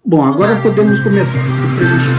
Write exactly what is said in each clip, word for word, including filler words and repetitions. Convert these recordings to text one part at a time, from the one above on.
Bom, agora podemos começar a se preencher.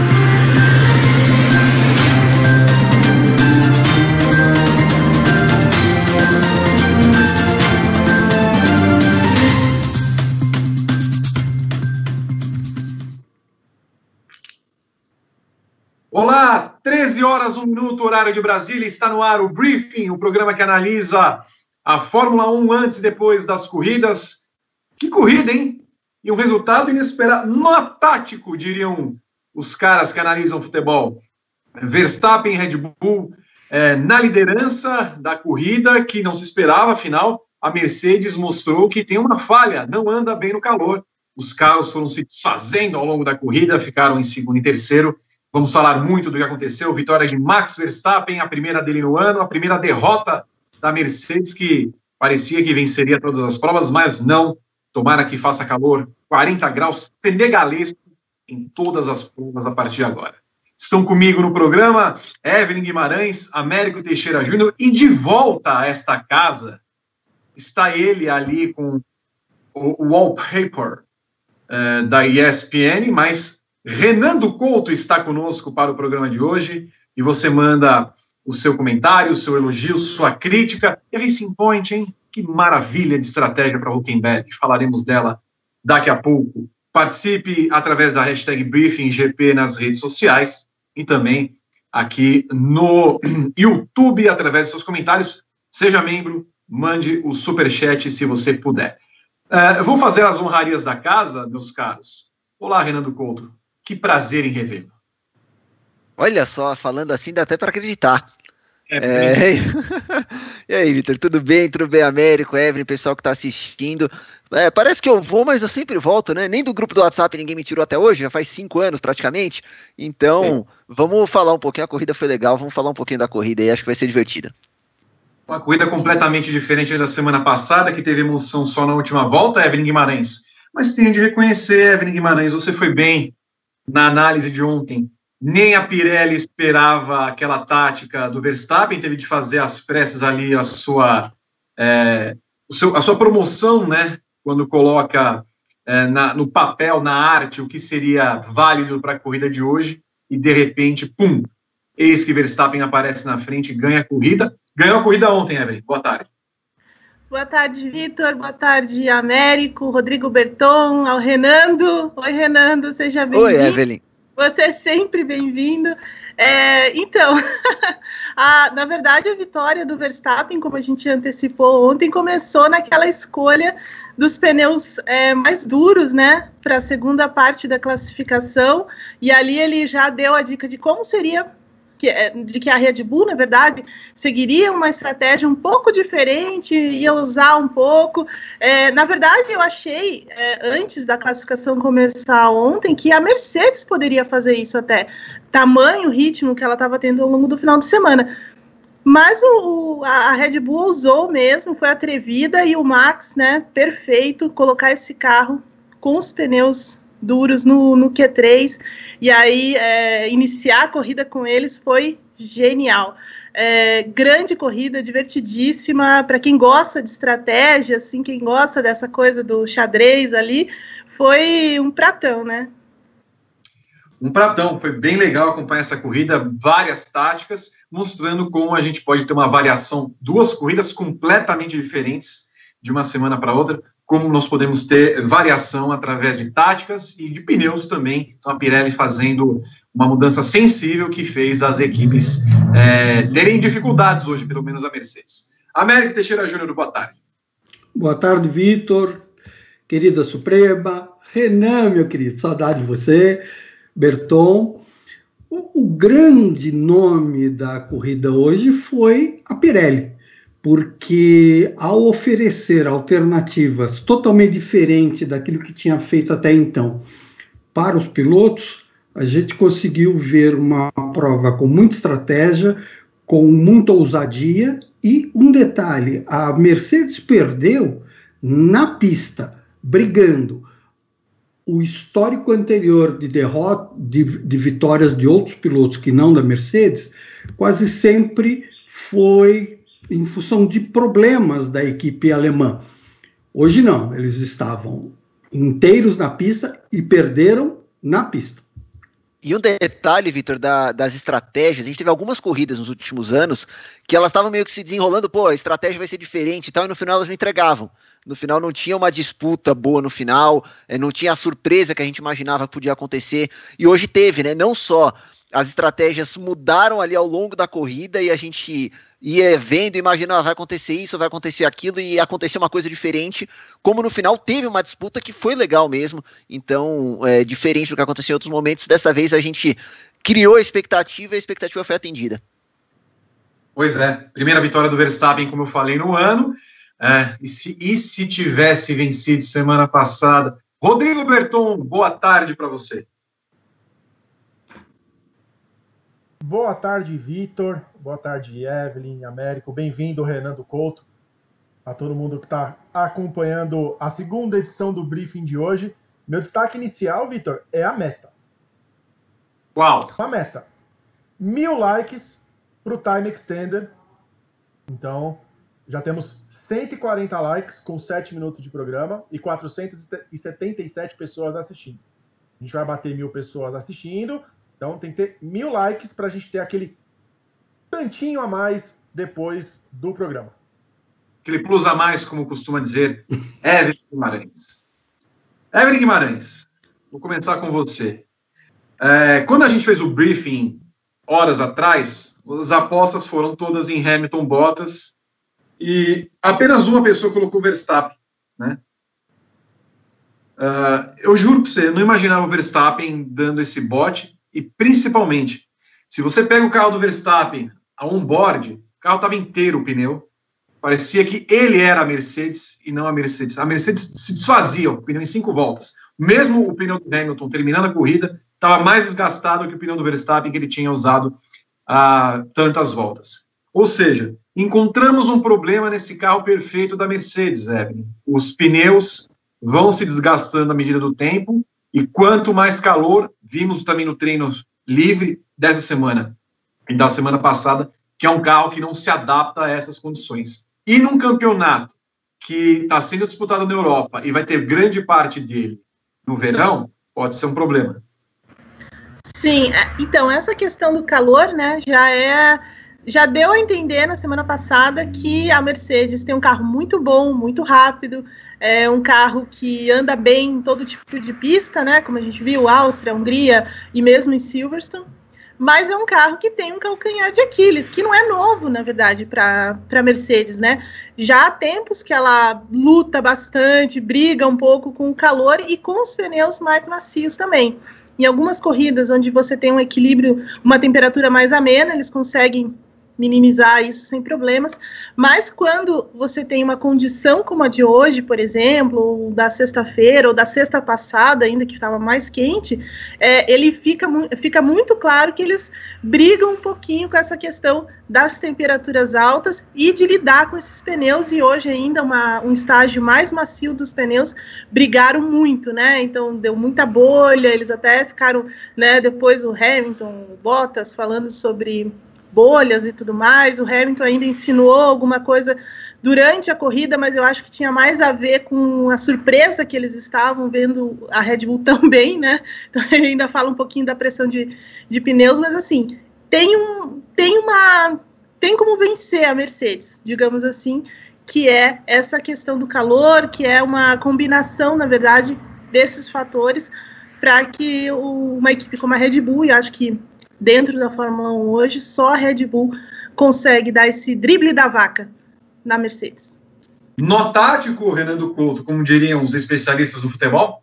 Olá, treze horas, um minuto, horário de Brasília, está no ar o Briefing, o programa que analisa a Fórmula um antes e depois das corridas. Que corrida, hein? E um resultado inesperado, nó tático, diriam os caras que analisam futebol. Verstappen e Red Bull é, na liderança da corrida, que não se esperava, afinal, a Mercedes mostrou que tem uma falha, não anda bem no calor. Os carros foram se desfazendo ao longo da corrida, ficaram em segundo e terceiro. Vamos falar muito do que aconteceu. Vitória de Max Verstappen, a primeira dele no ano, a primeira derrota da Mercedes, que parecia que venceria todas as provas, mas não. Tomara que faça calor, quarenta graus, senegalesco, em todas as provas a partir de agora. Estão comigo no programa Evelyn Guimarães, Américo Teixeira Júnior, e de volta a esta casa está ele ali com o wallpaper uh, da E S P N, mas Renando Couto está conosco para o programa de hoje, e você manda o seu comentário, o seu elogio, sua crítica. E Racing Point, hein? Que maravilha de estratégia para Hülkenberg. Falaremos dela daqui a pouco. Participe através da hashtag Briefing G P nas redes sociais e também aqui no YouTube, através dos seus comentários. Seja membro, mande o superchat se você puder. Uh, eu vou fazer as honrarias da casa, meus caros. Olá, Renando Couto. Que prazer em revê-lo. Olha só, falando assim dá até para acreditar. É, é... E aí, Vitor, tudo bem? Tudo bem, Américo, Evelyn, pessoal que está assistindo? É, parece que eu vou, mas eu sempre volto, né? Nem do grupo do WhatsApp ninguém me tirou até hoje, já faz cinco anos praticamente. Então, é. Vamos falar um pouquinho, a corrida foi legal, vamos falar um pouquinho da corrida aí, acho que vai ser divertida. Uma corrida completamente diferente da semana passada, que teve emoção só na última volta, Evelyn Guimarães. Mas tenho de reconhecer, Evelyn Guimarães, você foi bem na análise de ontem. Nem a Pirelli esperava aquela tática do Verstappen, teve de fazer às pressas ali a sua, é, o seu, a sua promoção, né? Quando coloca é, na, no papel, na arte, o que seria válido para a corrida de hoje, e de repente, pum, eis que Verstappen aparece na frente e ganha a corrida. Ganhou a corrida ontem, Evelyn. Boa tarde. Boa tarde, Vitor. Boa tarde, Américo, Rodrigo Berton, ao Renando. Oi, Renando, seja bem-vindo. Oi, Evelyn. Você é sempre bem-vindo. É, então, a, na verdade, a vitória do Verstappen, como a gente antecipou ontem, começou naquela escolha dos pneus é, mais duros, né, para a segunda parte da classificação, e ali ele já deu a dica de como seria, que, de que a Red Bull, na verdade, seguiria uma estratégia um pouco diferente, ia usar um pouco. É, na verdade, eu achei, é, antes da classificação começar ontem, que a Mercedes poderia fazer isso até, tamanho, ritmo que ela estava tendo ao longo do final de semana. Mas o, a Red Bull usou mesmo, foi atrevida, e o Max, né, perfeito, colocar esse carro com os pneus duros no, no Q três, e aí é, iniciar a corrida com eles foi genial. É, grande corrida, divertidíssima, para quem gosta de estratégia, assim, quem gosta dessa coisa do xadrez ali, foi um pratão, né? Um pratão, foi bem legal acompanhar essa corrida, várias táticas, mostrando como a gente pode ter uma variação, duas corridas completamente diferentes de uma semana para outra, como nós podemos ter variação através de táticas e de pneus também. Então, a Pirelli fazendo uma mudança sensível que fez as equipes é, terem dificuldades hoje, pelo menos a Mercedes. Américo Teixeira Júnior, boa tarde. Boa tarde, Vitor, querida Suprema, Renan, meu querido, saudade de você, Berton. O, o grande nome da corrida hoje foi a Pirelli, porque ao oferecer alternativas totalmente diferentes daquilo que tinha feito até então para os pilotos, a gente conseguiu ver uma prova com muita estratégia, com muita ousadia, e um detalhe, a Mercedes perdeu na pista, brigando. O histórico anterior de derrota, de, de vitórias de outros pilotos que não da Mercedes, quase sempre foi em função de problemas da equipe alemã. Hoje não, eles estavam inteiros na pista e perderam na pista. E um detalhe, Vitor, da, das estratégias, a gente teve algumas corridas nos últimos anos que elas estavam meio que se desenrolando, pô, a estratégia vai ser diferente e tal, e no final elas não entregavam. No final não tinha uma disputa boa no final, não tinha a surpresa que a gente imaginava que podia acontecer, e hoje teve, né? Não só as estratégias mudaram ali ao longo da corrida e a gente ia vendo, imaginando, ah, vai acontecer isso, vai acontecer aquilo, e aconteceu uma coisa diferente, como no final teve uma disputa que foi legal mesmo, então, é, diferente do que aconteceu em outros momentos, dessa vez a gente criou a expectativa e a expectativa foi atendida. Pois é, primeira vitória do Verstappen, como eu falei, no ano, é, e, se, e se tivesse vencido semana passada? Rodrigo Berton, boa tarde para você. Boa tarde, Vitor. Boa tarde, Evelyn, Américo. Bem-vindo, Renando Couto. A todo mundo que está acompanhando a segunda edição do briefing de hoje. Meu destaque inicial, Vitor, é a meta. Qual? A meta. Mil likes para o Time Extender. Então, já temos cento e quarenta likes com sete minutos de programa e quatrocentas e setenta e sete pessoas assistindo. A gente vai bater mil pessoas assistindo. Então tem que ter mil likes para a gente ter aquele tantinho a mais depois do programa. Aquele plus a mais, como costuma dizer Evelyn Guimarães. Evelyn Guimarães, vou começar com você. É, quando a gente fez o briefing horas atrás, as apostas foram todas em Hamilton, Bottas, e apenas uma pessoa colocou Verstappen, né? Uh, eu juro para você, eu não imaginava o Verstappen dando esse bote. E, principalmente, se você pega o carro do Verstappen a on-board, o carro estava inteiro o pneu. Parecia que ele era a Mercedes e não a Mercedes. A Mercedes se desfazia o pneu em cinco voltas. Mesmo o pneu do Hamilton, terminando a corrida, estava mais desgastado que o pneu do Verstappen que ele tinha usado há tantas voltas. Ou seja, encontramos um problema nesse carro perfeito da Mercedes, Evelyn. Os pneus vão se desgastando à medida do tempo. E quanto mais calor, vimos também no treino livre dessa semana e da semana passada, que é um carro que não se adapta a essas condições. E num campeonato que está sendo disputado na Europa e vai ter grande parte dele no verão, pode ser um problema. Sim, então essa questão do calor, né, já é... já deu a entender na semana passada que a Mercedes tem um carro muito bom, muito rápido, é um carro que anda bem em todo tipo de pista, né? Como a gente viu, Áustria, Hungria e mesmo em Silverstone. Mas é um carro que tem um calcanhar de Aquiles, que não é novo, na verdade, para a Mercedes, né? Já há tempos que ela luta bastante, briga um pouco com o calor e com os pneus mais macios também. Em algumas corridas onde você tem um equilíbrio, uma temperatura mais amena, eles conseguem minimizar isso sem problemas, mas quando você tem uma condição como a de hoje, por exemplo, ou da sexta-feira, ou da sexta passada, ainda que estava mais quente, é, ele fica, fica muito claro que eles brigam um pouquinho com essa questão das temperaturas altas e de lidar com esses pneus, e hoje ainda uma, um estágio mais macio dos pneus, brigaram muito, né, então deu muita bolha, eles até ficaram, né, depois o Hamilton, o Bottas, falando sobre bolhas e tudo mais. O Hamilton ainda insinuou alguma coisa durante a corrida, mas eu acho que tinha mais a ver com a surpresa que eles estavam vendo a Red Bull também, né? Então ainda fala um pouquinho da pressão de, de pneus, mas assim, tem, um, tem uma tem como vencer a Mercedes, digamos assim, que é essa questão do calor, que é uma combinação, na verdade, desses fatores para que o, uma equipe como a Red Bull, e acho que dentro da Fórmula um hoje, só a Red Bull consegue dar esse drible da vaca na Mercedes. Nó tático, Renando Couto, como diriam os especialistas do futebol?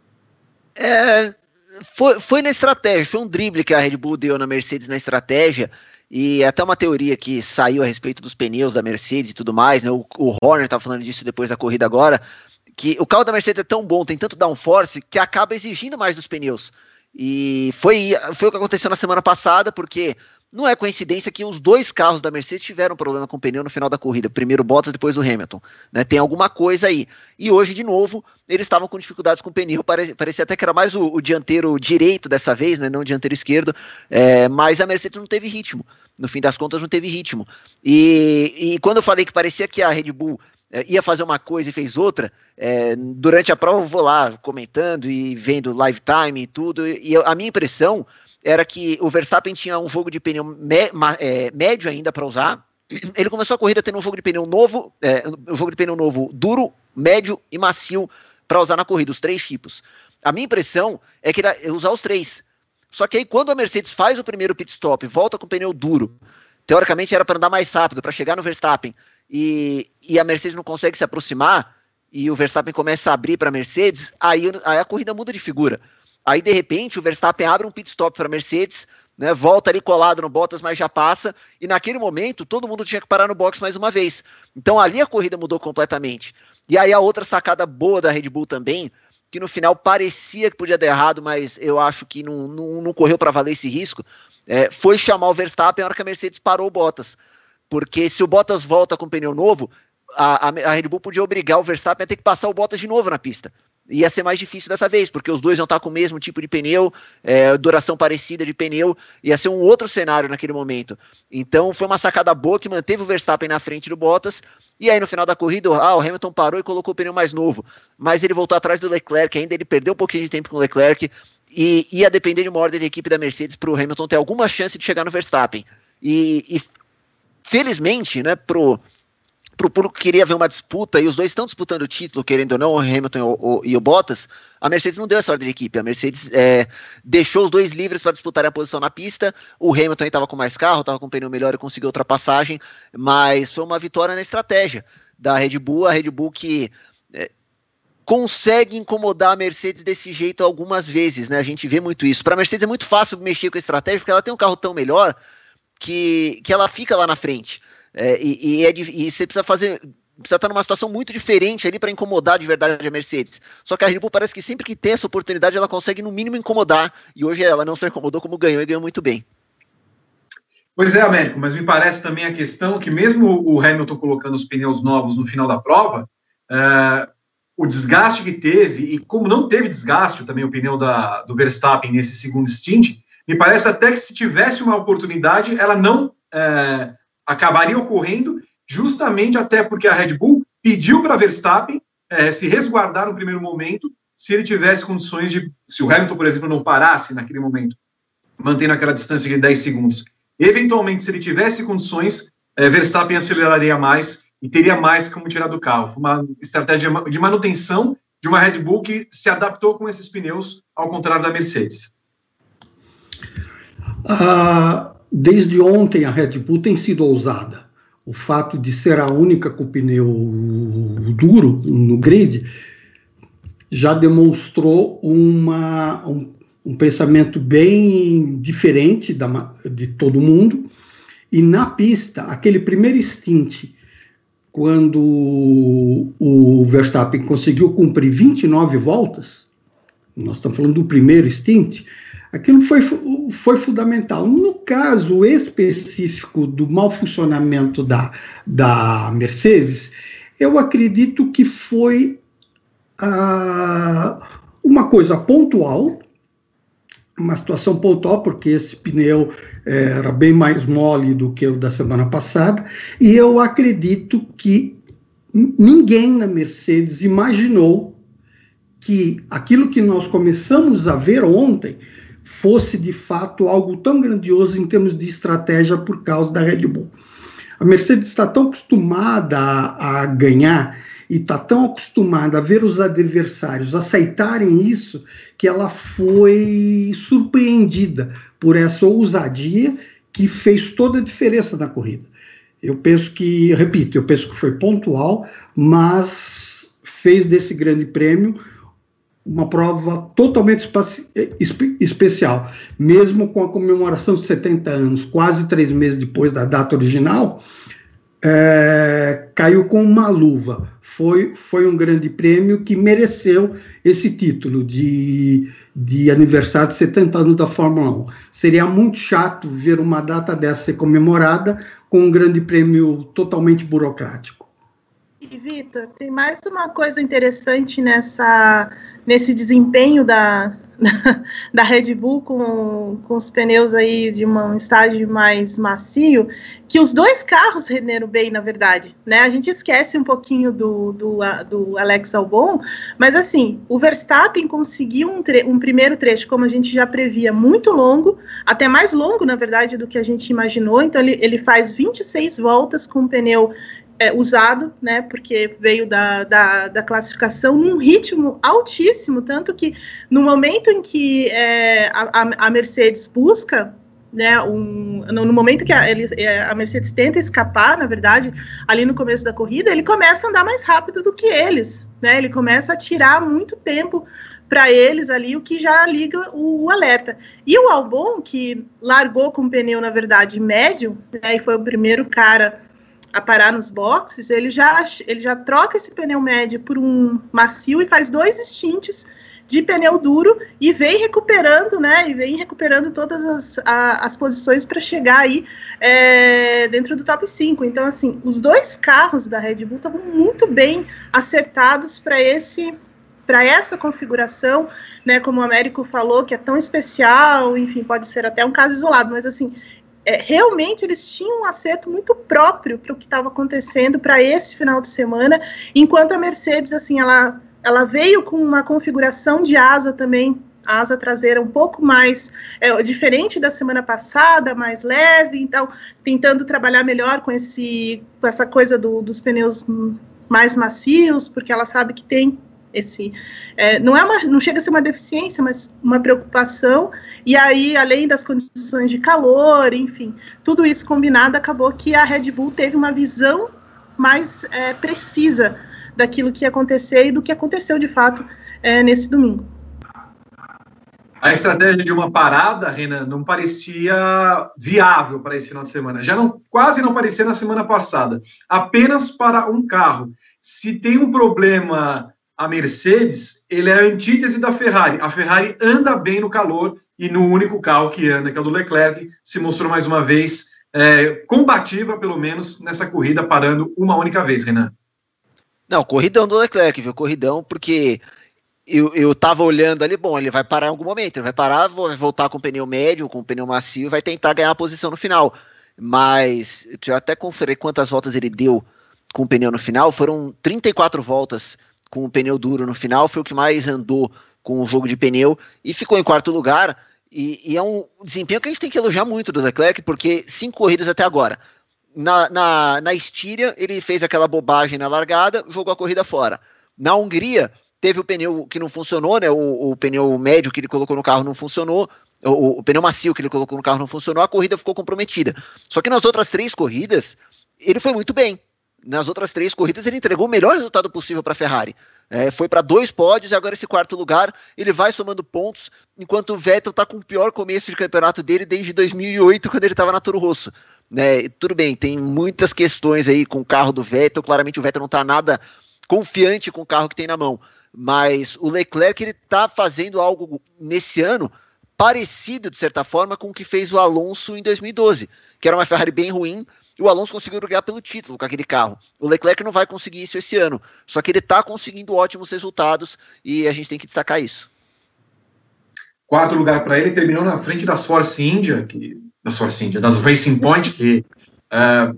É, foi, foi na estratégia, foi um drible que a Red Bull deu na Mercedes na estratégia, e até uma teoria que saiu a respeito dos pneus da Mercedes e tudo mais, né? o, o Horner estava falando disso depois da corrida agora, que o carro da Mercedes é tão bom, tem tanto downforce, que acaba exigindo mais dos pneus. E foi, foi o que aconteceu na semana passada, porque não é coincidência que os dois carros da Mercedes tiveram problema com o pneu no final da corrida, primeiro o Bottas, depois o Hamilton, né? Tem alguma coisa aí, e hoje de novo eles estavam com dificuldades com o pneu, parecia, parecia até que era mais o, o dianteiro direito dessa vez, né? Não o dianteiro esquerdo, é, mas a Mercedes não teve ritmo, no fim das contas não teve ritmo, e, e quando eu falei que parecia que a Red Bull é, ia fazer uma coisa e fez outra, é, durante a prova eu vou lá comentando e vendo live time e tudo, e eu, a minha impressão era que o Verstappen tinha um jogo de pneu me, ma, é, médio ainda para usar. Ele começou a corrida tendo um jogo de pneu novo, é, um jogo de pneu novo duro, médio e macio para usar na corrida, os três tipos. A minha impressão é que ele ia usar os três. Só que aí quando a Mercedes faz o primeiro pit stop, volta com o pneu duro, teoricamente era para andar mais rápido, para chegar no Verstappen, e, e a Mercedes não consegue se aproximar, e o Verstappen começa a abrir para a Mercedes, aí, aí a corrida muda de figura. Aí de repente o Verstappen abre um pit stop para a Mercedes, né, volta ali colado no Bottas, mas já passa, e naquele momento todo mundo tinha que parar no box mais uma vez. Então ali a corrida mudou completamente. E aí a outra sacada boa da Red Bull também, que no final parecia que podia dar errado, mas eu acho que não, não, não correu para valer esse risco, é, foi chamar o Verstappen na hora que a Mercedes parou o Bottas. Porque se o Bottas volta com pneu novo, a, a, a Red Bull podia obrigar o Verstappen a ter que passar o Bottas de novo na pista. Ia ser mais difícil dessa vez, porque os dois iam estar com o mesmo tipo de pneu, é, duração parecida de pneu, ia ser um outro cenário naquele momento. Então foi uma sacada boa que manteve o Verstappen na frente do Bottas, e aí no final da corrida, ah, o Hamilton parou e colocou o pneu mais novo, mas ele voltou atrás do Leclerc ainda, ele perdeu um pouquinho de tempo com o Leclerc, e ia depender de uma ordem da equipe da Mercedes para o Hamilton ter alguma chance de chegar no Verstappen. E, e felizmente, né, pro... pro público que queria ver uma disputa, e os dois estão disputando o título, querendo ou não, o Hamilton o, o, e o Bottas, a Mercedes não deu essa ordem de equipe, a Mercedes é, deixou os dois livres para disputarem a posição na pista, o Hamilton estava com mais carro, estava com um pneu melhor e conseguiu ultrapassagem, mas foi uma vitória na estratégia da Red Bull, a Red Bull que é, consegue incomodar a Mercedes desse jeito algumas vezes, né? A gente vê muito isso. Para a Mercedes é muito fácil mexer com a estratégia, porque ela tem um carro tão melhor que, que ela fica lá na frente. É, e, e, é, e você precisa fazer, precisa estar numa situação muito diferente ali para incomodar de verdade a Mercedes. Só que a Red Bull parece que sempre que tem essa oportunidade ela consegue no mínimo incomodar, e hoje ela não só incomodou como ganhou, e ganhou muito bem. Pois é, Américo, mas me parece também a questão que mesmo o Hamilton colocando os pneus novos no final da prova, é, o desgaste que teve, e como não teve desgaste também o pneu da, do Verstappen nesse segundo stint, me parece até que se tivesse uma oportunidade, ela não é, acabaria ocorrendo, justamente até porque a Red Bull pediu para Verstappen é, se resguardar no primeiro momento, se ele tivesse condições de, se o Hamilton, por exemplo, não parasse naquele momento, mantendo aquela distância de dez segundos. Eventualmente, se ele tivesse condições, é, Verstappen aceleraria mais e teria mais como tirar do carro. Foi uma estratégia de manutenção de uma Red Bull que se adaptou com esses pneus, ao contrário da Mercedes. Ah, desde ontem a Red Bull tem sido ousada. O fato de ser a única com pneu duro no grid já demonstrou uma, um, um pensamento bem diferente da, de todo mundo. E na pista, aquele primeiro stint, quando o Verstappen conseguiu cumprir vinte e nove voltas, nós estamos falando do primeiro stint, aquilo foi, foi fundamental. No caso específico do mau funcionamento da, da Mercedes, eu acredito que foi ah, uma coisa pontual, uma situação pontual, porque esse pneu era bem mais mole do que o da semana passada, e eu acredito que ninguém na Mercedes imaginou que aquilo que nós começamos a ver ontem fosse de fato algo tão grandioso em termos de estratégia por causa da Red Bull. A Mercedes está tão acostumada a, a ganhar e está tão acostumada a ver os adversários aceitarem isso, que ela foi surpreendida por essa ousadia que fez toda a diferença na corrida. Eu penso que, repito, eu penso que foi pontual, mas fez desse grande prêmio uma prova totalmente espe especial. Mesmo com a comemoração de setenta anos, quase três meses depois da data original, é, caiu com uma luva. Foi, foi um grande prêmio que mereceu esse título de, de aniversário de setenta anos da Fórmula um. Seria muito chato ver uma data dessa ser comemorada com um grande prêmio totalmente burocrático. E, Vitor, tem mais uma coisa interessante nessa, nesse desempenho da, da Red Bull com, com os pneus aí de uma, um estágio mais macio, que os dois carros renderam bem, na verdade, né? A gente esquece um pouquinho do, do, do Alex Albon, mas assim, o Verstappen conseguiu um, tre- um primeiro trecho, como a gente já previa, muito longo, até mais longo, na verdade, do que a gente imaginou. Então ele, ele faz vinte e seis voltas com o pneu É, usado, né, porque veio da, da, da classificação num ritmo altíssimo, tanto que no momento em que é, a, a Mercedes busca, né, um, no, no momento que a, eles, a Mercedes tenta escapar, na verdade, ali no começo da corrida, ele começa a andar mais rápido do que eles, né, ele começa a tirar muito tempo para eles ali, o que já liga o, o alerta. E o Albon, que largou com o pneu, na verdade, médio, né, e foi o primeiro cara a parar nos boxes, ele já, ele já troca esse pneu médio por um macio e faz dois stints de pneu duro e vem recuperando, né, e vem recuperando todas as, a, as posições para chegar aí é, dentro do top cinco. Então, assim, os dois carros da Red Bull estavam muito bem acertados para esse para essa configuração, né, como o Américo falou, que é tão especial, enfim, pode ser até um caso isolado, mas assim, É, realmente eles tinham um acerto muito próprio para o que estava acontecendo para esse final de semana, enquanto a Mercedes, assim, ela, ela veio com uma configuração de asa também, a asa traseira um pouco mais é, diferente da semana passada, mais leve, então tentando trabalhar melhor com, esse, com essa coisa do, dos pneus mais macios, porque ela sabe que tem esse, é, não, é uma, não chega a ser uma deficiência, mas uma preocupação. E aí, além das condições de calor, enfim, tudo isso combinado, acabou que a Red Bull teve uma visão mais é, precisa daquilo que ia acontecer e do que aconteceu, de fato, é, nesse domingo. A estratégia de uma parada, Renan, não parecia viável para esse final de semana. Já não, quase não parecia na semana passada. Apenas para um carro. Se tem um problema a Mercedes, ele é a antítese da Ferrari. A Ferrari anda bem no calor e no único carro que anda, que é o do Leclerc, se mostrou mais uma vez é, combativa, pelo menos, nessa corrida, parando uma única vez, Renan. Não, corridão do Leclerc, viu? Corridão, porque eu, eu tava olhando ali, bom, ele vai parar em algum momento, ele vai parar, vai voltar com o pneu médio, com o pneu macio, e vai tentar ganhar a posição no final. Mas, deixa eu até conferir quantas voltas ele deu com o pneu no final, foram trinta e quatro voltas com o pneu duro no final, foi o que mais andou com o jogo de pneu, e ficou em quarto lugar, e, e é um desempenho que a gente tem que elogiar muito do Leclerc, porque cinco corridas até agora. Na, na, na Estíria, ele fez aquela bobagem na largada, jogou a corrida fora. Na Hungria, teve o pneu que não funcionou, né, o, o pneu médio que ele colocou no carro não funcionou, o, o pneu macio que ele colocou no carro não funcionou, a corrida ficou comprometida. Só que nas outras três corridas, ele foi muito bem. Nas outras três corridas ele entregou o melhor resultado possível para a Ferrari. É, foi para dois pódios e agora esse quarto lugar ele vai somando pontos, enquanto o Vettel está com o pior começo de campeonato dele desde dois mil e oito, quando ele estava na Toro Rosso. Né, tudo bem, tem muitas questões aí com o carro do Vettel, claramente o Vettel não está nada confiante com o carro que tem na mão, mas o Leclerc ele está fazendo algo nesse ano parecido, de certa forma, com o que fez o Alonso em dois mil e doze, que era uma Ferrari bem ruim, e o Alonso conseguiu brigar pelo título com aquele carro. O Leclerc não vai conseguir isso esse ano, só que ele está conseguindo ótimos resultados, e a gente tem que destacar isso. Quarto lugar para ele, terminou na frente das Force India, que, das Force India, das Racing Point, que uh,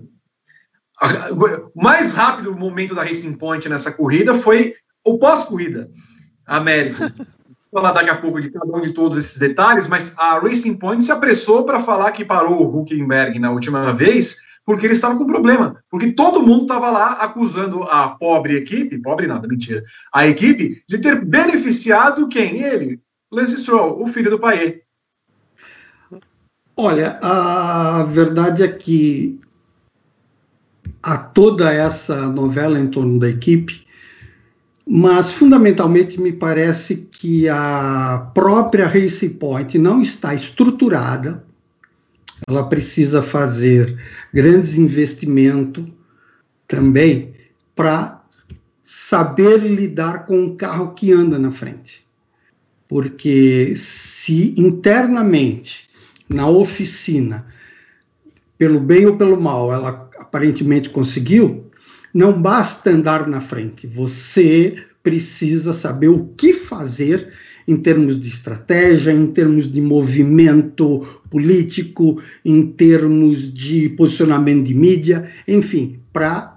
o mais rápido momento da Racing Point nessa corrida foi o pós-corrida, Américo. Vou falar daqui a pouco de cada um de todos esses detalhes, mas a Racing Point se apressou para falar que parou o Hülkenberg na última vez, porque ele estava com problema, porque todo mundo estava lá acusando a pobre equipe, pobre nada, mentira, a equipe de ter beneficiado quem? Ele, Lance Stroll, o filho do Paê. Olha, a verdade é que há toda essa novela em torno da equipe, mas fundamentalmente me parece que a própria Racing Point não está estruturada. Ela precisa fazer grandes investimentos também para saber lidar com um carro que anda na frente. Porque se internamente, na oficina, pelo bem ou pelo mal, ela aparentemente conseguiu, não basta andar na frente, você precisa saber o que fazer em termos de estratégia, em termos de movimento político, em termos de posicionamento de mídia, enfim, para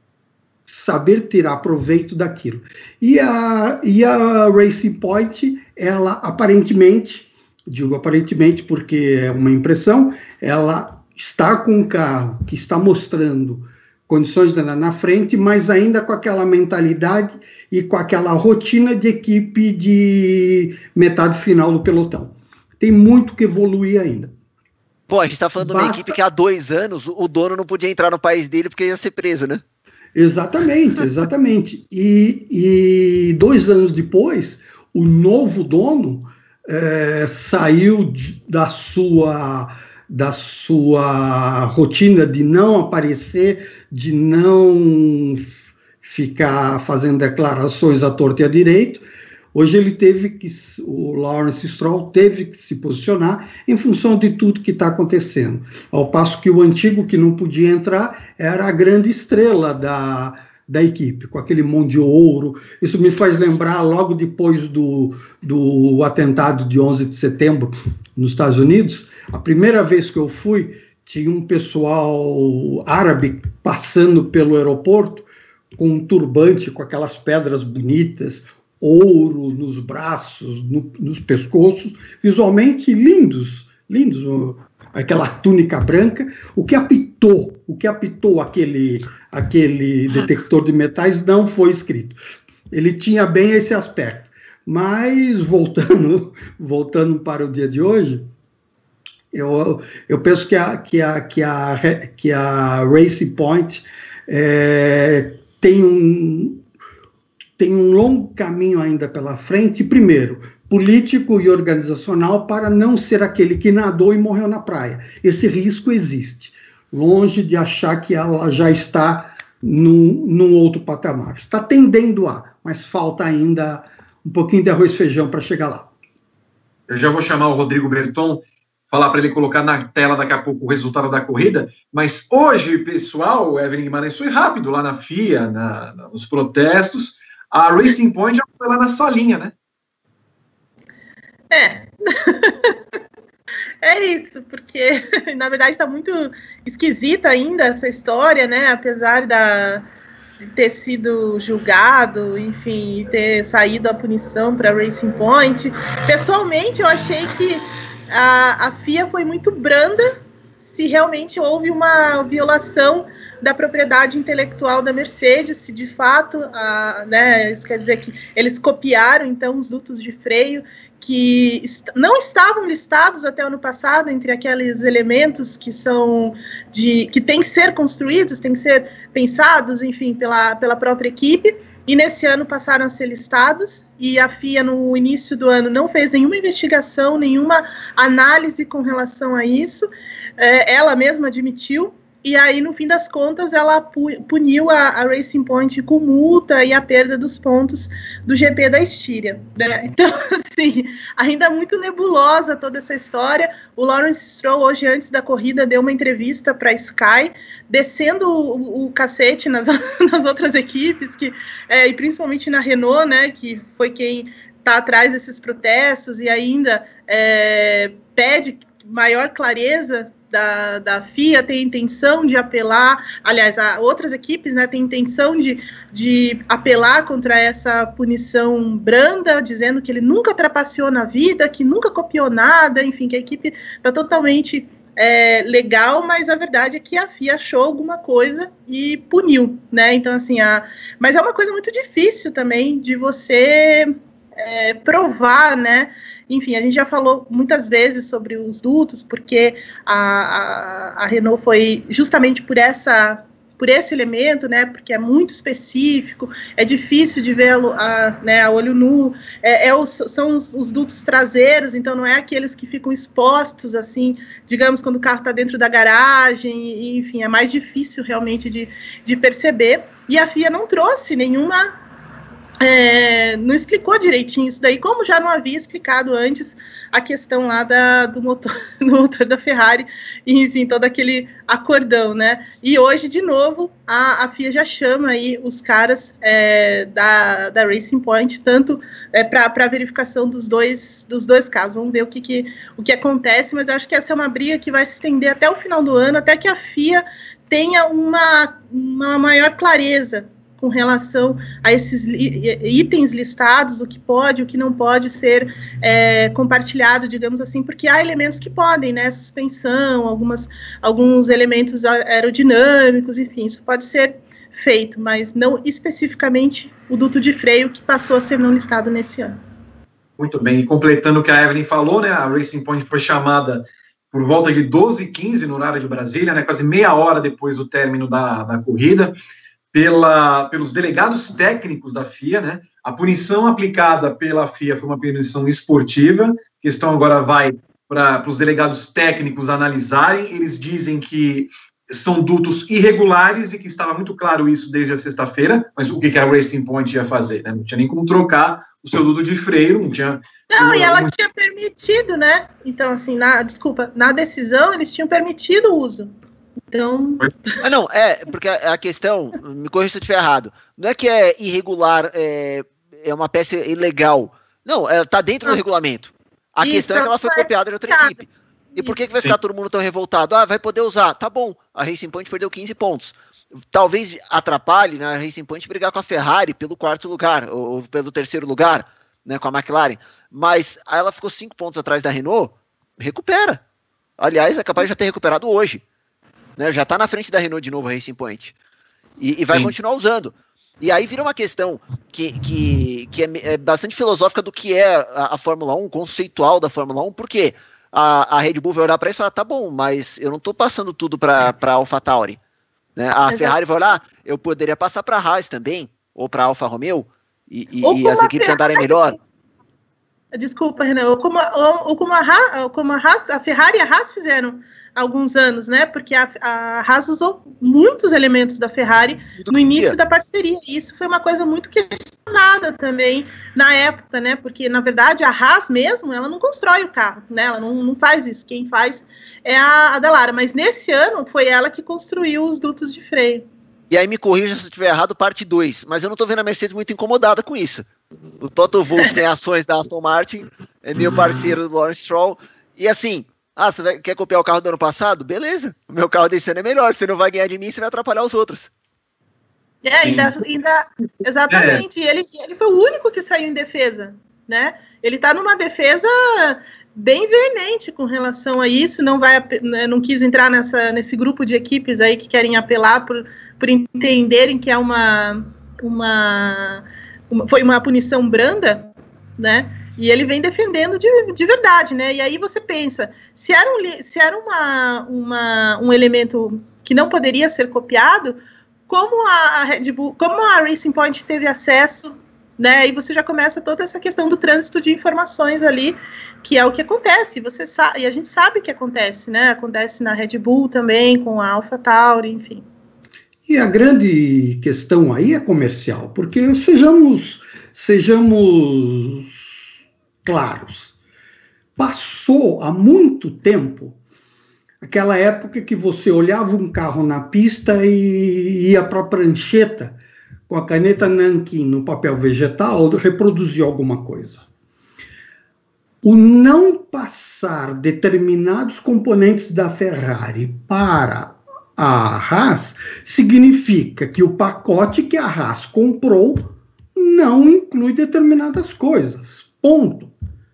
saber tirar proveito daquilo. E a, e a Racing Point, ela aparentemente, digo aparentemente porque é uma impressão, ela está com um carro que está mostrando condições de andar na frente, mas ainda com aquela mentalidade e com aquela rotina de equipe de metade final do pelotão. Tem muito que evoluir ainda. Pô, a gente está falando Basta... de uma equipe que há dois anos o dono não podia entrar no país dele porque ia ser preso, né? Exatamente, exatamente. E, e dois anos depois, o novo dono é, saiu de, da sua... da sua rotina de não aparecer, de não ficar fazendo declarações à torta e à direito. Hoje ele teve que, o Lawrence Stroll teve que se posicionar em função de tudo que está acontecendo. Ao passo que o antigo, que não podia entrar, era a grande estrela da, da equipe, com aquele monte de ouro. Isso me faz lembrar, logo depois do, do atentado de onze de setembro nos Estados Unidos, a primeira vez que eu fui, tinha um pessoal árabe passando pelo aeroporto com um turbante, com aquelas pedras bonitas, ouro nos braços, no, nos pescoços, visualmente lindos, lindos, aquela túnica branca. O que apitou, o que apitou aquele, aquele detector de metais não foi escrito. Ele tinha bem esse aspecto. Mas, voltando, voltando para o dia de hoje, Eu, eu penso que a, que a, que a, que a Racing Point é, tem, um, tem um longo caminho ainda pela frente, primeiro, político e organizacional, para não ser aquele que nadou e morreu na praia. Esse risco existe, longe de achar que ela já está num, num outro patamar. Está tendendo a, mas falta ainda um pouquinho de arroz e feijão para chegar lá. Eu já vou chamar o Rodrigo Berton, falar para ele colocar na tela daqui a pouco o resultado da corrida, mas hoje, pessoal, Evelyn Guimarães foi rápido lá na F I A, na, nos protestos, a Racing Point já foi lá na salinha, né? É, é isso, porque na verdade está muito esquisita ainda essa história, né, apesar da, de ter sido julgado, enfim, ter saído a punição para a Racing Point. Pessoalmente, eu achei que A, a F I A foi muito branda se realmente houve uma violação da propriedade intelectual da Mercedes, se de fato, a, né, isso quer dizer que eles copiaram, então, os dutos de freio que est- não estavam listados até o ano passado entre aqueles elementos que são de que têm que ser construídos, têm que ser pensados, enfim, pela, pela própria equipe, e nesse ano passaram a ser listados, e a F I A no início do ano não fez nenhuma investigação, nenhuma análise com relação a isso, é, ela mesma admitiu. E aí, no fim das contas, ela puniu a, a Racing Point com multa e a perda dos pontos do G P da Estíria, né? Então, assim, ainda muito nebulosa toda essa história. O Lawrence Stroll, hoje, antes da corrida, deu uma entrevista para a Sky, descendo o, o cacete nas, nas outras equipes, que, é, e principalmente na Renault, né, que foi quem está atrás desses protestos e ainda é, pede maior clareza Da, da F I A, tem intenção de apelar, aliás, a outras equipes, né, tem intenção de, de apelar contra essa punição branda, dizendo que ele nunca trapaceou na vida, que nunca copiou nada, enfim, que a equipe está totalmente é, legal, mas a verdade é que a F I A achou alguma coisa e puniu, né, então assim, a, mas é uma coisa muito difícil também de você é, provar, né. Enfim, a gente já falou muitas vezes sobre os dutos, porque a, a, a Renault foi justamente por, essa, por esse elemento, né, porque é muito específico, é difícil de ver a, a, né, a olho nu, é, é os, são os, os dutos traseiros, então não é aqueles que ficam expostos, assim, digamos, quando o carro está dentro da garagem, e, enfim, é mais difícil realmente de, de perceber, e a F I A não trouxe nenhuma É, não explicou direitinho isso daí, como já não havia explicado antes a questão lá da, do, motor, do motor da Ferrari, e, enfim, todo aquele acordão, né? E hoje, de novo, a, a F I A já chama aí os caras é, da, da Racing Point, tanto é, para verificação dos dois, dos dois casos. Vamos ver o que, que, o que acontece, mas acho que essa é uma briga que vai se estender até o final do ano, até que a F I A tenha uma, uma maior clareza com relação a esses li itens listados, o que pode, o que não pode ser é, compartilhado, digamos assim, porque há elementos que podem, né, suspensão, algumas, alguns elementos aerodinâmicos, enfim, isso pode ser feito, mas não especificamente o duto de freio, que passou a ser não listado nesse ano. Muito bem, e completando o que a Evelyn falou, né, a Racing Point foi chamada por volta de doze e quinze no horário de Brasília, né, quase meia hora depois do término da, da corrida, Pela, pelos delegados técnicos da F I A, né? A punição aplicada pela F I A foi uma punição esportiva, a questão agora vai para os delegados técnicos analisarem, eles dizem que são dutos irregulares e que estava muito claro isso desde a sexta-feira, mas o que, que a Racing Point ia fazer? Né? Não tinha nem como trocar o seu duto de freio, não tinha... Não, e ela tinha permitido, né? Então, assim, na, desculpa, na decisão eles tinham permitido o uso. Então... Ah, não, é, porque a, a questão, me corrija se eu estiver errado, não é que é irregular, é, é uma peça ilegal. Não, ela está dentro do regulamento. A Isso, questão é que ela foi copiada de outra equipe. E por que, que vai ficar todo mundo tão revoltado? Ah, vai poder usar. Tá bom, a Racing Point perdeu quinze pontos. Talvez atrapalhe, né, a Racing Point brigar com a Ferrari pelo quarto lugar, ou pelo terceiro lugar, né, com a McLaren. Mas aí ela ficou cinco pontos atrás da Renault, recupera. Aliás, é capaz de já ter recuperado hoje. Né, já está na frente da Renault de novo a Racing Point, e, e vai Sim. continuar usando. E aí vira uma questão que, que, que é, é bastante filosófica do que é a, a Fórmula um, conceitual da Fórmula um, porque a, a Red Bull vai olhar para isso e falar, tá bom, mas eu não estou passando tudo para a AlphaTauri. Né? A Exato. Ferrari vai olhar, eu poderia passar para a Haas também, ou para a Alfa Romeo, e, e, e as equipes Ferrari andarem melhor. Desculpa, Renan, ou como, ou, ou como, a, Haas, como a, Haas, a Ferrari e a Haas fizeram alguns anos, né, porque a, a Haas usou muitos elementos da Ferrari no início da parceria, e isso foi uma coisa muito questionada também na época, né, porque na verdade a Haas mesmo, ela não constrói o carro, né, ela não, não faz isso, quem faz é a, a Dallara, mas nesse ano foi ela que construiu os dutos de freio. E aí me corrija se eu estiver errado, parte dois, mas eu não tô vendo a Mercedes muito incomodada com isso. O Toto Wolff tem ações da Aston Martin, é meu parceiro do Lawrence Stroll, e assim, ah, você vai, quer copiar o carro do ano passado? Beleza, o meu carro desse ano é melhor, você não vai ganhar de mim, você vai atrapalhar os outros. É, ainda, ainda exatamente, é. ele, ele foi o único que saiu em defesa, né, ele tá numa defesa bem veemente com relação a isso, não, vai, não quis entrar nessa, nesse grupo de equipes aí que querem apelar por, por entenderem que é uma, uma, uma, foi uma punição branda, né, e ele vem defendendo de, de verdade, né? E aí você pensa, se era, um, se era uma, uma, um elemento que não poderia ser copiado, como a, a Red Bull, como a Racing Point teve acesso, né? E você já começa toda essa questão do trânsito de informações ali, que é o que acontece, você sabe, e a gente sabe que acontece, né? Acontece na Red Bull também, com a AlphaTauri, enfim. E a grande questão aí é comercial, porque sejamos, sejamos claros, passou há muito tempo aquela época que você olhava um carro na pista e ia para a prancheta com a caneta nanquim no papel vegetal reproduzir alguma coisa. O não passar determinados componentes da Ferrari para a Haas significa que o pacote que a Haas comprou não inclui determinadas coisas. Ponto.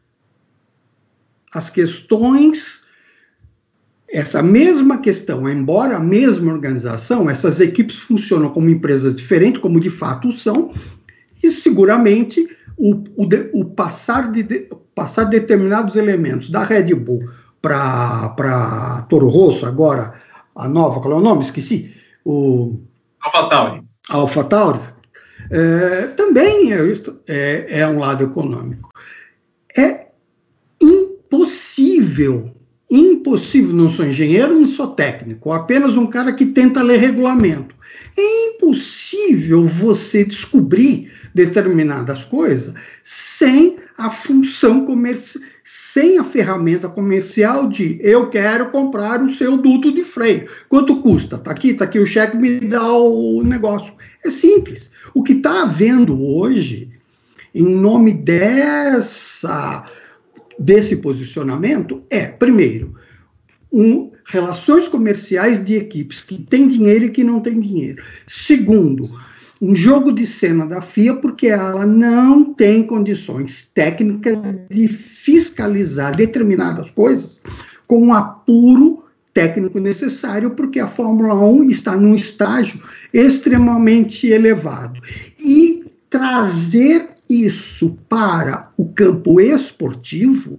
As questões, essa mesma questão, embora a mesma organização, essas equipes funcionam como empresas diferentes, como de fato são, e seguramente o, o, de, o passar, de, de, passar determinados elementos da Red Bull para Toro Rosso, agora a nova, qual é o nome? Esqueci. O AlphaTauri. AlphaTauri. É, também é, é, é um lado econômico. É impossível, impossível impossível, não sou engenheiro, não sou técnico, apenas um cara que tenta ler regulamento. É impossível você descobrir determinadas coisas sem a função comercial, sem a ferramenta comercial de eu quero comprar o seu duto de freio. Quanto custa? Está aqui, está aqui o cheque, me dá o negócio. É simples. O que está havendo hoje, em nome dessa, desse posicionamento, é, primeiro, um, relações comerciais de equipes que têm dinheiro e que não têm dinheiro. Segundo, um jogo de cena da F I A, porque ela não tem condições técnicas de fiscalizar determinadas coisas com o apuro técnico necessário, porque a Fórmula um está num estágio extremamente elevado. E trazer isso para o campo esportivo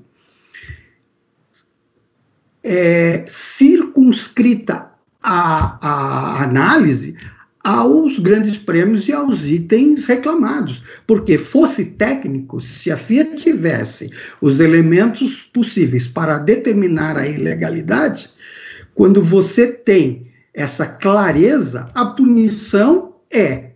é, circunscrita a, a análise aos grandes prêmios e aos itens reclamados, porque fosse técnico, se a F I A tivesse os elementos possíveis para determinar a ilegalidade, quando você tem essa clareza, a punição é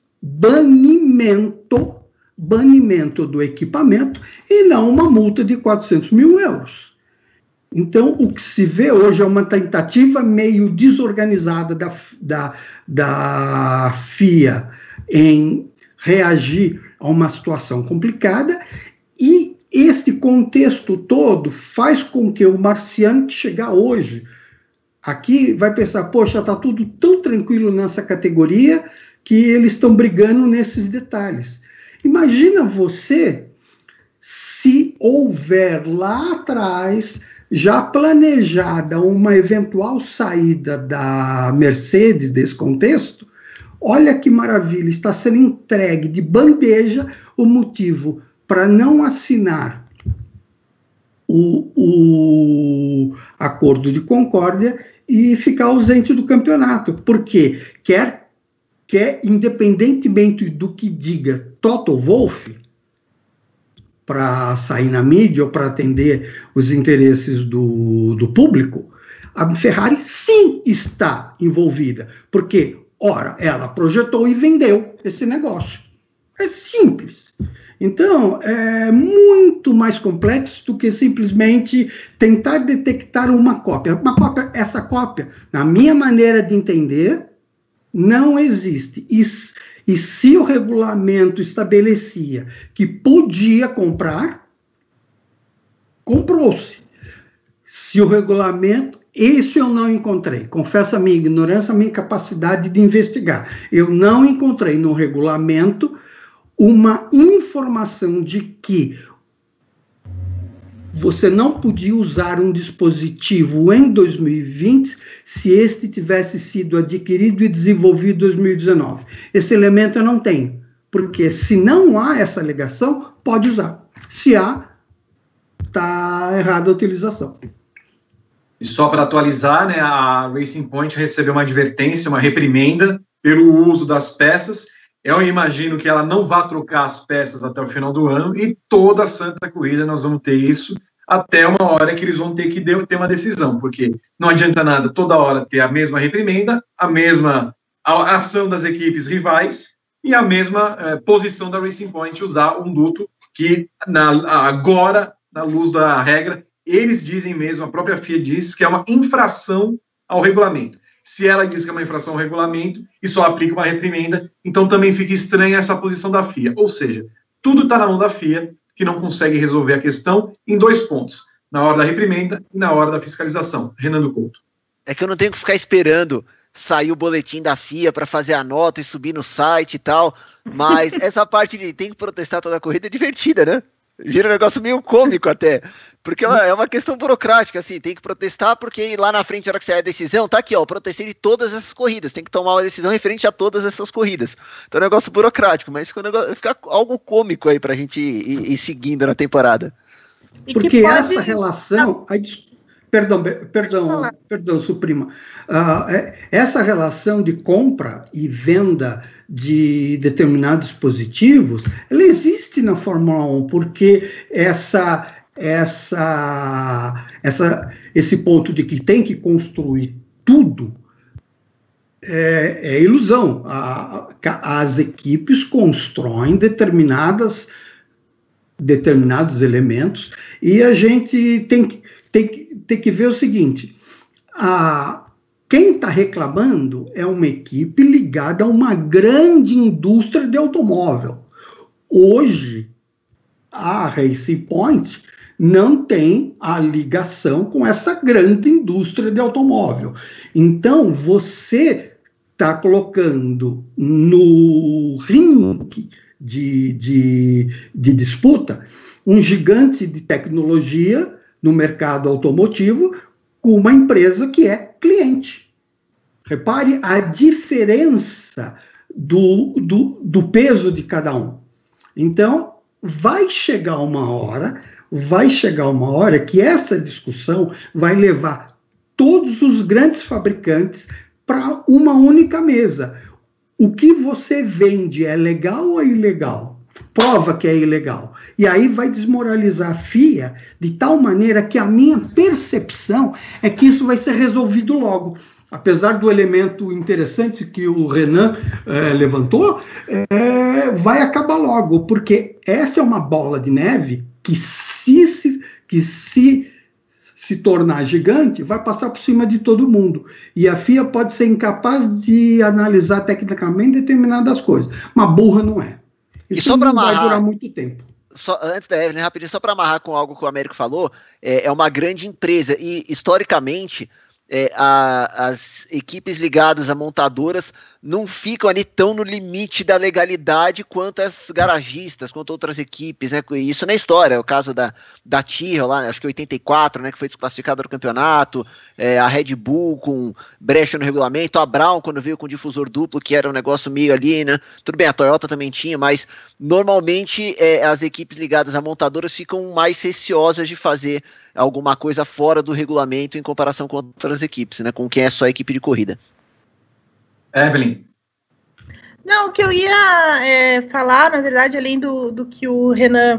banimento, banimento do equipamento e não uma multa de quatrocentos mil euros. Então, o que se vê hoje é uma tentativa meio desorganizada da, da, da F I A em reagir a uma situação complicada, e este contexto todo faz com que o marciano que chegar hoje aqui vai pensar, poxa, está tudo tão tranquilo nessa categoria que eles estão brigando nesses detalhes. Imagina você se houver lá atrás já planejada uma eventual saída da Mercedes desse contexto. Olha que maravilha, está sendo entregue de bandeja o motivo para não assinar o, o acordo de concórdia e ficar ausente do campeonato, porque quer, quer independentemente do que diga Toto Wolff, para sair na mídia ou para atender os interesses do, do público, a Ferrari sim está envolvida, porque, ora, ela projetou e vendeu esse negócio. É simples. Então, é muito mais complexo do que simplesmente tentar detectar uma cópia. Uma cópia, essa cópia, na minha maneira de entender, não existe. E, e se o regulamento estabelecia que podia comprar, comprou-se. Se o regulamento, isso eu não encontrei. Confesso a minha ignorância, a minha incapacidade de investigar. Eu não encontrei no regulamento uma informação de que você não podia usar um dispositivo em dois mil e vinte se este tivesse sido adquirido e desenvolvido em dois mil e dezenove. Esse elemento eu não tenho, porque se não há essa alegação, pode usar. Se há, está errada a utilização. E só para atualizar, né, a Racing Point recebeu uma advertência, uma reprimenda pelo uso das peças. Eu imagino que ela não vá trocar as peças até o final do ano, e toda a santa corrida nós vamos ter isso até uma hora que eles vão ter que ter uma decisão, porque não adianta nada toda hora ter a mesma reprimenda, a mesma ação das equipes rivais e a mesma eh, posição da Racing Point usar um duto que na, agora, na luz da regra, eles dizem mesmo, a própria F I A diz que é uma infração ao regulamento. Se ela diz que é uma infração ao regulamento e só aplica uma reprimenda, então também fica estranha essa posição da F I A. Ou seja, tudo está na mão da F I A, que não consegue resolver a questão em dois pontos, na hora da reprimenda e na hora da fiscalização. Renando Couto. É que eu não tenho que ficar esperando sair o boletim da F I A para fazer a nota e subir no site e tal, mas essa parte de tem que protestar toda a corrida é divertida, né? Vira um negócio meio cômico até, porque é uma questão burocrática, assim, tem que protestar porque lá na frente, na hora que sair a decisão, tá aqui, ó, protestei de todas essas corridas, tem que tomar uma decisão referente a todas essas corridas. Então é um negócio burocrático, mas fica algo cômico aí pra gente ir, ir seguindo na temporada. Porque pode... essa relação... Ai, perdão, perdão, perdão, Suprima. Uh, é, essa relação de compra e venda de determinados dispositivos, ela existe na Fórmula um, porque essa, essa, essa, esse ponto de que tem que construir tudo é, é ilusão. A, a, as equipes constroem determinadas, determinados elementos e a gente tem que, tem que, tem que ver o seguinte, a quem está reclamando é uma equipe ligada a uma grande indústria de automóvel. Hoje, a Racing Point não tem a ligação com essa grande indústria de automóvel. Então, você está colocando no ringue de, de, de disputa um gigante de tecnologia no mercado automotivo com uma empresa que é cliente. Repare a diferença do, do, do peso de cada um. Então, vai chegar uma hora, vai chegar uma hora que essa discussão vai levar todos os grandes fabricantes para uma única mesa. O que você vende é legal ou é ilegal? Prova que é ilegal. E aí vai desmoralizar a F I A de tal maneira que a minha percepção é que isso vai ser resolvido logo. Apesar do elemento interessante que o Renan é, levantou, é, vai acabar logo, porque essa é uma bola de neve que se, se, que se, se tornar gigante, vai passar por cima de todo mundo. E a F I A pode ser incapaz de analisar tecnicamente determinadas coisas, mas burra não é. Isso e só não amarrar, vai durar muito tempo. Só, antes da Evelyn, rapidinho, só para amarrar com algo que o Américo falou, é, é uma grande empresa e, historicamente, É, a, as equipes ligadas a montadoras não ficam ali tão no limite da legalidade quanto as garagistas, quanto outras equipes, né? Isso na história, o caso da, da Tyrrell lá, acho que oitenta e quatro, né, que foi desclassificada do campeonato, é, a Red Bull com brecha no regulamento, a Brown quando veio com difusor duplo, que era um negócio meio ali, né? Tudo bem, a Toyota também tinha, mas normalmente é, as equipes ligadas a montadoras ficam mais receosas de fazer alguma coisa fora do regulamento em comparação com outras equipes, né? Com quem é só equipe de corrida. Evelyn. Não, o que eu ia é, falar, na verdade, além do, do que o Renan,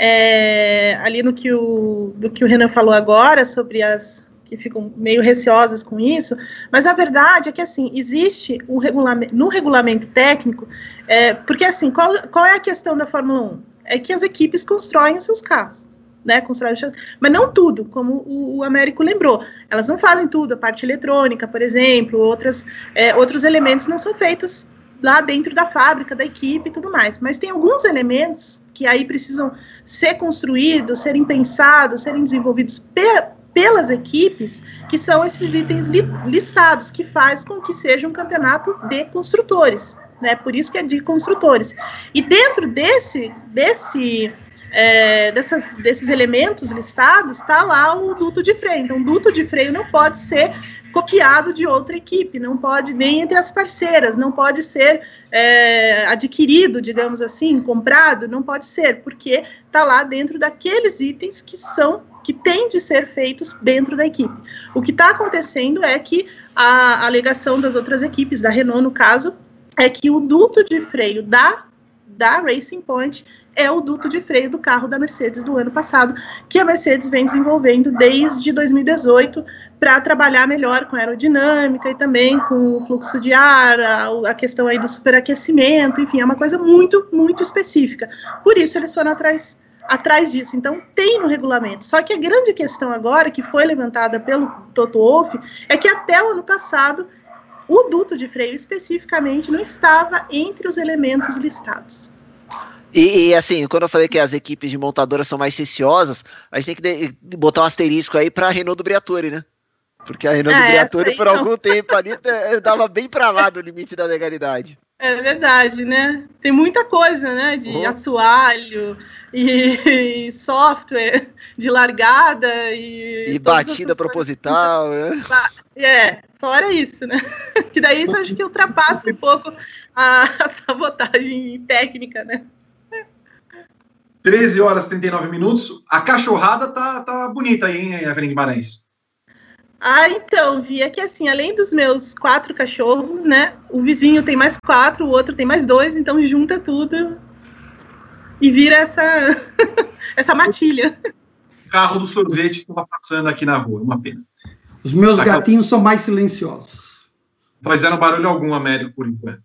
é, ali no que o, do que o Renan falou agora, sobre as que ficam meio receosas com isso, mas a verdade é que, assim, existe um regulamento, no regulamento técnico, é, porque, assim, qual, qual é a questão da Fórmula um? É que as equipes constroem os seus carros. Né, mas não tudo, como o, o Américo lembrou, elas não fazem tudo, a parte eletrônica, por exemplo, outras, é, outros elementos não são feitos lá dentro da fábrica, da equipe e tudo mais, mas tem alguns elementos que aí precisam ser construídos, serem pensados, serem desenvolvidos pe pelas equipes, que são esses itens li listados, que faz com que seja um campeonato de construtores, né, por isso que é de construtores, e dentro desse, desse É, dessas, desses elementos listados, está lá o duto de freio. Então, o duto de freio não pode ser copiado de outra equipe, não pode, nem entre as parceiras, não pode ser é, adquirido, digamos assim, comprado, não pode ser, porque está lá dentro daqueles itens que são, que têm de ser feitos dentro da equipe. O que está acontecendo é que a alegação das outras equipes, da Renault no caso, é que o duto de freio da, da Racing Point é o duto de freio do carro da Mercedes do ano passado, que a Mercedes vem desenvolvendo desde dois mil e dezoito para trabalhar melhor com aerodinâmica e também com o fluxo de ar, a, a questão aí do superaquecimento, enfim, é uma coisa muito, muito específica. Por isso eles foram atrás, atrás disso. Então tem no regulamento. Só que a grande questão agora, que foi levantada pelo Toto Wolff, é que até o ano passado o duto de freio especificamente não estava entre os elementos listados. E, e assim, quando eu falei que as equipes de montadoras são mais receosas, a gente tem que de, botar um asterisco aí para a Renault do Briatore, né? Porque a Renault ah, do Briatore, por não. algum tempo ali, dava bem para lá do limite da legalidade. É verdade, né? Tem muita coisa, né? De oh. assoalho e, e software de largada e... E batida proposital, né? É, fora isso, né? Que daí isso acho que ultrapassa um pouco a, a sabotagem técnica, né? treze horas e trinta e nove minutos. A cachorrada tá, tá bonita aí, hein, Evelyn Guimarães? Ah, então, vi, é que assim, além dos meus quatro cachorros, né, o vizinho tem mais quatro, o outro tem mais dois, então junta tudo e vira essa, essa matilha. carro do sorvete estava passando aqui na rua, uma pena. Os meus Tá gatinhos cal... são mais silenciosos. Fazendo barulho algum, Américo, por enquanto.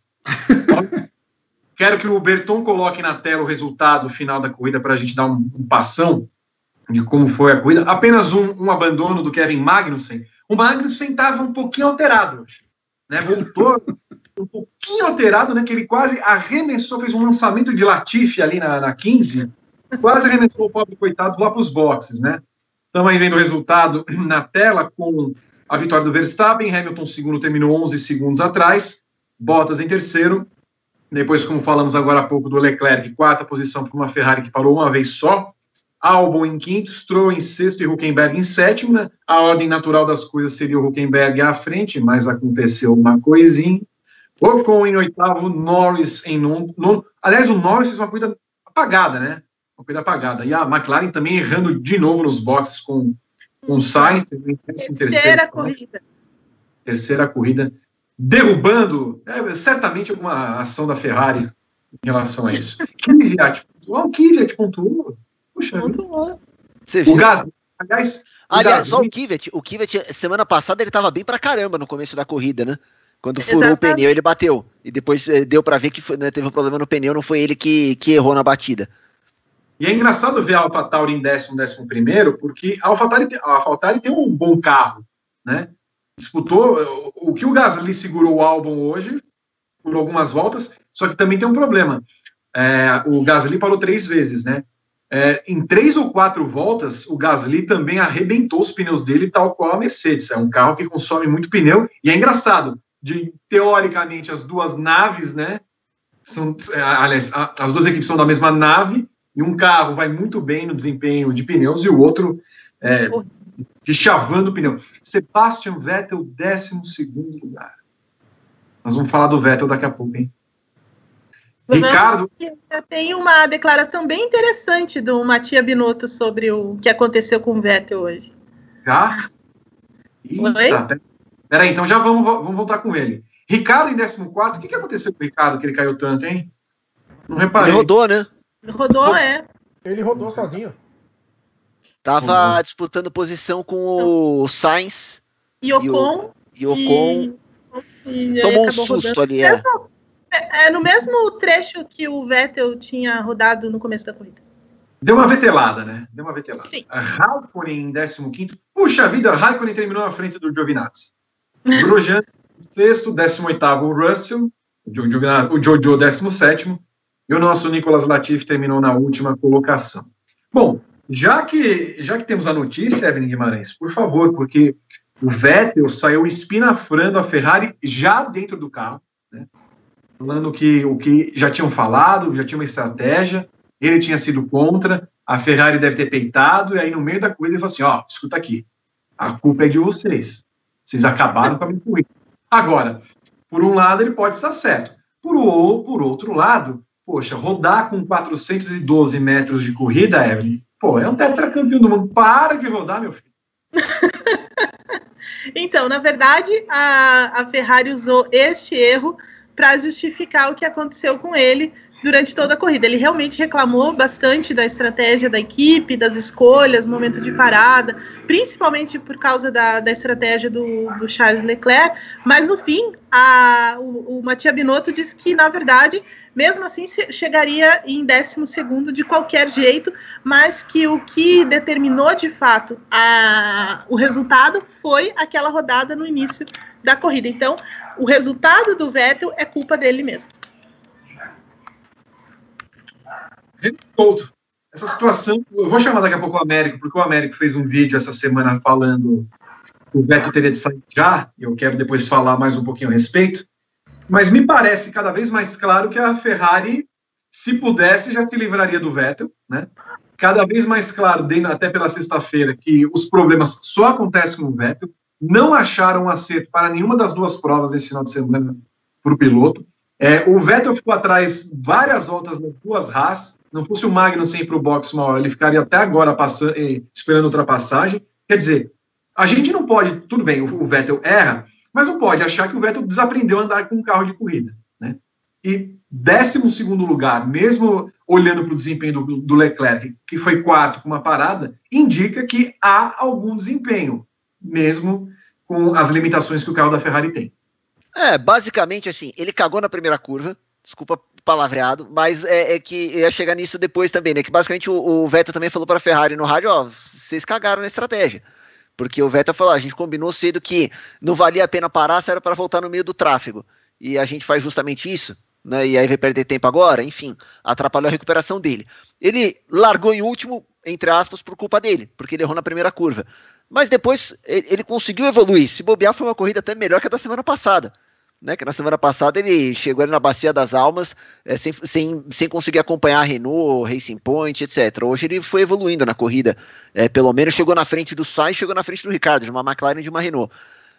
Quero que o Berton coloque na tela o resultado final da corrida para a gente dar um, um passão de como foi a corrida. Apenas um, um abandono do Kevin Magnussen. O Magnussen estava um pouquinho alterado hoje, né? Voltou um pouquinho alterado, né? Que ele quase arremessou, fez um lançamento de Latifi ali na, na quinze, quase arremessou o pobre coitado lá para os boxes, né? Estamos aí vendo o resultado na tela com a vitória do Verstappen. Hamilton segundo terminou onze segundos atrás, Bottas em terceiro. Depois, como falamos agora há pouco, do Leclerc, quarta posição para uma Ferrari que parou uma vez só. Albon em quinto, Stroll em sexto e Hülkenberg em sétimo. Né? A ordem natural das coisas seria o Hülkenberg à frente, mas aconteceu uma coisinha. Ocon em oitavo, Norris em nono. nono. Aliás, o Norris fez uma corrida apagada, né? Uma corrida apagada. E a McLaren também errando de novo nos boxes com, com o Sainz. Terceira corrida. Terceira corrida. Derrubando, é, certamente, alguma ação da Ferrari em relação a isso. Kvyat pontuou. O Kvyat pontuou. Puxa, Você viu? O Gasly, aliás, o aliás Gasly, só o Kvyat, o Kvyat, semana passada, ele tava bem pra caramba no começo da corrida, né? Quando furou Exatamente. o pneu, ele bateu. E depois eh, deu pra ver que foi, né, teve um problema no pneu, não foi ele que, que errou na batida. E é engraçado ver a AlphaTauri em décimo, décimo primeiro, porque a AlphaTauri, a AlphaTauri tem um bom carro, né? Disputou, o que o Gasly segurou o Albon hoje, por algumas voltas, só que também tem um problema. É, o Gasly parou três vezes, né? É, em três ou quatro voltas, o Gasly também arrebentou os pneus dele, tal qual a Mercedes. É um carro que consome muito pneu, e é engraçado, de, teoricamente, as duas naves, né? São, aliás, as duas equipes são da mesma nave, e um carro vai muito bem no desempenho de pneus, e o outro é, chavando o pneu. Sebastian Vettel, décimo segundo lugar. Nós vamos falar do Vettel daqui a pouco, hein? Vamos, Ricardo... Tem uma declaração bem interessante do Mattia Binotto sobre o que aconteceu com o Vettel hoje. Já? Eita, peraí, então já vamos, vamos voltar com ele. Ricardo em décimo quarto, o que, que aconteceu com o Ricardo que ele caiu tanto, hein? Não reparei. Ele rodou, né? Rodou, é. Ele rodou sozinho. Tava uhum. disputando posição com o Sainz e Ocon. E o Ocon e, e tomou um susto rodando. ali. É. Mesmo, é, é no mesmo trecho que o Vettel tinha rodado no começo da corrida. Deu uma vetelada, né? Deu uma vetelada. Sim. A Raikkonen em décimo quinto. Puxa vida, a Raikkonen terminou na frente do Giovinazzi. Grosjean em sexto, décimo oitavo o Russell, o Jojo décimo sétimo, e o nosso Nicolas Latifi terminou na última colocação. Bom, já que, já que temos a notícia, Evelyn Guimarães, por favor, porque o Vettel saiu espinafrando a Ferrari já dentro do carro, né? Falando que o que já tinham falado, já tinha uma estratégia, ele tinha sido contra, a Ferrari deve ter peitado, e aí no meio da corrida ele falou assim, ó, oh, escuta aqui, a culpa é de vocês, vocês acabaram com a minha corrida. Agora, por um lado ele pode estar certo, por, o, por outro lado, poxa, rodar com quatrocentos e doze metros de corrida, Evelyn, pô, é um tetracampeão do mundo, para de rodar, meu filho. Então, na verdade, a, a Ferrari usou este erro para justificar o que aconteceu com ele durante toda a corrida. Ele realmente reclamou bastante da estratégia da equipe, das escolhas, momento de parada, principalmente por causa da, da estratégia do, do Charles Leclerc, mas no fim, a, o, o Mattia Binotto disse que, na verdade, mesmo assim chegaria em décimo segundo de qualquer jeito, mas que o que determinou de fato a, o resultado foi aquela rodada no início da corrida. Então, o resultado do Vettel é culpa dele mesmo. Todo. Essa situação, eu vou chamar daqui a pouco o Américo, porque o Américo fez um vídeo essa semana falando que o Vettel teria de sair já, e eu quero depois falar mais um pouquinho a respeito, mas me parece cada vez mais claro que a Ferrari, se pudesse, já se livraria do Vettel, né? Cada vez mais claro, até pela sexta-feira, que os problemas só acontecem com o Vettel, não acharam um acerto para nenhuma das duas provas esse final de semana para o piloto. É, o Vettel ficou atrás várias voltas nas duas Haas. Não fosse o Magnussen ir para o box uma hora, ele ficaria até agora passando, esperando ultrapassagem. Quer dizer, a gente não pode, tudo bem, o, o Vettel erra, mas não pode achar que o Vettel desaprendeu a andar com um carro de corrida, né? E décimo segundo lugar, mesmo olhando para o desempenho do, do Leclerc, que foi quarto com uma parada, indica que há algum desempenho, mesmo com as limitações que o carro da Ferrari tem. É, basicamente assim, ele cagou na primeira curva, desculpa palavreado, mas é, é que eu ia chegar nisso depois também, né, que basicamente o, o Vettel também falou para a Ferrari no rádio, ó, vocês cagaram na estratégia, porque o Vettel falou, a gente combinou cedo que não valia a pena parar, se era para voltar no meio do tráfego, e a gente faz justamente isso, né, e aí vai perder tempo agora, enfim, atrapalhou a recuperação dele. Ele largou em último, entre aspas, por culpa dele, porque ele errou na primeira curva, mas depois ele, ele conseguiu evoluir, se bobear foi uma corrida até melhor que a da semana passada, né, que na semana passada ele chegou ali na Bacia das Almas é, sem, sem, sem conseguir acompanhar a Renault, Racing Point, etcétera. Hoje ele foi evoluindo na corrida, é, pelo menos chegou na frente do Sainz, chegou na frente do Ricciardo, de uma McLaren e de uma Renault.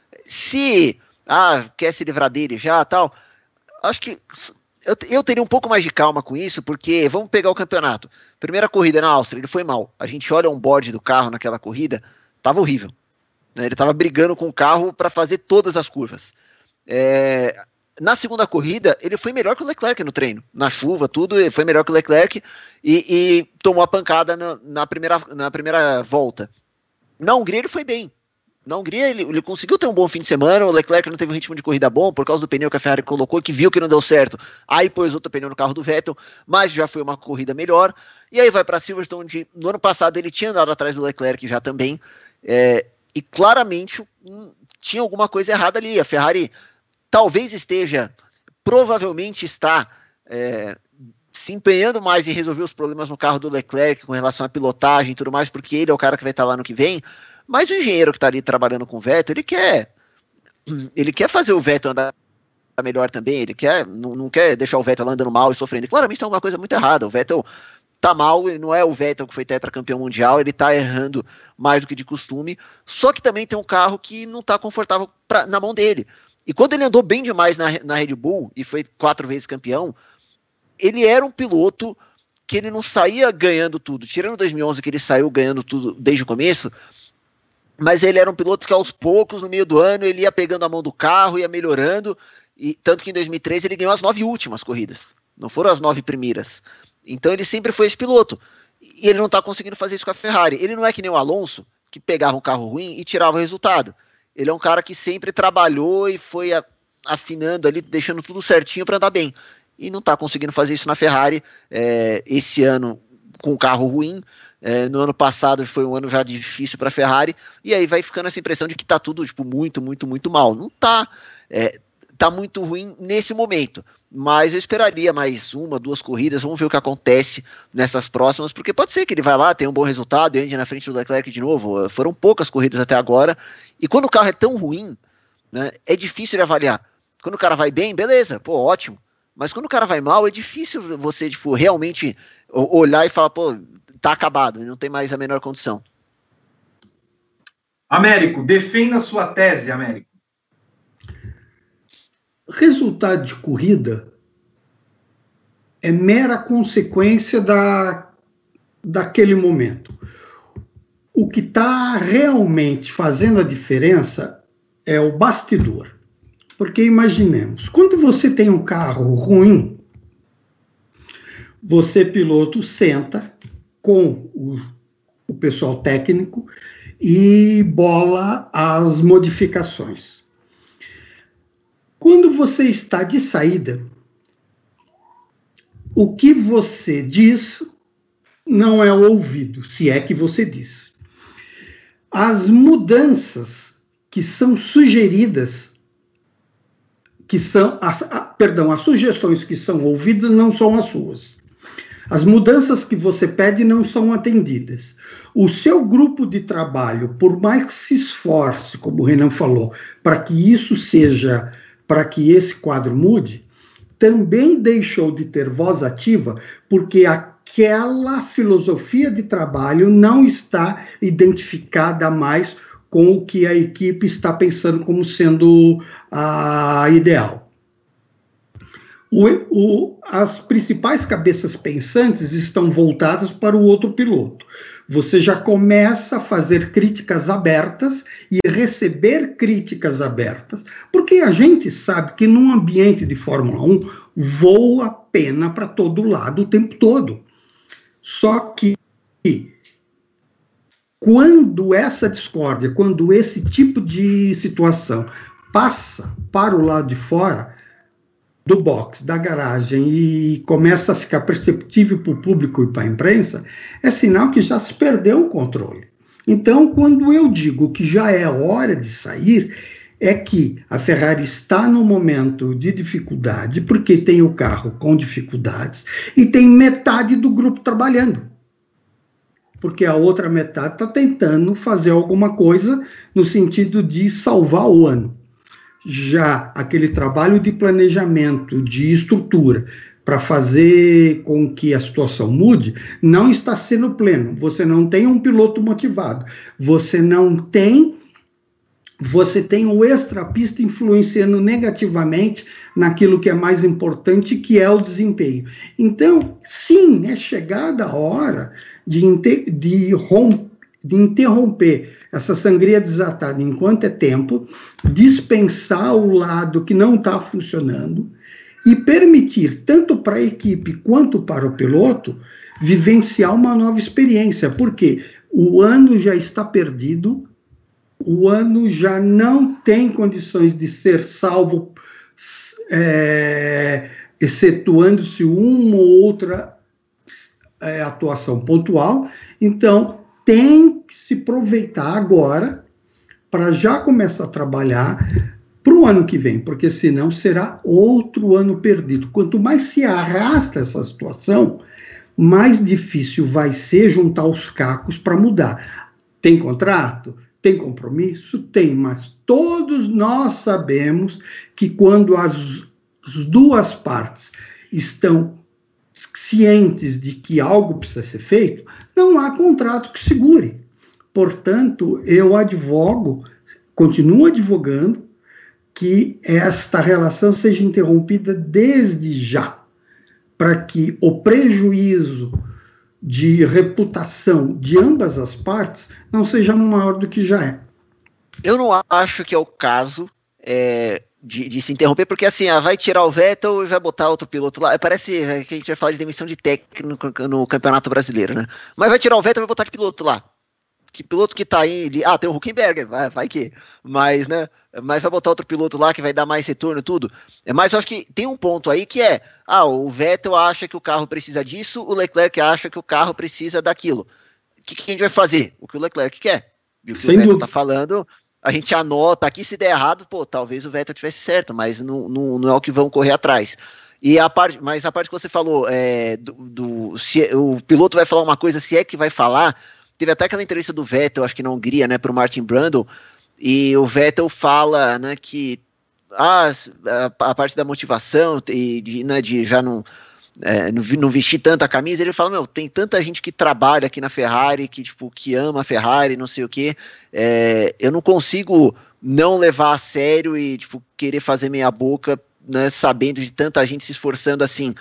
Se ah, quer se livrar dele já, tal, acho que eu, eu teria um pouco mais de calma com isso, porque vamos pegar o campeonato. Primeira corrida na Áustria, ele foi mal. A gente olha o onboard do carro naquela corrida, tava horrível, né, ele tava brigando com o carro para fazer todas as curvas. É, na segunda corrida ele foi melhor que o Leclerc no treino, na chuva, tudo, foi melhor que o Leclerc e, e tomou a pancada na, na, primeira, na primeira volta. Na Hungria ele foi bem, na Hungria ele, ele conseguiu ter um bom fim de semana, o Leclerc não teve um ritmo de corrida bom por causa do pneu que a Ferrari colocou, que viu que não deu certo, aí pôs outro pneu no carro do Vettel, mas já foi uma corrida melhor, e aí vai para Silverstone, onde no ano passado ele tinha andado atrás do Leclerc já também, é, e claramente hum, tinha alguma coisa errada ali, a Ferrari talvez esteja, provavelmente está é, se empenhando mais em resolver os problemas no carro do Leclerc com relação à pilotagem e tudo mais, porque ele é o cara que vai estar lá no que vem, mas o engenheiro que está ali trabalhando com o Vettel, ele quer ele quer fazer o Vettel andar melhor também, ele quer, não, não quer deixar o Vettel andando mal e sofrendo, e claramente tem alguma coisa muito errada, o Vettel tá mal, não é o Vettel que foi tetracampeão mundial, ele tá errando mais do que de costume, só que também tem um carro que não tá confortável pra, na mão dele. E quando ele andou bem demais na, na Red Bull e foi quatro vezes campeão, ele era um piloto que ele não saía ganhando tudo, tirando dois mil e onze que ele saiu ganhando tudo desde o começo, mas ele era um piloto que aos poucos, no meio do ano, ele ia pegando a mão do carro, ia melhorando, e tanto que em dois mil e treze ele ganhou as nove últimas corridas, não foram as nove primeiras. Então ele sempre foi esse piloto, e ele não está conseguindo fazer isso com a Ferrari. Ele não é que nem o Alonso, que pegava um carro ruim e tirava o resultado. Ele é um cara que sempre trabalhou e foi a, afinando ali, deixando tudo certinho para andar bem. E não está conseguindo fazer isso na Ferrari é, esse ano com um carro ruim. É, no ano passado foi um ano já difícil para a Ferrari. E aí vai ficando essa impressão de que está tudo tipo, muito, muito, muito mal. Não está. É, tá muito ruim nesse momento. Mas eu esperaria mais uma, duas corridas. Vamos ver o que acontece nessas próximas, porque pode ser que ele vai lá, tenha um bom resultado e ande na frente do Leclerc de novo. Foram poucas corridas até agora. E quando o carro é tão ruim, né, é difícil de avaliar. Quando o cara vai bem, beleza, pô, ótimo. Mas quando o cara vai mal, é difícil você tipo, realmente olhar e falar, pô, tá acabado, não tem mais a menor condição. Américo, defenda a sua tese, Américo. Resultado de corrida é mera consequência da, daquele momento. O que está realmente fazendo a diferença é o bastidor. Porque imaginemos, quando você tem um carro ruim, você, piloto, senta com o, o pessoal técnico e bola as modificações. Quando você está de saída, o que você diz não é ouvido, se é que você diz. As mudanças que são sugeridas, que são, as, a, perdão, as sugestões que são ouvidas não são as suas. As mudanças que você pede não são atendidas. O seu grupo de trabalho, por mais que se esforce, como o Renan falou, para que isso seja, para que esse quadro mude, também deixou de ter voz ativa, porque aquela filosofia de trabalho não está identificada mais com o que a equipe está pensando como sendo a ideal. O, o, as principais cabeças pensantes estão voltadas para o outro piloto. Você já começa a fazer críticas abertas e receber críticas abertas, porque a gente sabe que num ambiente de Fórmula um, voa pena para todo lado o tempo todo. Só que quando essa discórdia, quando esse tipo de situação passa para o lado de fora do box, da garagem, e começa a ficar perceptível para o público e para a imprensa, é sinal que já se perdeu o controle. Então, quando eu digo que já é hora de sair, é que a Ferrari está no momento de dificuldade, porque tem o carro com dificuldades, e tem metade do grupo trabalhando. Porque a outra metade está tentando fazer alguma coisa no sentido de salvar o ano. Já aquele trabalho de planejamento, de estrutura, para fazer com que a situação mude, não está sendo pleno. Você não tem um piloto motivado, você não tem, você tem o extrapista influenciando negativamente naquilo que é mais importante, que é o desempenho. Então, sim, é chegada a hora de, inter, de, rom, de interromper essa sangria desatada enquanto é tempo, dispensar o lado que não está funcionando e permitir, tanto para a equipe quanto para o piloto, vivenciar uma nova experiência, porque o ano já está perdido, o ano já não tem condições de ser salvo, é, excetuando-se uma ou outra é, atuação pontual. Então, tem que se aproveitar agora para já começar a trabalhar para o ano que vem, porque senão será outro ano perdido. Quanto mais se arrasta essa situação, mais difícil vai ser juntar os cacos para mudar. Tem contrato? Tem compromisso? Tem, mas todos nós sabemos que quando as, as duas partes estão cientes de que algo precisa ser feito, não há contrato que segure. Portanto, eu advogo, continuo advogando, que esta relação seja interrompida desde já, para que o prejuízo de reputação de ambas as partes não seja maior do que já é. Eu não acho que é o caso é, de, de se interromper, porque assim, ah, vai tirar o Vettel e vai botar outro piloto lá. Parece que a gente vai falar de demissão de técnico no, no Campeonato Brasileiro, né? Mas vai tirar o Vettel e vai botar que piloto lá? Que piloto que tá aí, ah, tem o Hülkenberg, vai, vai que, mas, né, mas vai botar outro piloto lá que vai dar mais retorno e tudo, mas eu acho que tem um ponto aí que é, ah, o Vettel acha que o carro precisa disso, o Leclerc acha que o carro precisa daquilo, o que, que a gente vai fazer? O que o Leclerc quer, e o que Sem o Vettel dúvida. Tá falando, a gente anota aqui, se der errado, pô, talvez o Vettel tivesse certo, mas não, não, não é o que vão correr atrás. E a parte, mas a parte que você falou, é, do, do, se o piloto vai falar uma coisa, se é que vai falar. Teve até aquela entrevista do Vettel, acho que na Hungria, né, para o Martin Brundle, e o Vettel fala, né, que ah, a, a parte da motivação e de, né, de já não, é, não, não vestir tanta camisa, ele fala, meu, tem tanta gente que trabalha aqui na Ferrari, que, tipo, que ama a Ferrari, não sei o quê, é, eu não consigo não levar a sério e, tipo, querer fazer meia boca, né, sabendo de tanta gente se esforçando assim.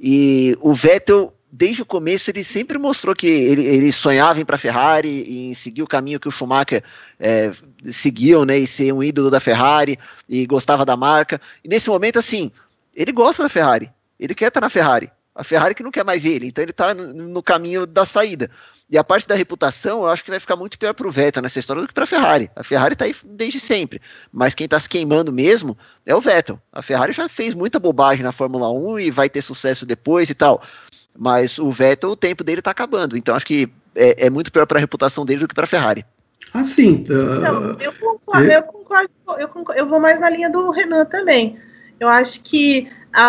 E o Vettel, desde o começo, ele sempre mostrou que ele, ele sonhava em ir para a Ferrari e em seguir o caminho que o Schumacher é, seguiu, né, e ser um ídolo da Ferrari, e gostava da marca. E nesse momento, assim, ele gosta da Ferrari, ele quer estar na Ferrari, a Ferrari que não quer mais ele, então ele está no, no caminho da saída. E a parte da reputação, eu acho que vai ficar muito pior para o Vettel nessa história do que para a Ferrari. A Ferrari está aí desde sempre, mas quem está se queimando mesmo é o Vettel. A Ferrari já fez muita bobagem na Fórmula um e vai ter sucesso depois e tal. Mas o Vettel, o tempo dele está acabando. Então acho que é, é muito pior para a reputação dele do que para a Ferrari. Assim, uh... Não, eu, concordo, eu, concordo, eu concordo, eu vou mais na linha do Renan também. Eu acho que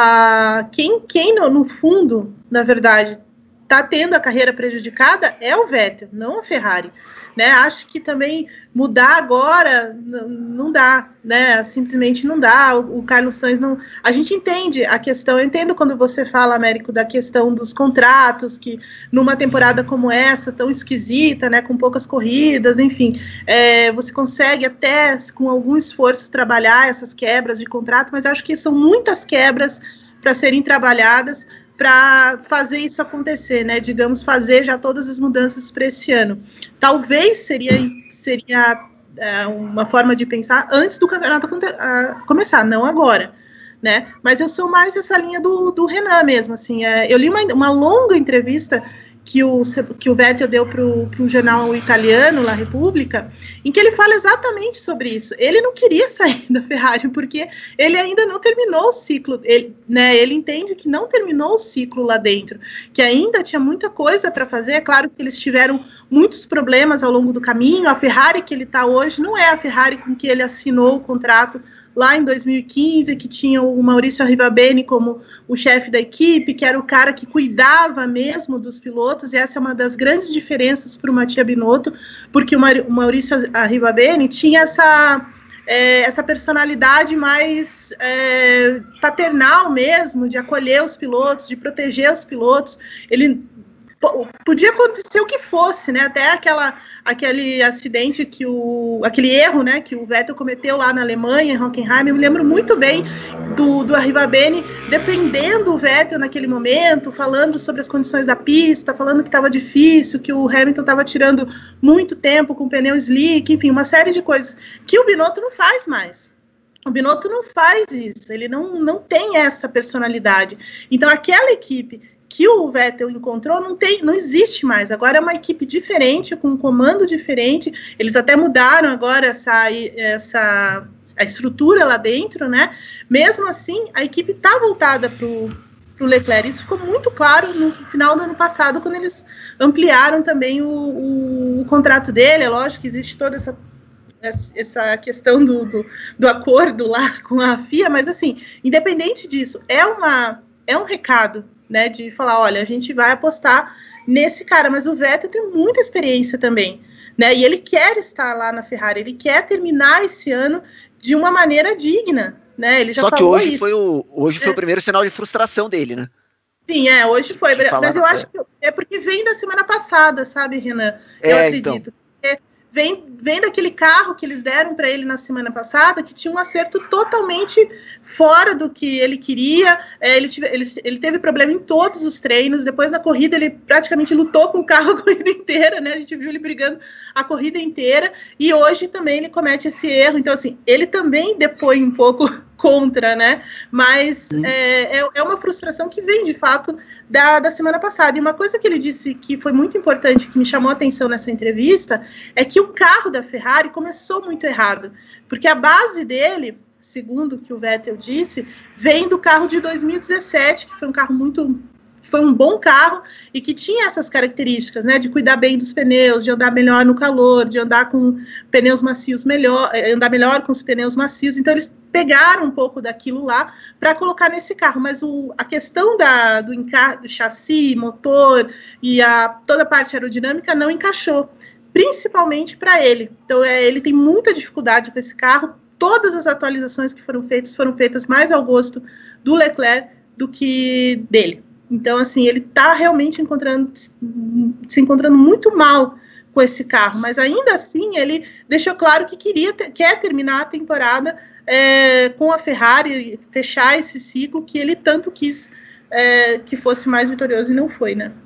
a, quem, quem no, no fundo, na verdade, está tendo a carreira prejudicada é o Vettel, não a Ferrari. Né? Acho que também mudar agora não, não dá, né? Simplesmente não dá. O, o Carlos Sainz não. A gente entende a questão, eu entendo quando você fala, Américo, da questão dos contratos, que numa temporada como essa, tão esquisita, né? Com poucas corridas, enfim, é, você consegue até com algum esforço trabalhar essas quebras de contrato, mas acho que são muitas quebras para serem trabalhadas para fazer isso acontecer, né? Digamos, fazer já todas as mudanças para esse ano. Talvez seria, seria é, uma forma de pensar antes do campeonato começar, não agora, né? Mas eu sou mais essa linha do, do Renan mesmo, assim. É, eu li uma, uma longa entrevista que o, que o Vettel deu para o jornal italiano, La Repubblica, em que ele fala exatamente sobre isso. Ele não queria sair da Ferrari, porque ele ainda não terminou o ciclo, ele, né, ele entende que não terminou o ciclo lá dentro, que ainda tinha muita coisa para fazer. É claro que eles tiveram muitos problemas ao longo do caminho. A Ferrari que ele está hoje não é a Ferrari com que ele assinou o contrato lá em dois mil e quinze, que tinha o Maurício Arrivabene como o chefe da equipe, que era o cara que cuidava mesmo dos pilotos, e essa é uma das grandes diferenças para o Mattia Binotto, porque o Maurício Arrivabene tinha essa, é, essa personalidade mais é, paternal mesmo, de acolher os pilotos, de proteger os pilotos. Ele podia acontecer o que fosse, né? Até aquela, aquele acidente que o, aquele erro, né, que o Vettel cometeu lá na Alemanha, em Hockenheim. Eu me lembro muito bem do, do Arrivabene defendendo o Vettel naquele momento, falando sobre as condições da pista, falando que estava difícil, que o Hamilton estava tirando muito tempo com o pneu slick, enfim, uma série de coisas que o Binotto não faz mais. O Binotto não faz isso, ele não, não tem essa personalidade. Então, aquela equipe que o Vettel encontrou não, tem, não existe mais. Agora é uma equipe diferente, com um comando diferente. Eles até mudaram agora essa, essa a estrutura lá dentro, né? Mesmo assim, a equipe está voltada para o Leclerc. Isso ficou muito claro no final do ano passado, quando eles ampliaram também o, o, o contrato dele. É lógico que existe toda essa essa questão do, do, do acordo lá com a F I A, mas assim, independente disso, é, uma, é um recado, né, de falar, olha, a gente vai apostar nesse cara, mas o Vettel tem muita experiência também, né, e ele quer estar lá na Ferrari, ele quer terminar esse ano de uma maneira digna, né, ele já Só que falou hoje, isso. Foi, o, hoje foi é. o primeiro sinal de frustração dele, né? Sim, é, hoje foi, mas eu é. acho que é porque vem da semana passada, sabe, Renan? Eu é, acredito. Então. Vem, vem daquele carro que eles deram para ele na semana passada, que tinha um acerto totalmente fora do que ele queria. É, ele, tive, ele, ele teve problema em todos os treinos. Depois da corrida, ele praticamente lutou com o carro a corrida inteira, né? A gente viu ele brigando a corrida inteira. E hoje também ele comete esse erro. Então, assim, ele também depõe um pouco contra, né? Mas é, é, é uma frustração que vem, de fato, da, da semana passada. E uma coisa que ele disse que foi muito importante, que me chamou a atenção nessa entrevista, é que o carro da Ferrari começou muito errado, porque a base dele, segundo o que o Vettel disse, vem do carro de dois mil e dezessete, que foi um carro muito... foi um bom carro e que tinha essas características, né, de cuidar bem dos pneus, de andar melhor no calor, de andar com pneus macios melhor, andar melhor com os pneus macios. Então eles pegaram um pouco daquilo lá para colocar nesse carro, mas o, a questão da, do, enca do chassi, motor e a, toda a parte aerodinâmica não encaixou, principalmente para ele. Então é, ele tem muita dificuldade com esse carro. Todas as atualizações que foram feitas foram feitas mais ao gosto do Leclerc do que dele. Então, assim, ele está realmente encontrando, se encontrando muito mal com esse carro, mas ainda assim ele deixou claro que queria ter, quer terminar a temporada é, com a Ferrari, fechar esse ciclo que ele tanto quis é, que fosse mais vitorioso e não foi, né?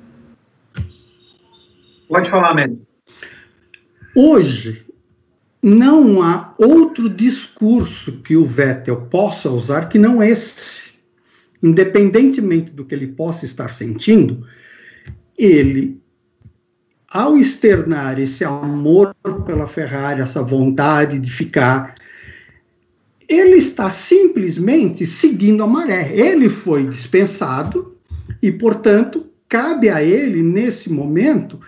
Pode falar, Mary. Hoje, não há outro discurso que o Vettel possa usar que não esse. Independentemente do que ele possa estar sentindo, ele, ao externar esse amor pela Ferrari, essa vontade de ficar, ele está simplesmente seguindo a maré. Ele foi dispensado e, portanto, cabe a ele, nesse momento,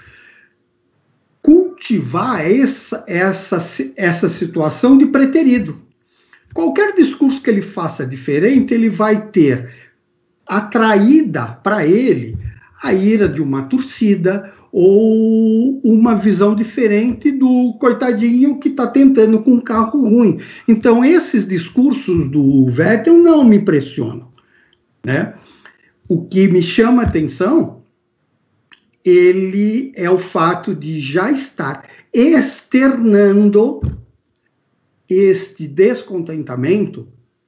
cultivar essa, essa, essa situação de preterido. Qualquer discurso que ele faça diferente, ele vai ter atraída para ele a ira de uma torcida ou uma visão diferente do coitadinho que está tentando com um carro ruim. Então, esses discursos do Vettel não me impressionam, né? O que me chama a atenção, ele é o fato de já estar externando este descontentamento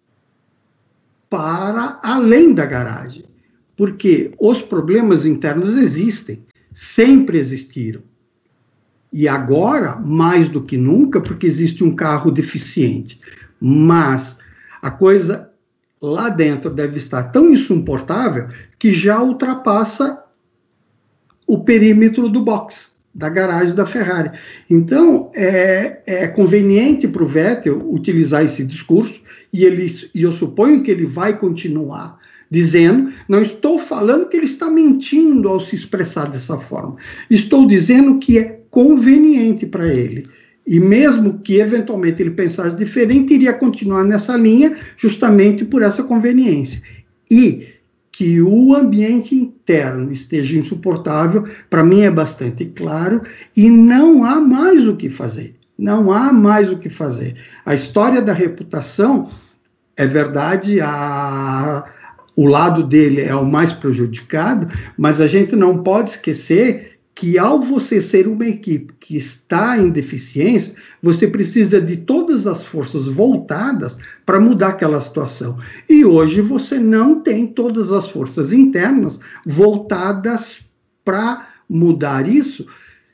para além da garagem, porque os problemas internos existem, sempre existiram, e agora, mais do que nunca, porque existe um carro deficiente, mas a coisa lá dentro deve estar tão insuportável que já ultrapassa o perímetro do box, da garagem da Ferrari. Então, é, é conveniente para o Vettel utilizar esse discurso, e, ele, e eu suponho que ele vai continuar dizendo, não estou falando que ele está mentindo ao se expressar dessa forma, estou dizendo que é conveniente para ele. E mesmo que eventualmente ele pensasse diferente, iria continuar nessa linha justamente por essa conveniência. E que o ambiente interno esteja insuportável, para mim é bastante claro, e não há mais o que fazer. Não há mais o que fazer. A história da reputação, é verdade, a, o lado dele é o mais prejudicado, mas a gente não pode esquecer que ao você ser uma equipe que está em deficiência, você precisa de todas as forças voltadas para mudar aquela situação. E hoje você não tem todas as forças internas voltadas para mudar isso.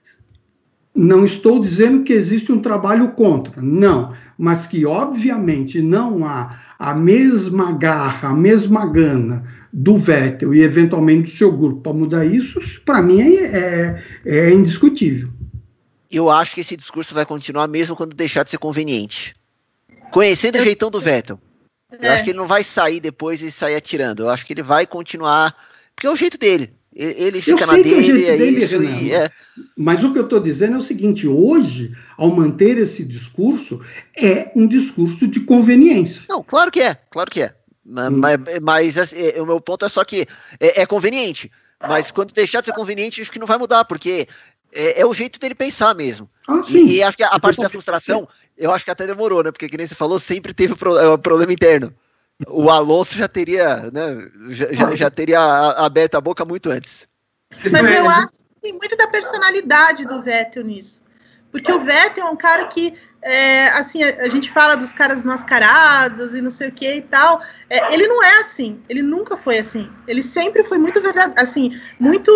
Não estou dizendo que existe um trabalho contra, não, mas que obviamente não há a mesma garra, a mesma gana do Vettel e eventualmente do seu grupo para mudar isso, para mim é, é, é indiscutível. Eu acho que esse discurso vai continuar mesmo quando deixar de ser conveniente. Conhecendo o jeitão do Vettel, é. eu acho que ele não vai sair depois e sair atirando, eu acho que ele vai continuar, porque é o jeito dele. Ele fica na dele, é dele, isso. Renan, E é... Mas o que eu estou dizendo é o seguinte, hoje, ao manter esse discurso, é um discurso de conveniência. Não, claro que é, claro que é. Hum. Mas, mas assim, o meu ponto é só que é, é conveniente, mas quando deixar de ser conveniente, acho que não vai mudar, porque é, é o jeito dele pensar mesmo. Ah, e, e acho que a, a parte da frustração, eu acho que até demorou, né? Porque, que nem você falou, sempre teve o problema interno. O Alonso já teria, né, já, já, já teria aberto a boca muito antes. Mas eu acho que tem muito da personalidade do Vettel nisso. Porque o Vettel é um cara que, é, assim, a, a gente fala dos caras mascarados e não sei o que e tal. É, ele não é assim, ele nunca foi assim. Ele sempre foi muito verdade, assim, muito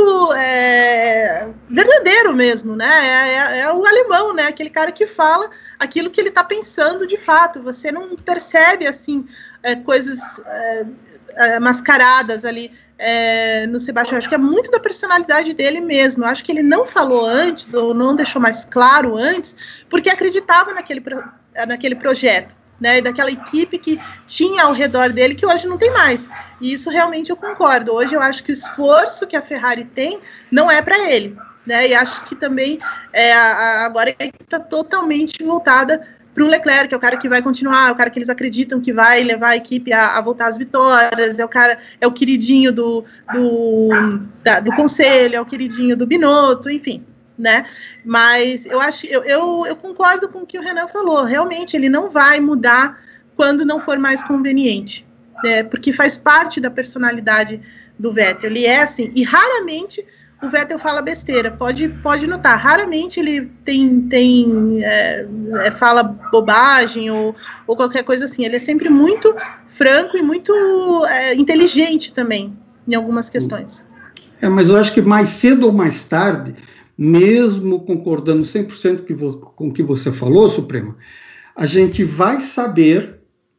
é, verdadeiro mesmo, né? É, é, é o alemão, né? Aquele cara que fala aquilo que ele está pensando de fato. Você não percebe, assim, é, coisas é, é, mascaradas ali. É, no Sebastião, acho que é muito da personalidade dele mesmo. Eu acho que ele não falou antes, ou não deixou mais claro antes, porque acreditava naquele, pro, naquele projeto, né, daquela equipe que tinha ao redor dele, que hoje não tem mais. E isso realmente eu concordo. Hoje eu acho que o esforço que a Ferrari tem não é para ele, né, e acho que também é, agora está totalmente voltada para o Leclerc, que é o cara que vai continuar, é o cara que eles acreditam que vai levar a equipe a, a voltar às vitórias, é o cara, é o queridinho do, do, da, do conselho, é o queridinho do Binotto, enfim, né? Mas eu acho, eu, eu, eu concordo com o que o Renan falou, realmente ele não vai mudar quando não for mais conveniente, né? Porque faz parte da personalidade do Vettel, ele é assim, e raramente o Vettel fala besteira, pode, pode notar, raramente ele tem, tem é, é, fala bobagem ou, ou qualquer coisa assim, ele é sempre muito franco e muito é, inteligente também, em algumas questões. É, mas eu acho que mais cedo ou mais tarde, mesmo concordando cem por cento que vo, com o que você falou, Suprema, a gente vai saber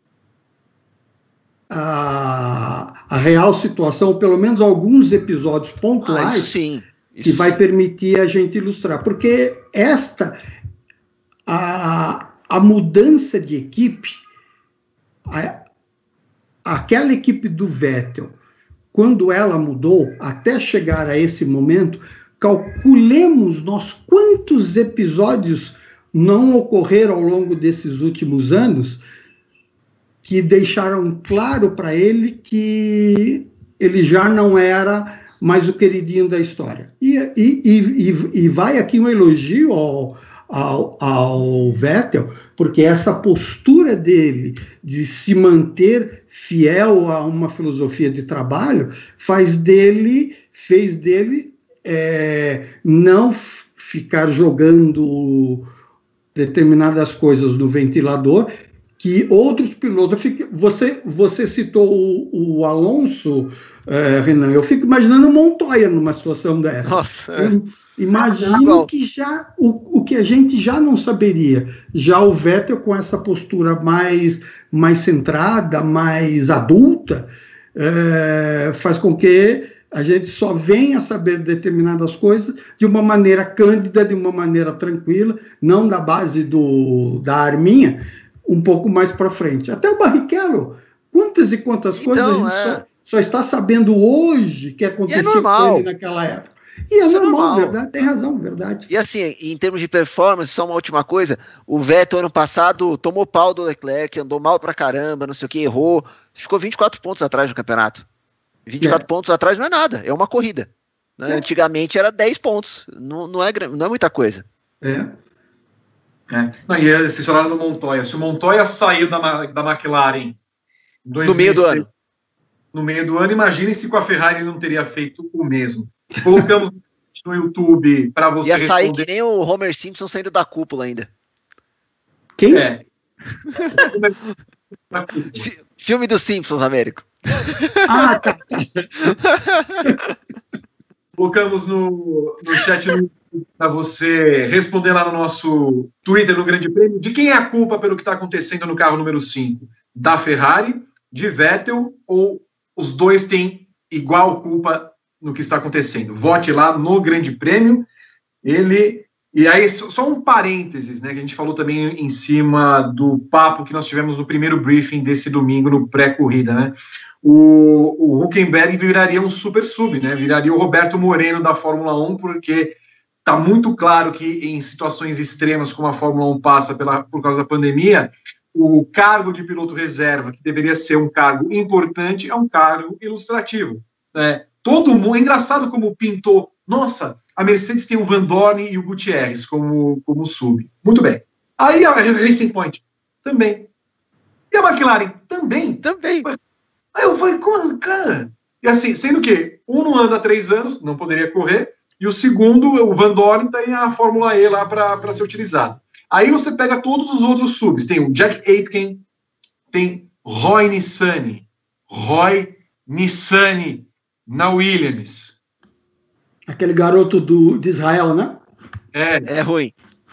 A, a real situação, ou pelo menos alguns episódios pontuais, ah, isso sim, isso que vai sim. permitir a gente ilustrar, porque esta, a, a mudança de equipe, a, aquela equipe do Vettel, quando ela mudou, até chegar a esse momento, calculemos nós quantos episódios não ocorreram ao longo desses últimos anos, que deixaram claro para ele que ele já não era mais o queridinho da história. E, e, e, e vai aqui um elogio ao, ao, ao Vettel, porque essa postura dele de se manter fiel a uma filosofia de trabalho faz dele, fez dele é, não ficar jogando determinadas coisas no ventilador, que outros pilotos... Eu fico, você, você citou o, o Alonso, é, Renan, eu fico imaginando o Montoya numa situação dessa. Nossa! Eu imagino que já, o, o que a gente já não saberia. Já o Vettel, com essa postura mais, mais centrada, mais adulta, é, faz com que a gente só venha saber determinadas coisas de uma maneira cândida, de uma maneira tranquila, não da base do, da arminha, um pouco mais para frente. Até o Barrichello, quantas e quantas então, coisas a gente é. só, só está sabendo hoje que aconteceu é com ele naquela época. E é normal, é normal, verdade, tem razão, verdade. E assim, em termos de performance, só uma última coisa, o Vettel ano passado tomou pau do Leclerc, andou mal pra caramba, não sei o que, errou, ficou vinte e quatro pontos atrás no campeonato. vinte e quatro é. pontos atrás não é nada, é uma corrida. Né? É. Antigamente era dez pontos, não, não, é, não é muita coisa. É. é. Não, e vocês falaram do Montoya, se o Montoya saiu da, da McLaren dois mil e seis, no meio do ano, no meio do ano, imaginem se com a Ferrari ele não teria feito o mesmo. Colocamos no YouTube para você ia sair responder. Que nem o Homer Simpson saindo da cúpula ainda. Quem? É. Filme dos Simpsons, Américo. Ah, tá. Colocamos no, no chat para você responder lá no nosso Twitter, no Grande Prêmio, de quem é a culpa pelo que está acontecendo no carro número cinco? Da Ferrari, de Vettel, ou os dois têm igual culpa no que está acontecendo? Vote lá no Grande Prêmio. Ele... E aí, só um parênteses, né, que a gente falou também em cima do papo que nós tivemos no primeiro briefing desse domingo, no pré-corrida, né? O, o Hülkenberg viraria um super sub, né? Viraria o Roberto Moreno da Fórmula um, porque está muito claro que em situações extremas, como a Fórmula um passa pela, por causa da pandemia, o cargo de piloto reserva, que deveria ser um cargo importante, é um cargo ilustrativo. Né? Todo mundo... É engraçado como pintou... Nossa... A Mercedes tem o Van Dorn e o Gutierrez como, como sub. Muito bem. Aí a Racing Point também. E a McLaren também. Também. Aí eu falei, como, cara? E assim, sendo que um não anda há três anos, não poderia correr, e o segundo, o Van Dorn, tem a Fórmula E lá para ser utilizado. Aí você pega todos os outros subs. Tem o Jack Aitken, tem Roy Nissany. Roy Nissany na Williams. Aquele garoto do, de Israel, né? É, é ruim.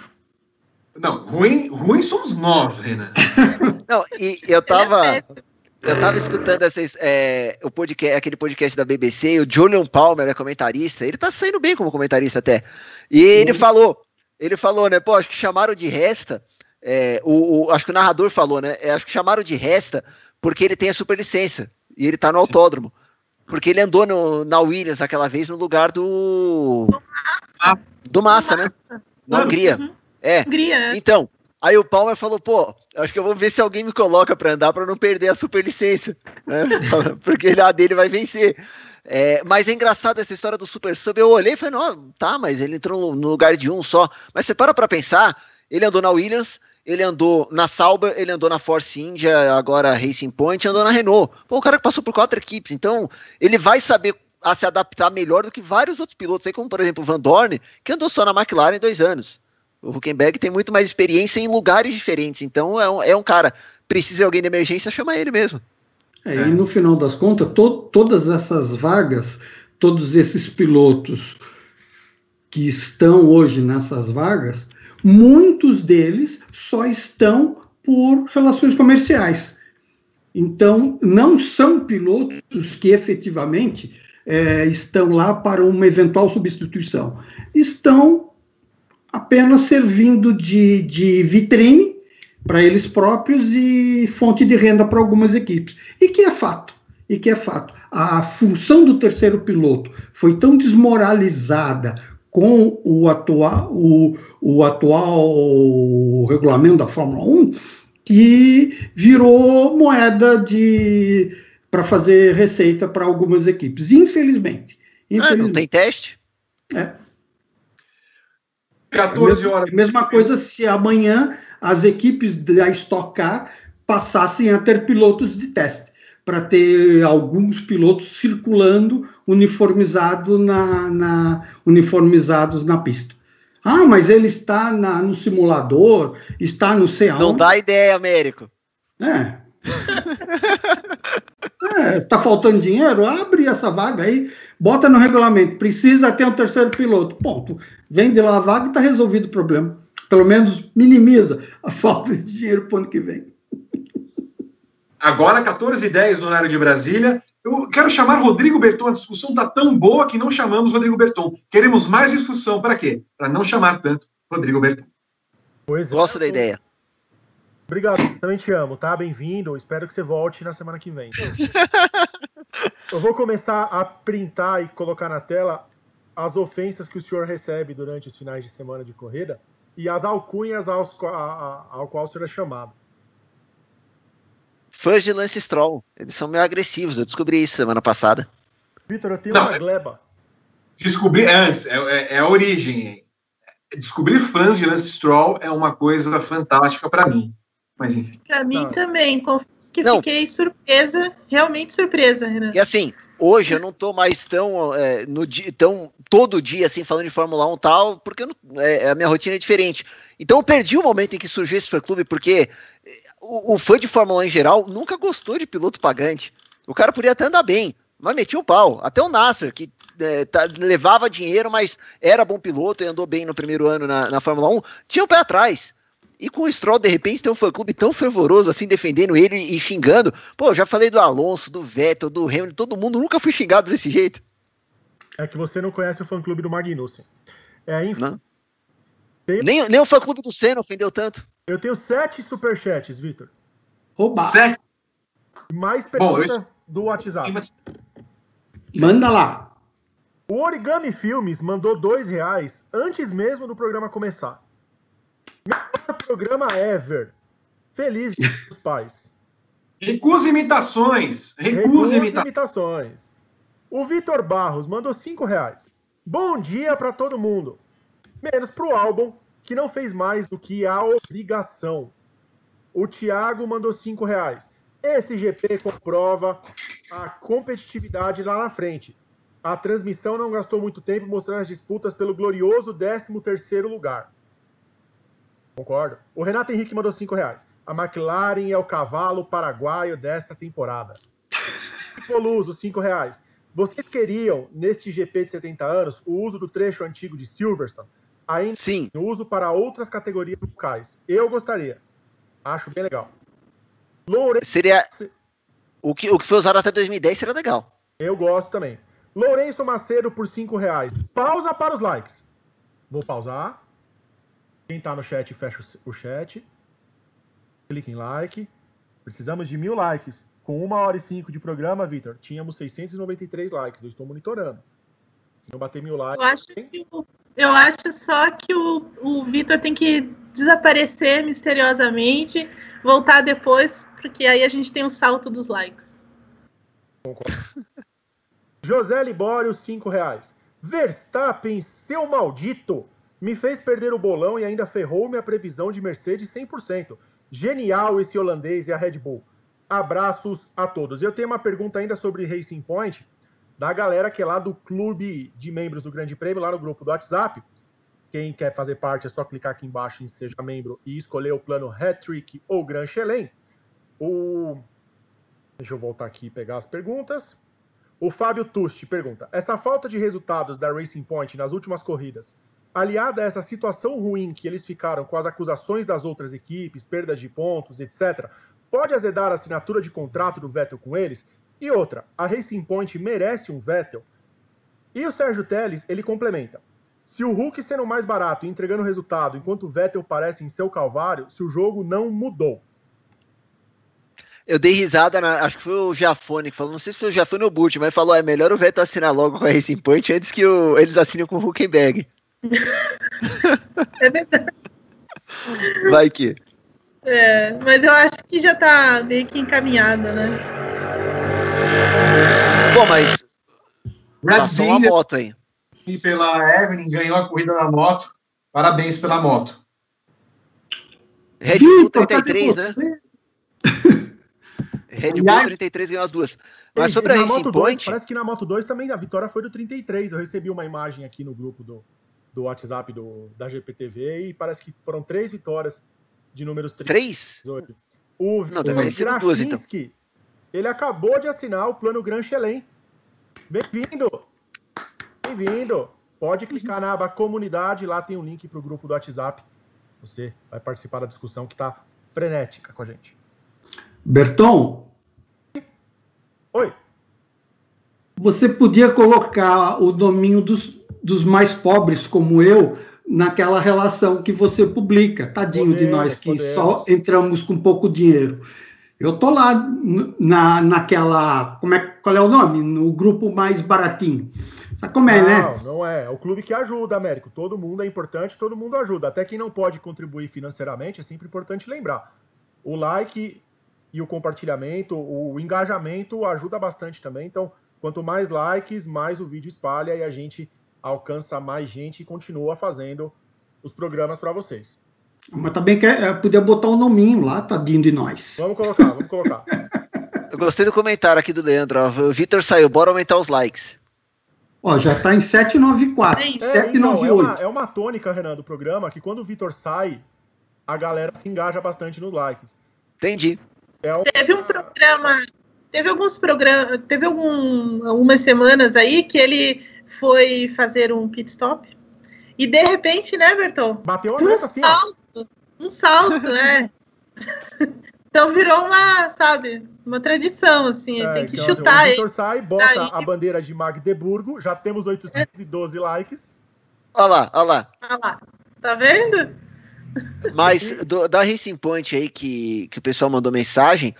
Não, ruim, ruim somos nós, Renan. Não, e eu tava, eu tava escutando esses, é, o podcast, aquele podcast da B B C, o Julian Palmer é comentarista, ele tá saindo bem como comentarista até. E ele falou, ele falou, né, pô, acho que chamaram de resta, é, o, o, acho que o narrador falou, né, é, acho que chamaram de resta porque ele tem a superlicença, e ele tá no autódromo. Porque ele andou no, na Williams aquela vez no lugar do... Do Massa, do Massa né? Na Hungria. Uhum. É. Hungria. Então, aí o Palmer falou, pô, acho que eu vou ver se alguém me coloca pra andar pra não perder a superlicença. Né? Porque a dele vai vencer. É, mas é engraçado essa história do Super Sub. Eu olhei e falei, não, tá, mas ele entrou no lugar de um só. Mas você para pra pensar, ele andou na Williams... Ele andou na Sauber, ele andou na Force India, agora Racing Point, andou na Renault. Pô, o cara que passou por quatro equipes, então ele vai saber a se adaptar melhor do que vários outros pilotos, aí como por exemplo o Van Dorn, que andou só na McLaren em dois anos. O Hülkenberg tem muito mais experiência em lugares diferentes, então é um, é um cara, precisa de alguém de emergência, chama ele mesmo. É, e no final das contas, to, todas essas vagas, todos esses pilotos que estão hoje nessas vagas, muitos deles só estão por relações comerciais. Então, não são pilotos que efetivamente é, estão lá para uma eventual substituição. Estão apenas servindo de, de vitrine para eles próprios e fonte de renda para algumas equipes. E que é fato. E que é fato. A função do terceiro piloto foi tão desmoralizada com o atual, o, o atual regulamento da Fórmula um, que virou moeda de para fazer receita para algumas equipes. Infelizmente. Infelizmente. Ah, não tem teste? É. quatorze horas. Mesma coisa se amanhã as equipes da Stock Car passassem a ter pilotos de teste, para ter alguns pilotos circulando uniformizado na, na, uniformizados na pista. Ah, mas ele está na, no simulador, está no sei aonde. Não dá ideia, Américo. É. É, tá faltando dinheiro? Abre essa vaga aí, bota no regulamento. Precisa ter um terceiro piloto. Ponto. Vende lá a vaga e está resolvido o problema. Pelo menos minimiza a falta de dinheiro para o ano que vem. Agora, quatorze e dez no horário de Brasília. Eu quero chamar Rodrigo Berton. A discussão está tão boa que não chamamos Rodrigo Berton. Queremos mais discussão. Para quê? Para não chamar tanto Rodrigo Berton. Pois é. Gosto da ideia. Obrigado, também te amo, tá? Bem-vindo. Espero que você volte na semana que vem. Eu vou começar a printar e colocar na tela as ofensas que o senhor recebe durante os finais de semana de corrida e as alcunhas aos, a, a, ao qual o senhor é chamado. Fãs de Lance Stroll, eles são meio agressivos, eu descobri isso semana passada. Vitor, eu tenho Não, uma gleba. Descobrir antes, é, é, é a origem. Descobrir fãs de Lance Stroll é uma coisa fantástica para mim. Mas enfim. Para mim Tá. também, confesso que Não. fiquei surpresa, realmente surpresa, Renan. E assim, hoje eu não tô mais tão, é, no dia, tão todo dia assim falando de Fórmula um e tal, porque eu não, é, a minha rotina é diferente. Então eu perdi o momento em que surgiu esse fã-clube, porque o, o fã de Fórmula um em geral nunca gostou de piloto pagante. O cara podia até andar bem, mas metia o pau. Até o Nasser, que é, tá, levava dinheiro, mas era bom piloto e andou bem no primeiro ano na, na Fórmula um, tinha o pé atrás. E com o Stroll, de repente, tem um fã-clube tão fervoroso, assim, defendendo ele e xingando. Pô, eu já falei do Alonso, do Vettel, do Hamilton, todo mundo, nunca fui xingado desse jeito. É que você não conhece o fã-clube do Magnussen. É, enfim, Não. Tem- Nem, nem o fã-clube do Senna ofendeu tanto. eu tenho sete superchats, Vitor. Roubar. Certo. Mais Bom, perguntas do WhatsApp. Manda lá. O Origami Filmes mandou dois reais antes mesmo do programa começar. Melhor programa ever. Feliz Dia dos Pais. Recusa imitações. Recusa Recusa imitações. imitações. O Vitor Barros mandou cinco reais. Bom dia pra todo mundo. Menos pro álbum, que não fez mais do que a obrigação. O Thiago mandou cinco reais. Esse G P comprova a competitividade lá na frente. A transmissão não gastou muito tempo mostrando as disputas pelo glorioso décimo terceiro lugar. Concordo. O Renato Henrique mandou cinco reais. A McLaren é o cavalo paraguaio dessa temporada. Poluso, cinco reais. Vocês queriam, neste G P de setenta anos, o uso do trecho antigo de Silverstone, ainda Sim. em uso para outras categorias locais? Eu gostaria. Acho bem legal. Lourenço, Seria. O que, o que foi usado até dois mil e dez seria legal. eu gosto também. Lourenço Macedo por cinco reais. Pausa para os likes. Vou pausar. Quem tá no chat, fecha o chat. Clique em like. Precisamos de mil likes. Com uma hora e cinco de programa, Vitor, tínhamos seiscentos e noventa e três likes. Eu estou monitorando. Se não bater mil likes... Eu acho, que o- eu acho só que o, o Vitor tem que desaparecer misteriosamente, voltar depois, porque aí a gente tem o salto dos likes. José Libório, cinco reais. Verstappen, seu maldito, me fez perder o bolão e ainda ferrou minha previsão de Mercedes cem por cento. Genial esse holandês e a Red Bull. Abraços a todos. Eu tenho uma pergunta ainda sobre Racing Point, da galera que é lá do clube de membros do Grande Prêmio, lá no grupo do WhatsApp. Quem quer fazer parte é só clicar aqui embaixo em Seja Membro e escolher o plano Hat-Trick ou Grand Chelem. O... Deixa eu voltar aqui e pegar as perguntas. O Fábio Tusti pergunta: essa falta de resultados da Racing Point nas últimas corridas, aliada a essa situação ruim que eles ficaram com as acusações das outras equipes, perdas de pontos, etcétera, pode azedar a assinatura de contrato do Vettel com eles? E outra, a Racing Point merece um Vettel? E o Sérgio Teles, ele complementa: se o Hulk sendo mais barato e entregando resultado enquanto o Vettel parece em seu calvário, se o jogo não mudou. Eu dei risada, na, acho que foi o Giafone que falou, não sei se foi o Giafone ou o Burt, mas falou, é melhor o Vettel assinar logo com a Racing Point antes que o, eles assinem com o Huckenberg. É verdade. Vai que. É, mas eu acho que já tá meio que encaminhada, né? Bom, mas Red passou uma Bull moto aí. e pela Evelyn ganhou a corrida na moto. Parabéns pela moto. Red Bull Vitor, trinta e cadê três, né? você? Red Bull trinta e três ganhou as duas. Mas E sobre a na Racing Moto dois, Point, parece que na Moto dois também a vitória foi do trinta e três. Eu recebi uma imagem aqui no grupo do, do WhatsApp do, da G P T V e parece que foram três vitórias de números trinta e três? oito. O, Não, o deve ser duas, então. Grachinski, ele acabou de assinar o plano Gran Chelem. Bem-vindo! Bem-vindo! Pode clicar na aba comunidade, lá tem um link para o grupo do WhatsApp. Você vai participar da discussão que está frenética com a gente. Berton? Oi. Você podia colocar o domínio dos, dos mais pobres, como eu, naquela relação que você publica. Tadinho podemos, de nós que podemos. Só entramos com pouco dinheiro. Eu tô lá na, naquela... Como é, qual é o nome? No grupo mais baratinho. Sabe como é, não, né? Não, não é. É o clube que ajuda, Américo. Todo mundo é importante, todo mundo ajuda. Até quem não pode contribuir financeiramente, é sempre importante lembrar. O like e o compartilhamento, o engajamento ajuda bastante também. Então, quanto mais likes, mais o vídeo espalha e a gente alcança mais gente e continua fazendo os programas para vocês. Mas também quer, podia botar o um nominho lá, tadinho de nós. Vamos colocar, vamos colocar. Eu gostei do comentário aqui do Leandro. Ó. O Vitor saiu, bora aumentar os likes. Ó, já está em setecentos e noventa e quatro, é, setecentos e noventa e oito. Então, é, uma, é uma tônica, Renan, do programa, que quando o Vitor sai, a galera se engaja bastante nos likes. Entendi. É uma... Teve um programa, teve alguns programas, teve algum, algumas semanas aí que ele foi fazer um pit stop e de repente, né, Berton? Bateu a um meta, assim, salto, um salto, né? Então virou uma, sabe, uma tradição, assim, é, tem que então, chutar assim, o ele. Vitor sai, bota Daí... a bandeira de Magdeburgo, já temos oitocentos e doze é. likes. Olha lá, olha lá. Olha lá, tá vendo? Mas do, da Racing Point aí que, que o pessoal mandou mensagem,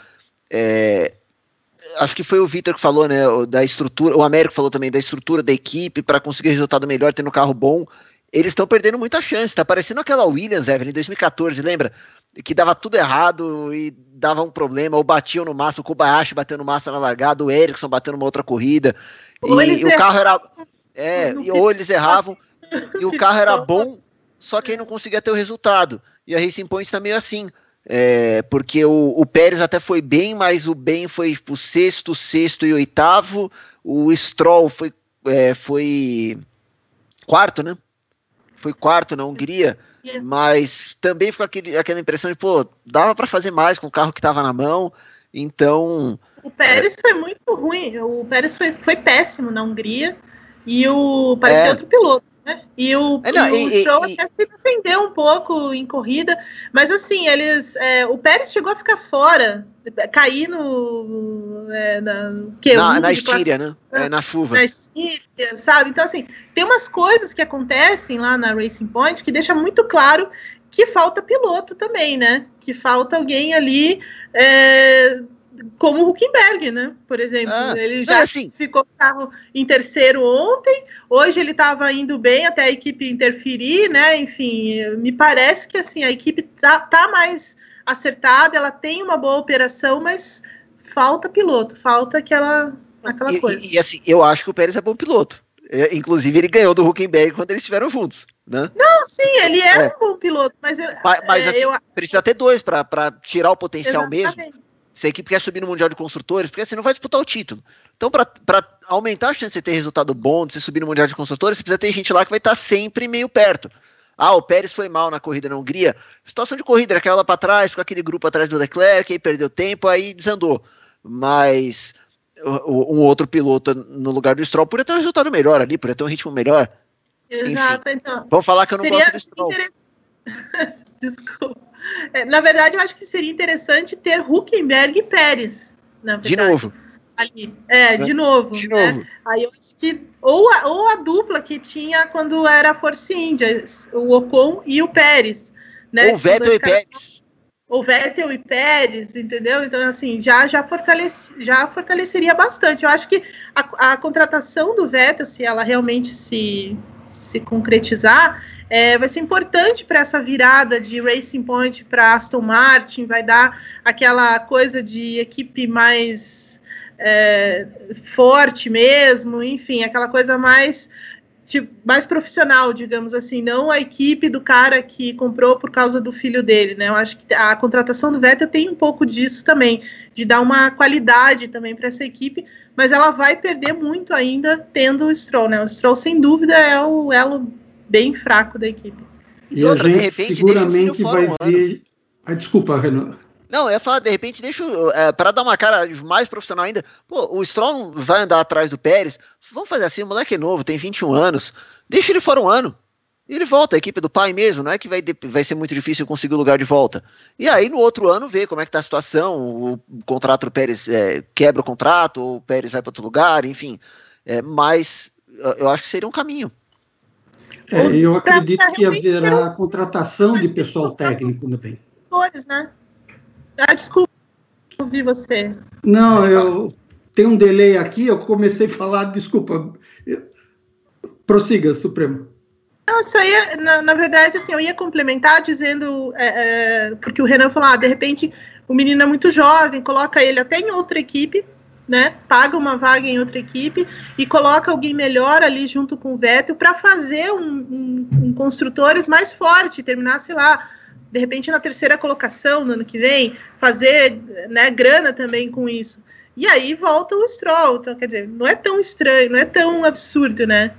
é, acho que foi o Vitor que falou, né, da estrutura, o Américo falou também da estrutura da equipe para conseguir resultado melhor, tendo um carro bom. Eles estão perdendo muita chance, tá parecendo aquela Williams, Evelyn, em dois mil e quatorze, lembra? Que dava tudo errado e dava um problema, ou batiam no massa, o Kobayashi batendo massa na largada, o Ericsson batendo uma outra corrida, ou e o carro era... É, ou eles erravam, e o carro era bom, só que aí não conseguia ter o resultado. E a Racing Point tá meio assim, é, porque o, o Pérez até foi bem, mas o bem foi pro sexto, sexto e oitavo, o Stroll foi, é, foi quarto, né? Foi quarto na Hungria, mas também ficou aquele, aquela impressão de, pô, dava para fazer mais com o carro que estava na mão, então... O Pérez é... foi muito ruim, o Pérez foi, foi péssimo na Hungria, e o parecia é... outro piloto, né? E o, é, não, e o e, Stroll e, até e... se defendeu um pouco em corrida, mas assim, eles, é, o Pérez chegou a ficar fora, cair no... É, na Q um, na, na estíria, né? É, na chuva. Na estíria, sabe? Então, assim, tem umas coisas que acontecem lá na Racing Point que deixa muito claro que falta piloto também, né? Que falta alguém ali, é, como o Huckenberg, né? Por exemplo, ah, ele já é assim. ficou carro em terceiro ontem, hoje ele estava indo bem até a equipe interferir, né? Enfim, me parece que assim, a equipe tá, tá mais acertada, ela tem uma boa operação, mas falta piloto, falta aquela, aquela e, coisa. E, e assim, eu acho que o Pérez é bom piloto. É, inclusive, ele ganhou do Huckenberg quando eles estiveram juntos, né? Não, sim, ele é, é. um bom piloto, mas... Mas, mas é, assim, eu... precisa ter dois para tirar o potencial Exatamente. mesmo. Se a equipe quer subir no Mundial de Construtores, porque assim, não vai disputar o título. Então, para aumentar a chance de você ter resultado bom, de você subir no Mundial de Construtores, você precisa ter gente lá que vai estar sempre meio perto. Ah, o Pérez foi mal na corrida na Hungria. Situação de corrida, ele caiu lá para trás, ficou aquele grupo atrás do Leclerc, aí perdeu tempo, aí desandou. Mas um outro piloto no lugar do Stroll poderia ter um resultado melhor ali, poderia ter um ritmo melhor. Exato, enfim. Então. Vamos falar que eu não gosto do Stroll. Inter... Desculpa. É, na verdade, eu acho que seria interessante ter Huckenberg e Pérez. Na verdade, de novo. Ali. É, de novo. De né? novo. Aí eu acho que. Ou a, ou a dupla que tinha quando era a Force India, o Ocon e o Pérez. Né? Ou Vettel e Pérez. Ou Vettel e Pérez, entendeu? Então, assim, já, já, fortalece, já fortaleceria bastante. Eu acho que a, a contratação do Vettel, se ela realmente se, se concretizar, é, vai ser importante para essa virada de Racing Point para Aston Martin, vai dar aquela coisa de equipe mais é, forte mesmo, enfim, aquela coisa mais... Tipo, mais profissional, digamos assim, não a equipe do cara que comprou por causa do filho dele, né? Eu acho que a contratação do Vettel tem um pouco disso também, de dar uma qualidade também para essa equipe, mas ela vai perder muito ainda tendo o Stroll, né? O Stroll, sem dúvida, é o elo bem fraco da equipe. E, e a gente repente, seguramente vai um ver... Ah, desculpa, Renan. Não, eu ia falar, de repente, deixa é, para dar uma cara mais profissional ainda. Pô, o Stroll vai andar atrás do Pérez. Vamos fazer assim, o moleque é novo, tem vinte e um anos. Deixa ele fora um ano. E ele volta, a equipe do pai mesmo. Não é que vai, vai ser muito difícil conseguir o lugar de volta. E aí, no outro ano, ver como é que tá a situação. O, o contrato do Pérez é, quebra o contrato, ou o Pérez vai para outro lugar, enfim. É, mas eu acho que seria um caminho. É, eu acredito que haverá contratação de pessoal técnico também. Né? Ah, desculpa, ouvi você. Não, eu tenho um delay aqui, eu comecei a falar, desculpa. Prossiga, Supremo. Não, isso aí, na, na verdade, assim, eu ia complementar dizendo, é, é, porque o Renan falou, ah, de repente, o menino é muito jovem, coloca ele até em outra equipe, né? Paga uma vaga em outra equipe e coloca alguém melhor ali junto com o Vettel para fazer um, um, um construtores mais forte, terminar, sei lá, de repente na terceira colocação no ano que vem, fazer, né, grana também com isso. E aí volta o Stroll. Então, quer dizer, não é tão estranho, não é tão absurdo, né?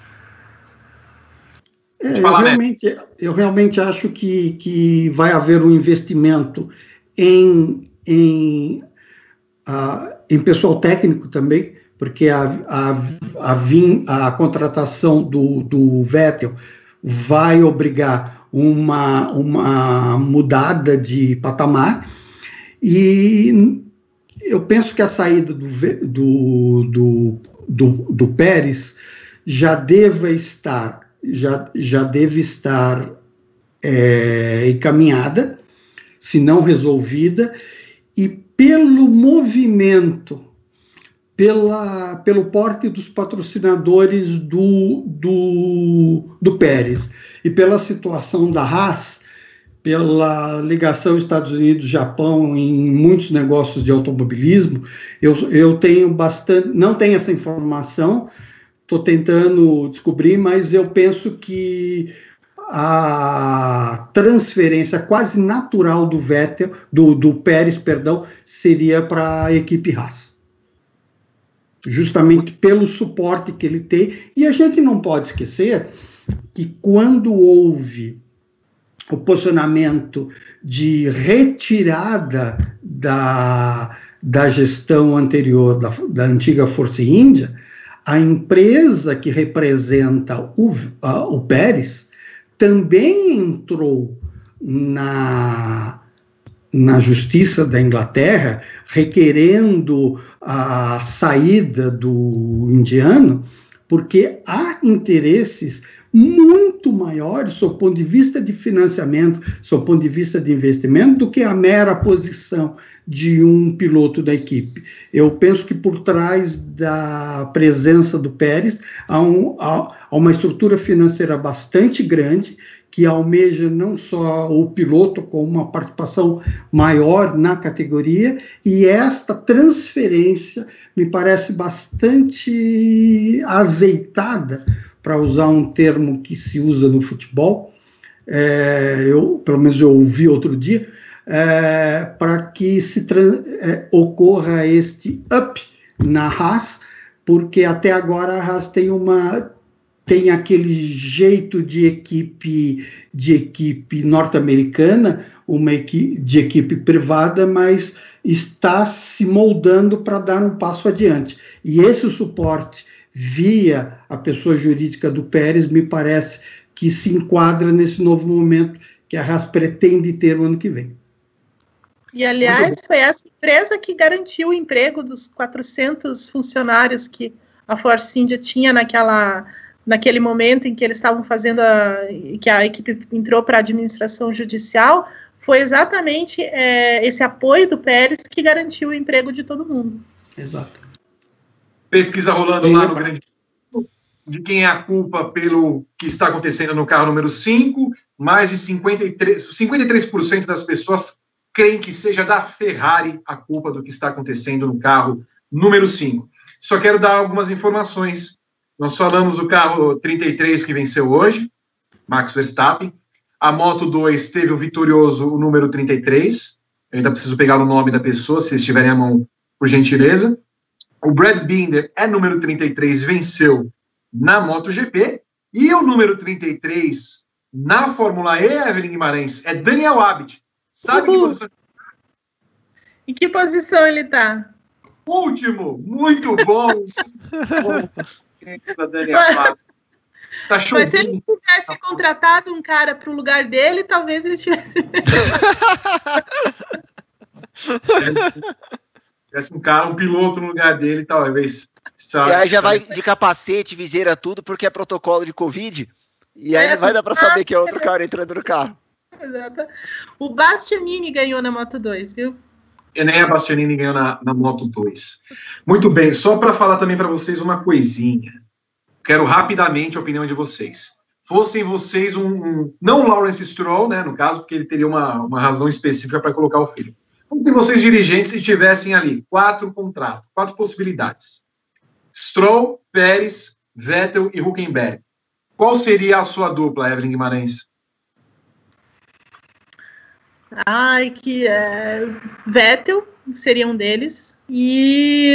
É, eu, realmente, eu realmente acho que, que vai haver um investimento em, em, uh, em pessoal técnico também, porque a, a, a, vim, a contratação do, do Vettel vai obrigar uma, uma mudada de patamar, e eu penso que a saída do, do, do, do, do Pérez já deva estar, já, já deve estar é, encaminhada, se não resolvida, e pelo movimento, pela, pelo porte dos patrocinadores do, do, do Pérez, e pela situação da Haas, pela ligação Estados Unidos-Japão em muitos negócios de automobilismo, eu, eu tenho bastante, não tenho essa informação, estou tentando descobrir, mas eu penso que a transferência quase natural do Vettel, do, do Pérez, perdão, seria para a equipe Haas. Justamente pelo suporte que ele tem. E a gente não pode esquecer que quando houve o posicionamento de retirada da, da gestão anterior, da, da antiga Force India, a empresa que representa o, a, o Pérez também entrou na, na Justiça da Inglaterra, requerendo a saída do indiano, porque há interesses muito maiores, sob o ponto de vista de financiamento, sob o ponto de vista de investimento, do que a mera posição de um piloto da equipe. Eu penso que por trás da presença do Pérez há, um, há uma estrutura financeira bastante grande, que almeja não só o piloto com uma participação maior na categoria, e esta transferência me parece bastante azeitada, para usar um termo que se usa no futebol, é, eu, pelo menos eu ouvi outro dia, é, para que se é, ocorra este up na Haas, porque até agora a Haas tem uma tem aquele jeito de equipe de equipe norte-americana, uma equipe de equipe privada, mas está se moldando para dar um passo adiante. E esse suporte via a pessoa jurídica do Pérez me parece que se enquadra nesse novo momento que a Haas pretende ter o ano que vem. E, aliás, foi essa empresa que garantiu o emprego dos quatrocentos funcionários que a Force India tinha naquela, naquele momento em que eles estavam fazendo, a, que a equipe entrou para a administração judicial. Foi exatamente é, esse apoio do Pérez que garantiu o emprego de todo mundo. Exato. Pesquisa rolando Bem, lá no Grande de quem é a culpa pelo que está acontecendo no carro número cinco. Mais de cinquenta e três, cinquenta e três por cento das pessoas creem que seja da Ferrari a culpa do que está acontecendo no carro número cinco. Só quero dar algumas informações. Nós falamos do carro trinta e três que venceu hoje, Max Verstappen. A Moto dois teve o vitorioso, o número trinta e três. Eu ainda preciso pegar o nome da pessoa, se estiverem à mão, por gentileza. O Brad Binder é número trinta e três, venceu na MotoGP. E o número trinta e três na Fórmula E, Evelyn Guimarães, é Daniel Abit. Sabe que posição? Em que posição ele está? Último, muito bom. Tá Mas se ele tivesse contratado um cara para o lugar dele, talvez ele tivesse. tivesse um cara, um piloto no lugar dele, talvez. Sabe? E aí já vai de capacete, viseira, tudo, porque é protocolo de Covid. E aí é, vai dar para saber que é outro cara entrando no carro. Exato. O Bastianini ganhou na Moto dois, viu? E nem a Bastianini ganhou na, na Moto dois. Muito bem, só para falar também para vocês uma coisinha. Quero rapidamente a opinião de vocês. Fossem vocês um... um não o Lawrence Stroll, né, no caso, porque ele teria uma, uma razão específica para colocar o filho. Como se vocês dirigentes e tivessem ali quatro contratos, quatro possibilidades. Stroll, Pérez, Vettel e Hülkenberg. Qual seria a sua dupla, Evelyn Guimarães? Ai, que é... Vettel seria um deles. E...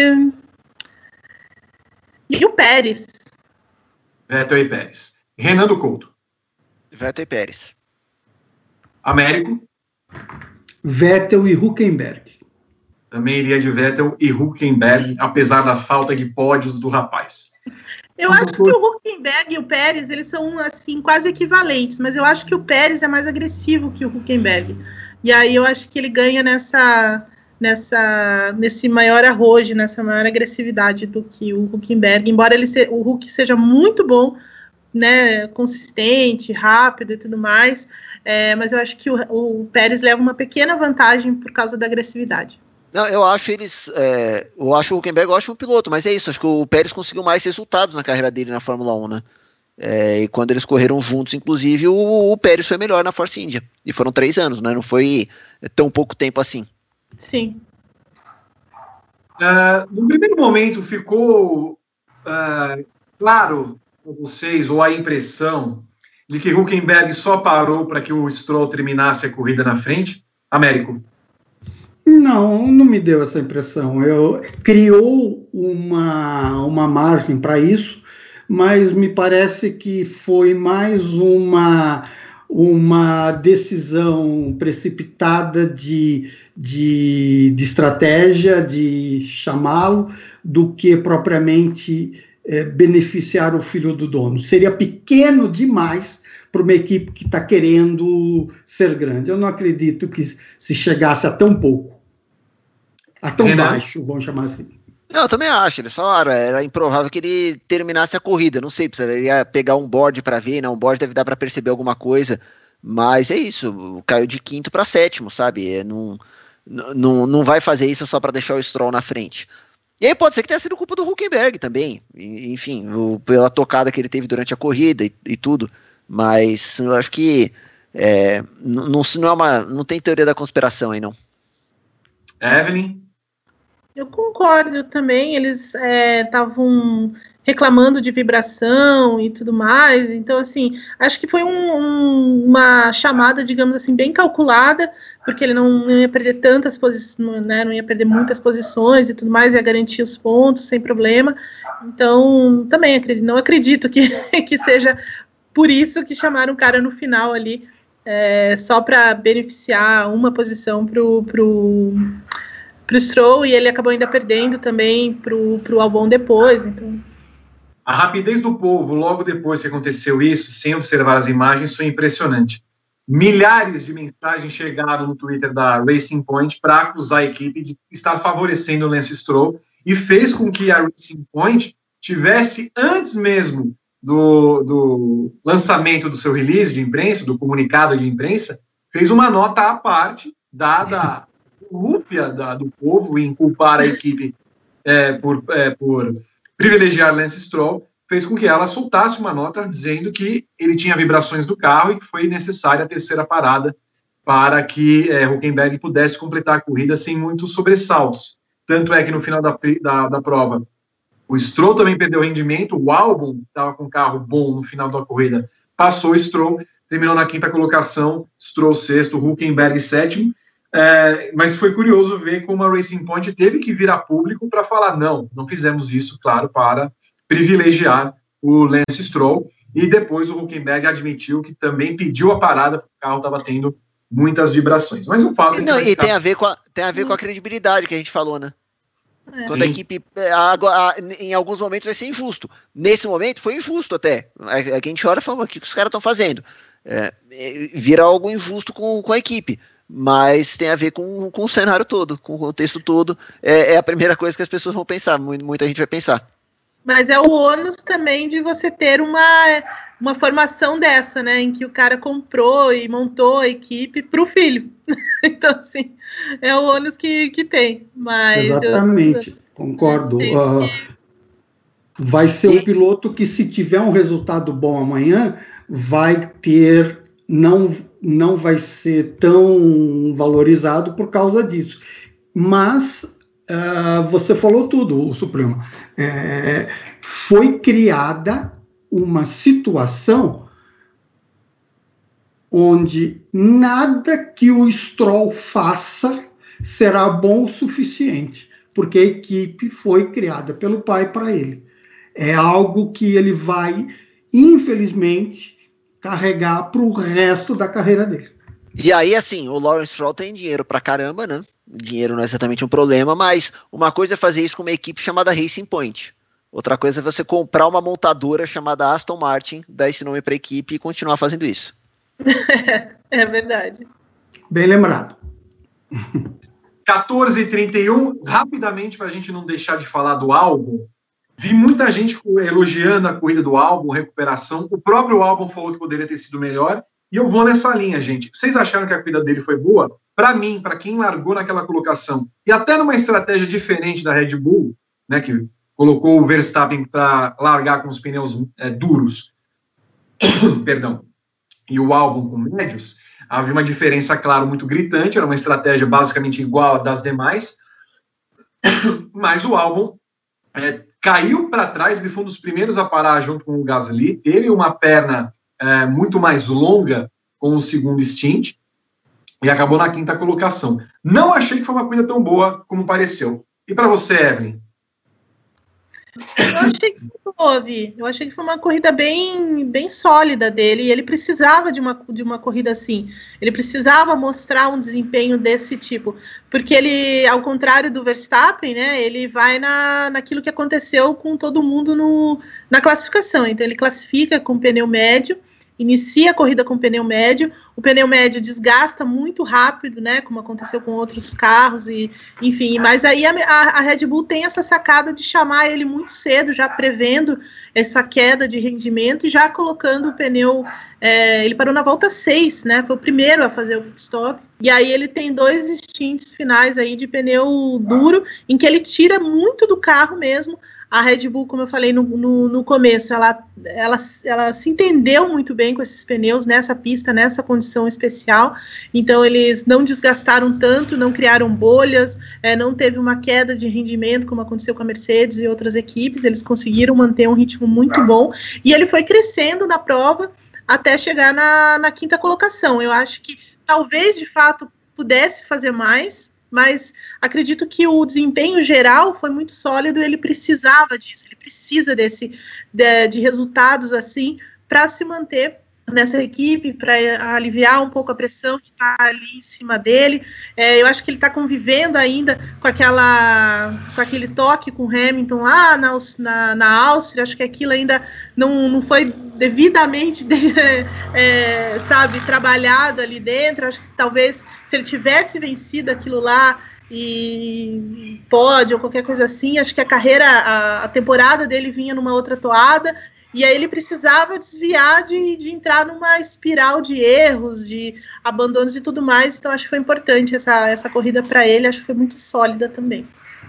E o Pérez. Vettel e Pérez. Renan Couto. Vettel e Pérez. Américo. Vettel e Hülkenberg. Também iria de Vettel e Hülkenberg, apesar da falta de pódios do rapaz. Eu acho que o Hülkenberg e o Pérez, eles são, assim, quase equivalentes, mas eu acho que o Pérez é mais agressivo que o Hülkenberg. E aí eu acho que ele ganha nessa, nessa, nesse maior arrojo, nessa maior agressividade do que o Hülkenberg, embora ele se, o Hulk seja muito bom, né, consistente, rápido e tudo mais, é, mas eu acho que o, o Pérez leva uma pequena vantagem por causa da agressividade. Não, eu acho eles. É, eu acho o Hülkenberg eu acho um piloto, mas é isso. Acho que o Pérez conseguiu mais resultados na carreira dele na Fórmula um, né? É, e quando eles correram juntos, inclusive, o, o Pérez foi melhor na Force India. E foram três anos, né? Não foi tão pouco tempo assim. Sim. Uh, no primeiro momento ficou uh, claro para vocês, ou a impressão, de que Hülkenberg só parou para que o Stroll terminasse a corrida na frente? Américo? Não, não me deu essa impressão. Eu, criou uma, uma margem para isso, mas me parece que foi mais uma, uma decisão precipitada de, de, de estratégia, de chamá-lo, do que propriamente é, beneficiar o filho do dono. Seria pequeno demais para uma equipe que está querendo ser grande. Eu não acredito que se chegasse a tão pouco, a tão Renan. baixo, vamos chamar assim. Não, eu também acho, eles falaram, era improvável que ele terminasse a corrida, não sei, precisaria pegar um board para ver, né, um board deve dar para perceber alguma coisa, mas é isso, caiu de quinto para sétimo, sabe, é, não, não, não vai fazer isso só para deixar o Stroll na frente. E aí pode ser que tenha sido culpa do Hülkenberg também, enfim, o, pela tocada que ele teve durante a corrida e, e tudo, mas eu acho que é, não, não, é uma, não tem teoria da conspiração aí, não. Evelyn? Eu concordo também, eles estavam é, reclamando de vibração e tudo mais, então, assim, acho que foi um, um, uma chamada, digamos assim, bem calculada, porque ele não, não ia perder tantas posições, né, não ia perder muitas posições e tudo mais, ia garantir os pontos sem problema, então, também acredito, não acredito que, que seja por isso que chamaram o cara no final ali, é, só para beneficiar uma posição para o para o Stroll, e ele acabou ainda perdendo também para o Albon depois. Então. A rapidez do povo, logo depois que aconteceu isso, sem observar as imagens, foi impressionante. Milhares de mensagens chegaram no Twitter da Racing Point para acusar a equipe de estar favorecendo o Lance Stroll, e fez com que a Racing Point tivesse, antes mesmo do, do lançamento do seu release de imprensa, do comunicado de imprensa, fez uma nota à parte, dada rúpia da, do povo em culpar a equipe é, por, é, por privilegiar Lance Stroll, fez com que ela soltasse uma nota dizendo que ele tinha vibrações do carro e que foi necessária a terceira parada para que é, Hülkenberg pudesse completar a corrida sem muitos sobressaltos. Tanto é que no final da, da, da prova, o Stroll também perdeu rendimento, o Albon estava com um carro bom no final da corrida, passou o Stroll, terminou na quinta colocação, Stroll sexto, Hülkenberg sétimo. É, mas foi curioso ver como a Racing Point teve que vir a público para falar, não, não fizemos isso, claro, para privilegiar o Lance Stroll, e depois o Hülkenberg admitiu que também pediu a parada, porque o carro estava tendo muitas vibrações. Mas o fato e, é que não, vai e ficar... tem a ver com a, tem a ver com a credibilidade que a gente falou, né? É. Quando a equipe, a, a, em alguns momentos vai ser injusto. Nesse momento foi injusto até. A, a gente olha e fala, o que os caras estão fazendo? É, vira algo injusto com, com a equipe. Mas tem a ver com, com o cenário todo, com o contexto todo. É, é a primeira coisa que as pessoas vão pensar, muita gente vai pensar. Mas é o ônus também de você ter uma, uma formação dessa, né? Em que o cara comprou e montou a equipe para o filho. Então, assim, é o ônus que, que tem. Mas Exatamente, eu, concordo. Eu uh, vai ser e... um piloto que, se tiver um resultado bom amanhã, vai ter... Não, não vai ser tão valorizado por causa disso. Mas... Uh, você falou tudo, o Supremo. É, foi criada uma situação onde nada que o Stroll faça será bom o suficiente, porque a equipe foi criada pelo pai para ele. É algo que ele vai, infelizmente, carregar para o resto da carreira dele. E aí, assim, o Lawrence Stroll tem dinheiro pra caramba, né? Dinheiro não é exatamente um problema, mas uma coisa é fazer isso com uma equipe chamada Racing Point. Outra coisa é você comprar uma montadora chamada Aston Martin, dar esse nome pra equipe e continuar fazendo isso. É verdade. Bem lembrado. quatorze e trinta e um, rapidamente, pra gente não deixar de falar do álbum. Vi muita gente elogiando a corrida do álbum, recuperação. O próprio álbum falou que poderia ter sido melhor. E eu vou nessa linha, gente. Vocês acharam que a corrida dele foi boa? Para mim, para quem largou naquela colocação, e até numa estratégia diferente da Red Bull, né, que colocou o Verstappen para largar com os pneus é, duros, perdão, e o Albon com médios, havia uma diferença, claro, muito gritante, era uma estratégia basicamente igual à das demais, mas o Albon é, caiu para trás, ele foi um dos primeiros a parar junto com o Gasly, teve uma perna É, muito mais longa com o segundo stint e acabou na quinta colocação. Não achei que foi uma corrida tão boa como pareceu. E para você, Evelyn? Eu achei que houve. Eu achei que foi uma corrida bem, bem sólida dele e ele precisava de uma, de uma corrida assim. Ele precisava mostrar um desempenho desse tipo, porque ele, ao contrário do Verstappen, né, ele vai na, naquilo que aconteceu com todo mundo no, na classificação. Então ele classifica com pneu médio, inicia a corrida com pneu médio, o pneu médio desgasta muito rápido, né, como aconteceu com outros carros, e enfim, mas aí a, a Red Bull tem essa sacada de chamar ele muito cedo, já prevendo essa queda de rendimento e já colocando o pneu, é, ele parou na volta seis, né, foi o primeiro a fazer o pit stop, e aí ele tem dois stints finais aí de pneu duro, em que ele tira muito do carro mesmo. A Red Bull, como eu falei no, no, no começo, ela, ela, ela se entendeu muito bem com esses pneus nessa pista, nessa condição especial, então eles não desgastaram tanto, não criaram bolhas, é, não teve uma queda de rendimento, como aconteceu com a Mercedes e outras equipes, eles conseguiram manter um ritmo muito bom, e ele foi crescendo na prova até chegar na, na quinta colocação. Eu acho que talvez, de fato, pudesse fazer mais, mas acredito que o desempenho geral foi muito sólido e ele precisava disso, ele precisa desse, de, de resultados assim para se manter nessa equipe, para aliviar um pouco a pressão que está ali em cima dele. É, eu acho que ele está convivendo ainda com, aquela, com aquele toque com o Hamilton lá na, na, na Áustria, acho que aquilo ainda não, não foi devidamente de, é, sabe, trabalhado ali dentro. Acho que talvez se ele tivesse vencido aquilo lá e pode ou qualquer coisa assim, acho que a carreira, a, a temporada dele vinha numa outra toada. E aí ele precisava desviar de, de entrar numa espiral de erros, de abandonos e tudo mais. Então acho que foi importante essa, essa corrida para ele, acho que foi muito sólida também.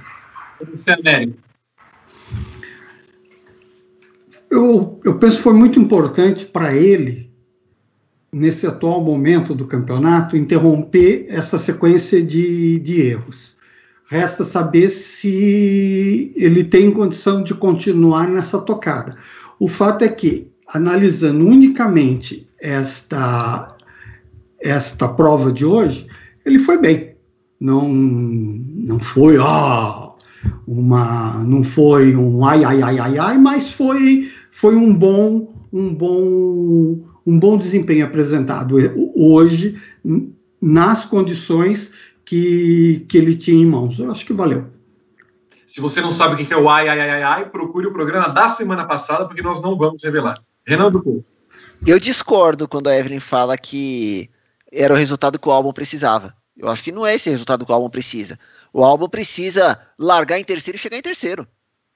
Eu, eu penso que foi muito importante para ele, nesse atual momento do campeonato, interromper essa sequência de, de erros. Resta saber se ele tem condição de continuar nessa tocada. O fato é que, analisando unicamente esta, esta prova de hoje, ele foi bem. Não, não foi, ó, uma, não foi um ai, ai, ai, ai, ai, mas foi, foi um bom, um bom, um bom desempenho apresentado hoje, nas condições que, que ele tinha em mãos. Eu acho que valeu. Se você não sabe o que é o ai, ai, ai, ai, ai, procure o programa da semana passada, porque nós não vamos revelar. Renan do Couto. Eu discordo quando a Evelyn fala que era o resultado que o Albon precisava. Eu acho que não é esse resultado que o Albon precisa. O Albon precisa largar em terceiro e chegar em terceiro.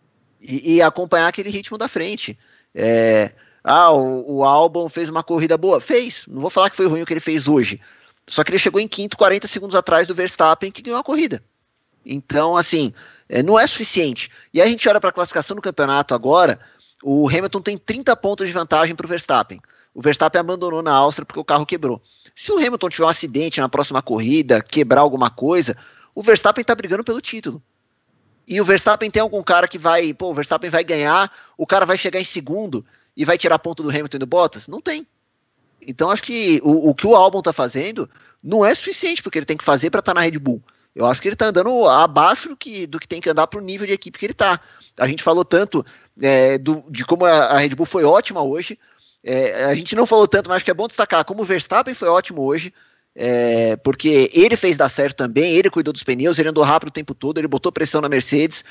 E, e acompanhar aquele ritmo da frente. É, ah, o, o Albon fez uma corrida boa? Fez. Não vou falar que foi ruim o que ele fez hoje. Só que ele chegou em quinto, quarenta segundos atrás do Verstappen, que ganhou a corrida. Então, assim, é, não é suficiente. E aí a gente olha para a classificação do campeonato agora, o Hamilton tem trinta pontos de vantagem para o Verstappen. O Verstappen abandonou na Áustria porque o carro quebrou. Se o Hamilton tiver um acidente na próxima corrida, quebrar alguma coisa, o Verstappen está brigando pelo título. E o Verstappen tem algum cara que vai, pô, o Verstappen vai ganhar, o cara vai chegar em segundo e vai tirar ponto do Hamilton e do Bottas? Não tem. Então acho que o, o que o Albon está fazendo não é suficiente porque ele tem que fazer para estar tá na Red Bull. Eu acho que ele está andando abaixo do que, do que tem que andar para o nível de equipe que ele está. A gente falou tanto é, do, de como a, a Red Bull foi ótima hoje. É, a gente não falou tanto, mas acho que é bom destacar como o Verstappen foi ótimo hoje, é, porque ele fez dar certo também, ele cuidou dos pneus, ele andou rápido o tempo todo, ele botou pressão na Mercedes,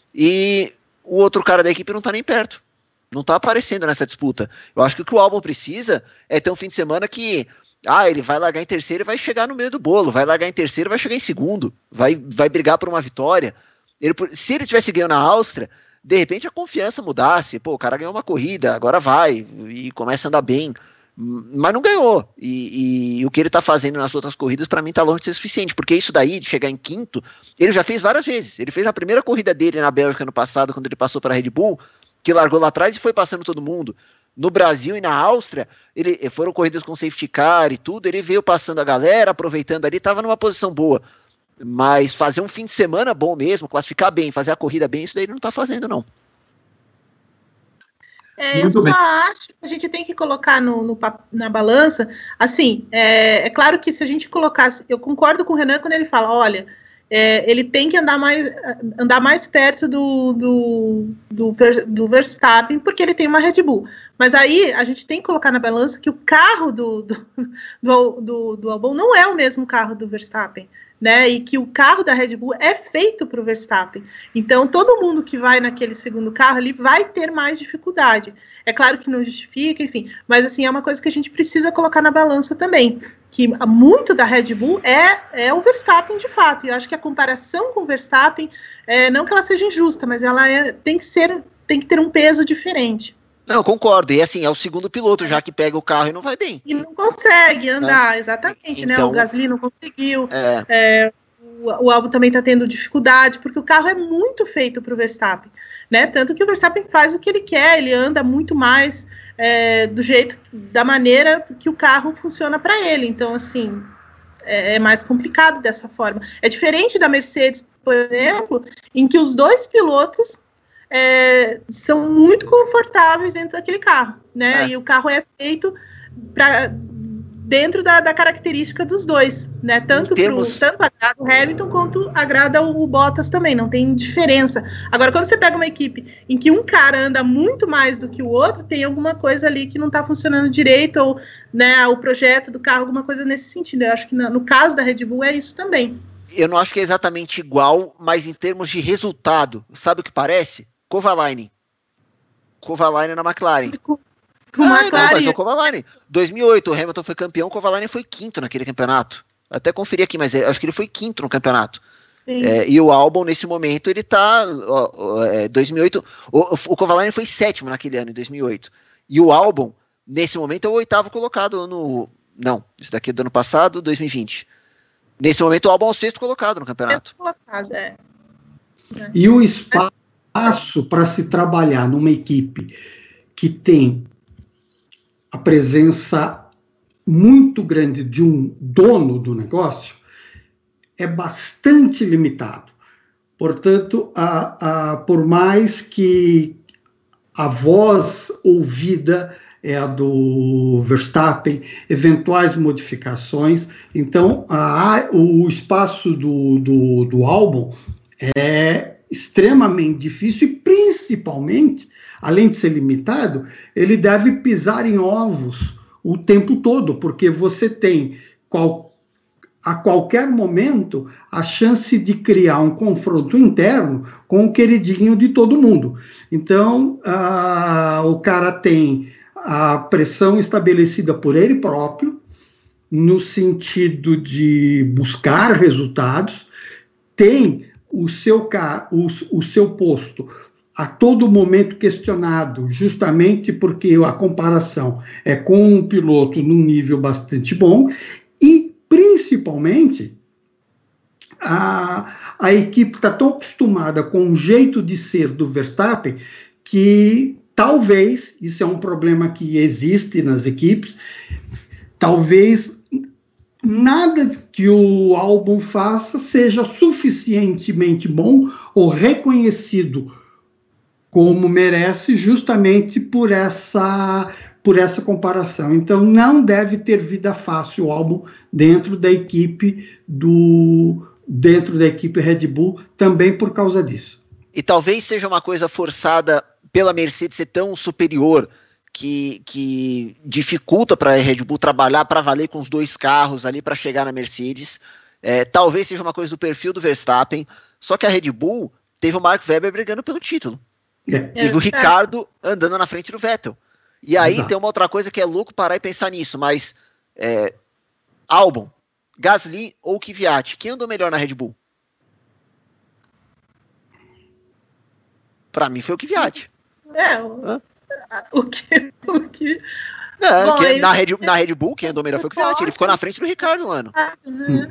e o outro cara da equipe não está nem perto. Não está aparecendo nessa disputa. Eu acho que o que o Albon precisa é ter um fim de semana que ah, ele vai largar em terceiro e vai chegar no meio do bolo, vai largar em terceiro e vai chegar em segundo, vai, vai brigar por uma vitória. Ele, se ele tivesse ganho na Áustria, de repente a confiança mudasse, pô, o cara ganhou uma corrida, agora vai, e começa a andar bem, mas não ganhou, e, e o que ele tá fazendo nas outras corridas, para mim tá longe de ser suficiente, porque isso daí, de chegar em quinto, ele já fez várias vezes, ele fez a primeira corrida dele na Bélgica no passado, quando ele passou para a Red Bull, que largou lá atrás e foi passando todo mundo. No Brasil e na Áustria, ele, foram corridas com safety car e tudo, ele veio passando a galera, aproveitando ali, estava numa posição boa. Mas fazer um fim de semana bom mesmo, classificar bem, fazer a corrida bem, isso daí ele não está fazendo, não. É, eu só bem. acho que a gente tem que colocar no, no, na balança, assim, é, é claro que se a gente colocasse, eu concordo com o Renan quando ele fala, olha, é, ele tem que andar mais, andar mais perto do, do, do, do Verstappen, porque ele tem uma Red Bull. Mas aí a gente tem que colocar na balança que o carro do, do, do, do, do Albon não é o mesmo carro do Verstappen, né? E que o carro da Red Bull é feito para o Verstappen. Então, todo mundo que vai naquele segundo carro, ele vai ter mais dificuldade. É claro que não justifica, enfim, mas assim, é uma coisa que a gente precisa colocar na balança também, que muito da Red Bull é, é o Verstappen de fato, e eu acho que a comparação com o Verstappen, é, não que ela seja injusta, mas ela é, tem que ser, tem que ter um peso diferente. Não, concordo, e assim, é o segundo piloto já que pega o carro e não vai bem. E não consegue andar, né? Exatamente, então, né, o Gasly não conseguiu, é... É, o, o Albon também está tendo dificuldade, porque o carro é muito feito para o Verstappen, né, tanto que o Verstappen faz o que ele quer, ele anda muito mais é, do jeito, da maneira que o carro funciona para ele, então assim, é, é mais complicado dessa forma. É diferente da Mercedes, por exemplo, em que os dois pilotos é, são muito confortáveis dentro daquele carro, né, é. E o carro é feito para dentro da, da característica dos dois, né? Tanto, Temos... pro, tanto agrada o Hamilton quanto agrada o, o Bottas também, não tem diferença. Agora, quando você pega uma equipe em que um cara anda muito mais do que o outro, tem alguma coisa ali que não está funcionando direito, ou né, o projeto do carro, alguma coisa nesse sentido. Eu acho que no, no caso da Red Bull é isso também. Eu não acho que é exatamente igual, mas em termos de resultado, sabe o que parece? Kovalainen. Kovalainen na McLaren. Com ah, não, mas o Kovalainen. dois mil e oito, o Hamilton foi campeão, o Kovalainen foi quinto naquele campeonato. Até conferi aqui, mas acho que ele foi quinto no campeonato. É, e o Albon, nesse momento, ele tá... Ó, é, dois mil e oito, o, o Kovalainen foi sétimo naquele ano, em dois mil e oito. E o Albon, nesse momento, é o oitavo colocado no... Não, isso daqui é do ano passado, dois mil e vinte. Nesse momento, o Albon é o sexto colocado no campeonato. Sexto colocado, é. é. E o espaço para se trabalhar numa equipe que tem a presença muito grande de um dono do negócio é bastante limitado. Portanto, a, a, por mais que a voz ouvida é a do Verstappen, eventuais modificações, então a, o espaço do, do, do Albon é extremamente difícil e, principalmente, além de ser limitado, ele deve pisar em ovos o tempo todo, porque você tem qual, a qualquer momento, a chance de criar um confronto interno com o queridinho de todo mundo. Então, ah, o cara tem a pressão estabelecida por ele próprio, no sentido de buscar resultados, tem o seu, o, o seu posto a todo momento questionado, justamente porque a comparação é com um piloto num nível bastante bom, e, principalmente, a, a equipe está tão acostumada com o jeito de ser do Verstappen que talvez, isso é um problema que existe nas equipes, talvez nada que o Albon faça seja suficientemente bom ou reconhecido como merece, justamente por essa, por essa comparação. Então, não deve ter vida fácil o Albon dentro da equipe do dentro da equipe Red Bull, também por causa disso. E talvez seja uma coisa forçada pela Mercedes ser tão superior que, que dificulta para a Red Bull trabalhar para valer com os dois carros ali para chegar na Mercedes. É, talvez seja uma coisa do perfil do Verstappen, só que a Red Bull teve o Mark Webber brigando pelo título. É. Teve o Ricardo andando na frente do Vettel. E aí Exato. Tem uma outra coisa que é louco parar e pensar nisso, mas é, Albon, Gasly ou Kvyat, quem andou melhor na Red Bull? Pra mim foi o Kvyat. É, o, o que... O que... Não, Bom, que, na, Red, na Red Bull, quem andou melhor foi o Kvyat. Ele ficou na frente do Ricardo, mano. Hum.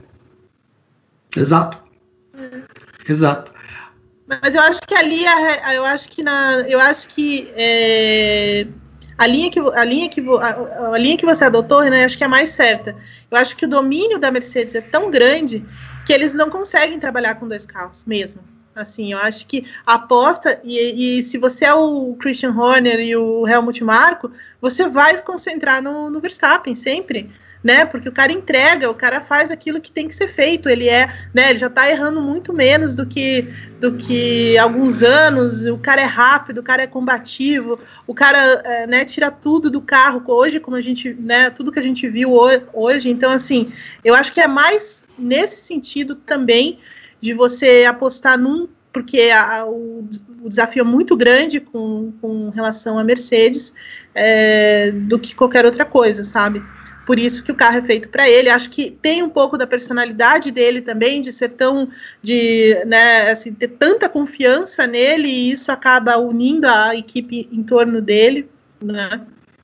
Exato. Hum. Exato. Mas eu acho que ali, eu acho que na, eu acho que é, a linha que a linha que a, a linha que você adotou, né, acho que é a mais certa. Eu acho que o domínio da Mercedes é tão grande que eles não conseguem trabalhar com dois carros mesmo. Assim, eu acho que a aposta e, e se você é o Christian Horner e o Helmut Marko, você vai se concentrar no, no Verstappen sempre. Né, porque o cara entrega, o cara faz aquilo que tem que ser feito, ele é, né, ele já tá errando muito menos do que, do que alguns anos, o cara é rápido, o cara é combativo, o cara, é, né, tira tudo do carro, hoje, como a gente, né, tudo que a gente viu hoje, então, assim, eu acho que é mais nesse sentido também, de você apostar num, porque a, o, o desafio é muito grande com, com relação à Mercedes, é, do que qualquer outra coisa, sabe? Por isso que o carro é feito para ele. Acho que tem um pouco da personalidade dele também, de ser tão, de, né, assim, ter tanta confiança nele, e isso acaba unindo a equipe em torno dele, né?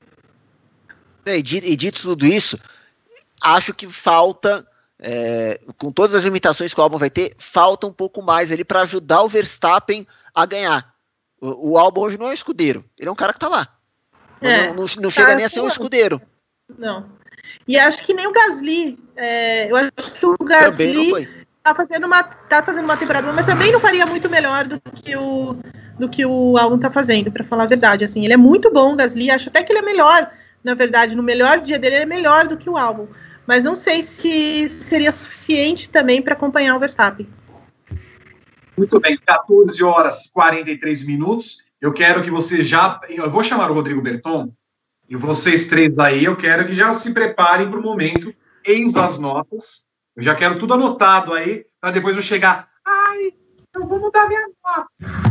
E dito, e dito tudo isso, acho que falta, é, com todas as limitações que o Albon vai ter, falta um pouco mais ali para ajudar o Verstappen a ganhar. O, o Albon hoje não é um escudeiro, ele é um cara que tá lá. É, não, não, não chega tá, nem a ser um escudeiro. Não. E acho que nem o Gasly, é, eu acho que o Gasly tá fazendo uma, tá fazendo uma temporada, mas também não faria muito melhor do que o, do que o Albon tá fazendo, para falar a verdade. Assim, ele é muito bom, o Gasly, acho até que ele é melhor, na verdade, no melhor dia dele ele é melhor do que o Albon, mas não sei se seria suficiente também para acompanhar o Verstappen. Muito bem, quatorze horas e quarenta e três minutos, eu quero que você já, eu vou chamar o Rodrigo Berton. E vocês três aí, eu quero que já se preparem para o momento, eis as notas. Eu já quero tudo anotado aí, para depois eu chegar. Ai, eu vou mudar minha nota.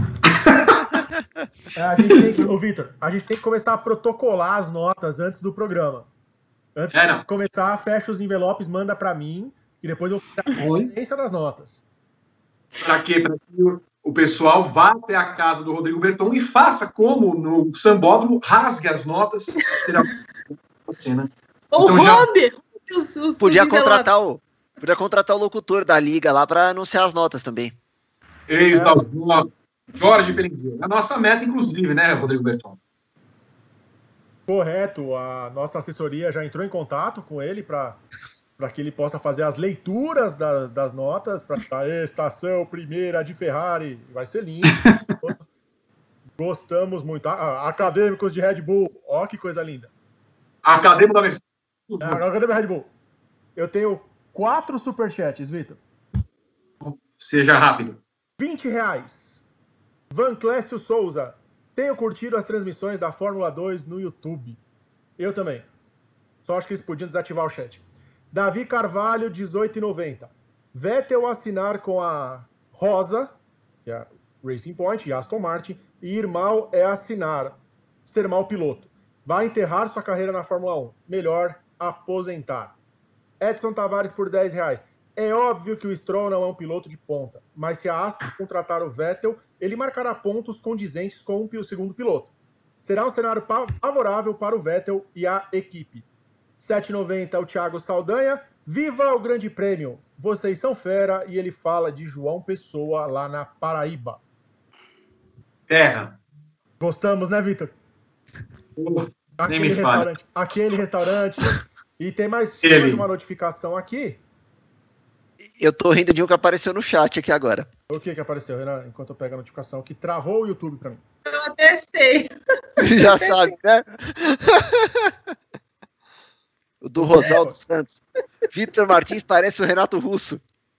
É, a gente tem que, ô Vitor, a gente tem que começar a protocolar as notas antes do programa. Antes é, de começar, fecha os envelopes, manda para mim, e depois eu faço a diferença das notas. Para quê? Para que o pessoal vá até a casa do Rodrigo Berton e faça como no Sambódromo, rasgue as notas. Será você, né? Ou então, roube! Já... Os, os podia, contratar o, podia contratar o locutor da liga lá para anunciar as notas também. Eis é. da Jorge Perengueiro. A nossa meta, inclusive, né, Rodrigo Berton? Correto. A nossa assessoria já entrou em contato com ele para... para que ele possa fazer as leituras das, das notas, para a estação primeira de Ferrari, vai ser lindo. Gostamos muito. Ah, acadêmicos de Red Bull, ó que coisa linda. Acadêmico da Mercedes. É, acadêmico da Red Bull. Eu tenho quatro superchats, Vitor. Seja rápido. vinte reais. Van Clécio Souza. Tenho curtido as transmissões da Fórmula dois no YouTube. Eu também. Só acho que eles podiam desativar o chat. Davi Carvalho, dezoito e noventa. Vettel assinar com a Rosa, que é a Racing Point e Aston Martin, e Irmão é assinar, ser mau piloto. Vai enterrar sua carreira na Fórmula um. Melhor aposentar. Edson Tavares por dez reais. É óbvio que o Stroll não é um piloto de ponta, mas se a Aston contratar o Vettel, ele marcará pontos condizentes com o segundo piloto. Será um cenário favorável para o Vettel e a equipe. sete e noventa, o Thiago Saldanha. Viva o Grande Prêmio! Vocês são fera, e ele fala de João Pessoa lá na Paraíba. Terra. Gostamos, né, Vitor? Uh, aquele restaurante. Fale. Aquele restaurante. E tem mais, tem mais uma notificação aqui. Eu tô rindo de um que apareceu no chat aqui agora. O que que apareceu, Renan? Enquanto eu pego a notificação, que travou o YouTube pra mim. Eu até sei. Já sabe, né? O do Rosaldo Santos. Vitor Martins parece o Renato Russo.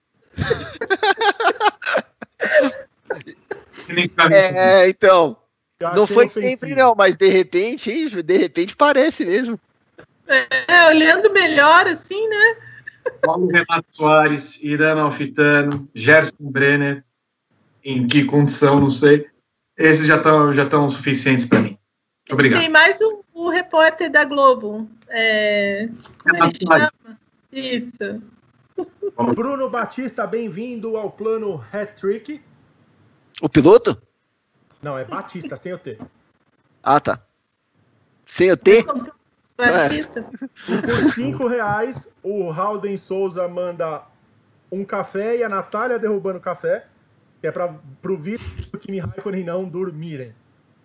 É, então. Não foi ofensivo. Sempre, não, mas de repente, hein, de repente parece mesmo. É, olhando melhor, assim, né? Paulo Renato Soares, Irã Alfitano, Gerson Brenner, em que condição, não sei. Esses já estão já estão suficientes para mim. Obrigado. Tem mais o, o repórter da Globo. É... Como é que chama? Isso. Bruno Batista, bem-vindo ao plano Hat-Trick. O piloto? Não, é Batista, sem o T. Ah, tá. Sem o T? Batista. E por cinco reais, o Halden Souza manda um café e a Natália derrubando o café, que é para o Vitor e o Kimi Raikkonen não dormirem.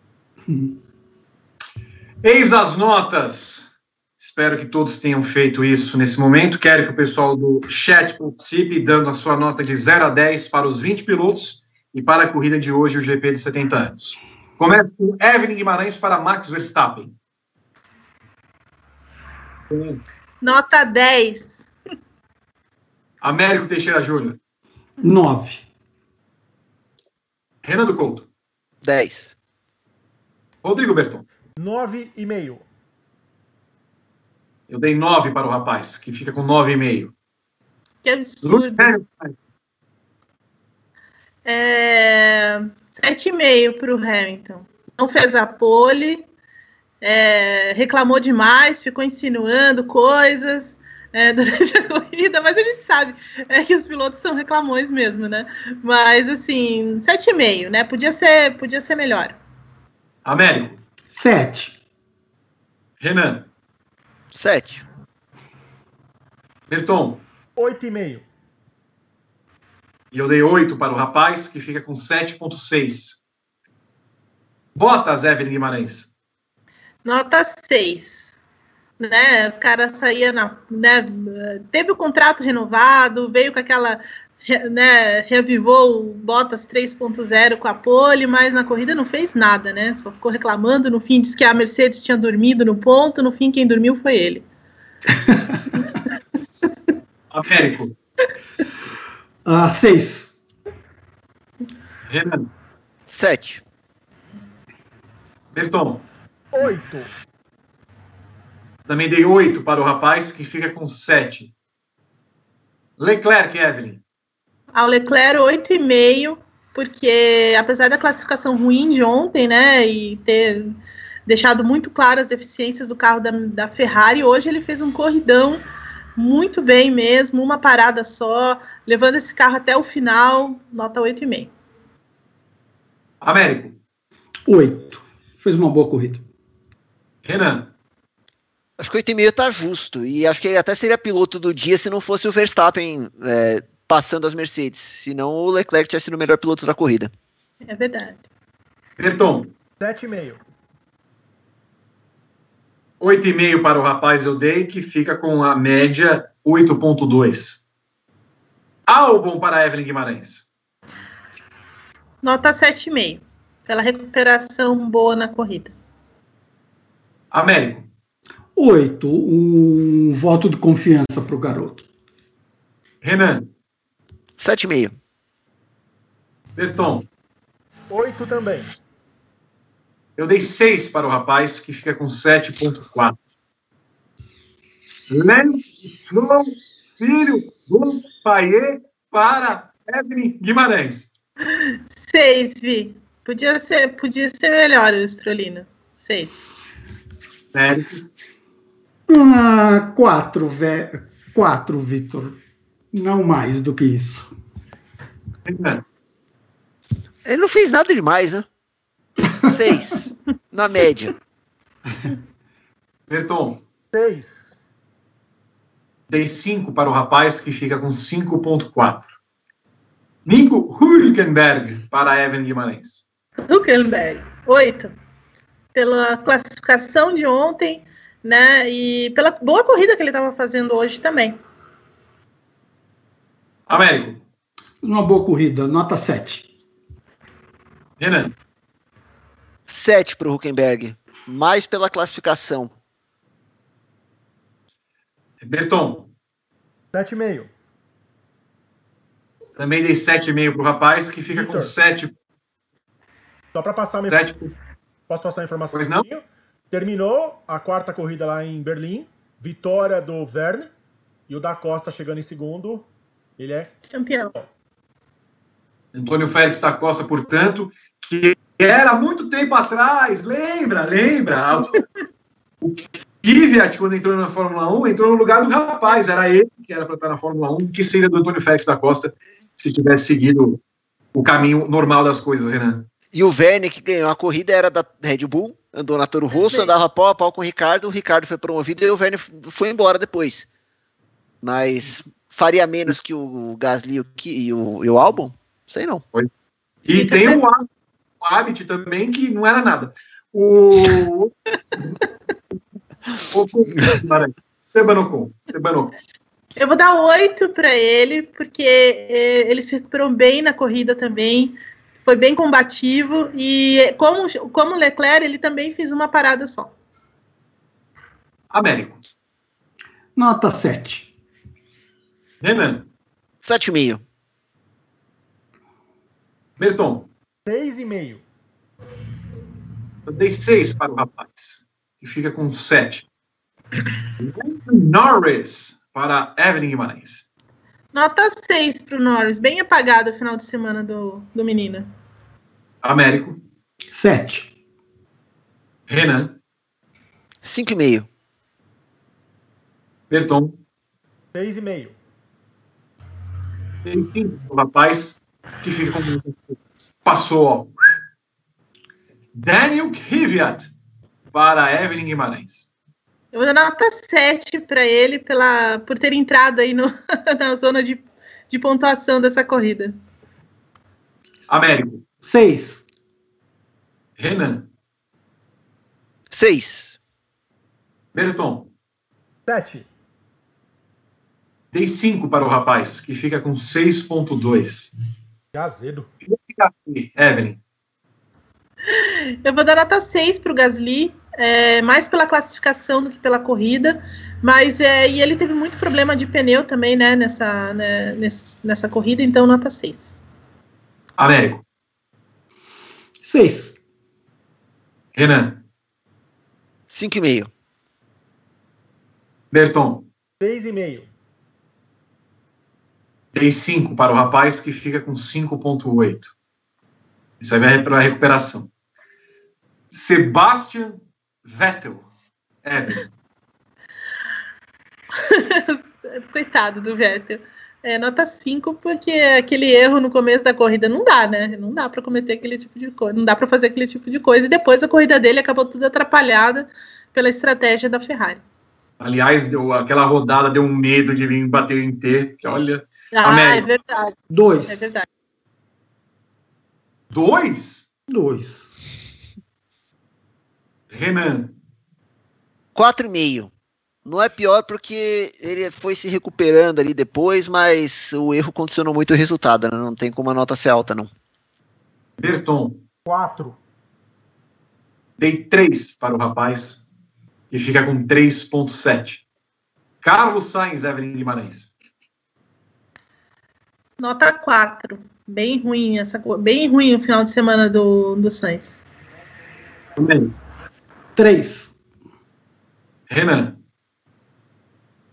Eis as notas. Espero que todos tenham feito isso nesse momento. Quero que o pessoal do chat participe, dando a sua nota de zero a dez para os vinte pilotos e para a corrida de hoje, o G P dos setenta anos. Começa com Evelyn Guimarães para Max Verstappen. Nota dez. Américo Teixeira Júnior. nove. Renan do Couto. dez. Rodrigo Berton. nove e meio. Eu dei nove para o rapaz, que fica com nove e meio. Que absurdo. É... sete e meio para o Hamilton. Não fez a pole. É, reclamou demais, ficou insinuando coisas é, durante a corrida, mas a gente sabe é, que os pilotos são reclamões mesmo, né? Mas, assim, sete e meio, né? Podia ser, podia ser melhor. Américo. sete. Renan. sete. Berton. oito e meio. E eu dei oito para o rapaz, que fica com sete ponto seis. Bottas, Evelyn Guimarães. Nota seis. Né? O cara saía na, né? Teve o contrato renovado, veio com aquela, né? Reavivou o Bottas três ponto zero com a pole, mas na corrida não fez nada, né? Só ficou reclamando. No fim disse que a Mercedes tinha dormido no ponto. No fim, quem dormiu foi ele. Américo. Ah, seis. Renan. sete. Berton. oito. Também dei oito para o rapaz, que fica com sete. Leclerc, Evelyn. Ao Leclerc, oito e meio, porque apesar da classificação ruim de ontem, né, e ter deixado muito claras as deficiências do carro da, da Ferrari, hoje ele fez um corridão muito bem mesmo, uma parada só, levando esse carro até o final, nota oito e meio. Américo. oito. Fez uma boa corrida. Renan. Acho que oito e meio tá justo. E acho que ele até seria piloto do dia se não fosse o Verstappen é, passando as Mercedes. Senão o Leclerc tinha sido o melhor piloto da corrida. É verdade. Berton. sete e meio. oito e meio para o rapaz eu dei, que fica com a média oito ponto dois. Albon para Evelyn Guimarães. Nota sete e meio. Pela recuperação boa na corrida. Américo. oito. Um voto de confiança para o garoto. Renan. sete e meio. Berton. oito também. Eu dei seis para o rapaz, que fica com sete ponto quatro. Lance Stroll, filho do Paier, para Evelyn Guimarães. Seis, Vi. Podia ser, podia ser melhor o Strollino. Seis. Sério? Ah, quatro, ve... quatro, Vitor. Não mais do que isso. Ele não fez nada demais, né? Seis. Na média. Berton. Seis. Dei cinco para o rapaz, que fica com cinco ponto quatro. Nico Hülkenberg para Evelyn Guimarães. Hülkenberg. Oito. Pela classificação de ontem, né? E pela boa corrida que ele estava fazendo hoje também. Américo. Uma boa corrida, nota sete. Renan. Sete para o Hülkenberg. Mais pela classificação. Berton. Sete e meio. Também dei sete e meio para o rapaz, que fica Victor. com sete. Só para passar minha... sete. Posso passar a informação? Pois não? Terminou a quarta corrida lá em Berlim. Vitória do Verne. E o da Costa chegando em segundo. Ele é Campeão. Antônio Félix da Costa, portanto, que era muito tempo atrás, lembra, lembra? O Kvyat, quando entrou na Fórmula um, entrou no lugar do rapaz, era ele que era para estar na Fórmula um, que seria do Antônio Félix da Costa, se tivesse seguido o caminho normal das coisas, Renan. E o Verne, que ganhou a corrida, era da Red Bull, andou na Toro Rosso, andava pau a pau com o Ricardo, o Ricardo foi promovido e o Verne foi embora depois. Mas faria menos que o Gasly e o, e o, e o Albon? Sei não. E tem o, o Abit também, que não era nada. O... Esteban Ocon. Eu vou dar oito para ele, porque ele se recuperou bem na corrida também, foi bem combativo, e como, como Leclerc, ele também fez uma parada só. Américo. Nota sete. Renan. Sete e meio. Berton. seis e meio. Eu dei seis para o rapaz, que fica com sete. Norris para Evelyn Guimarães. Nota seis para o Norris, bem apagado o final de semana do, do menino. Américo. Sete. Renan. Cinco e meio. Berton. Seis e meio. Tem cinco para o rapaz, que fica com passou, ó. Daniel Kvyat para Evelyn Guimarães. Eu vou dar nota sete para ele pela, por ter entrado aí no, na zona de, de pontuação dessa corrida. Américo. Seis. Renan. Seis. Berton. Sete. Dei cinco para o rapaz, que fica com seis ponto dois. Azedo. Evelyn. Eu vou dar nota seis para o Gasly, é, mais pela classificação do que pela corrida, mas é, e ele teve muito problema de pneu também, né, nessa, né, nessa, nessa corrida, então nota seis. Américo. Seis. Renan. Cinco e meio. Berton. Seis e meio. Dei cinco para o rapaz, que fica com cinco ponto oito. Isso aí vai para a recuperação. Sebastian Vettel. Evelyn. Coitado do Vettel. É, nota cinco, porque aquele erro no começo da corrida não dá, né? Não dá para cometer aquele tipo de coisa, não dá para fazer aquele tipo de coisa. E depois a corrida dele acabou tudo atrapalhada pela estratégia da Ferrari. Aliás, deu, aquela rodada deu um medo de vir bater em T, que olha... Ah, Américo. é verdade. Dois. É verdade. Dois? Dois. Renan. Quatro e meio. Não é pior porque ele foi se recuperando ali depois, mas o erro condicionou muito o resultado, né? Não tem como a nota ser alta, não. Berton. Quatro. Dei três para o rapaz, e fica com três ponto sete. Carlos Sainz, Evelyn Guimarães. Nota quatro. Bem ruim essa bem ruim o final de semana do, do Sainz. Também. Três. Renan.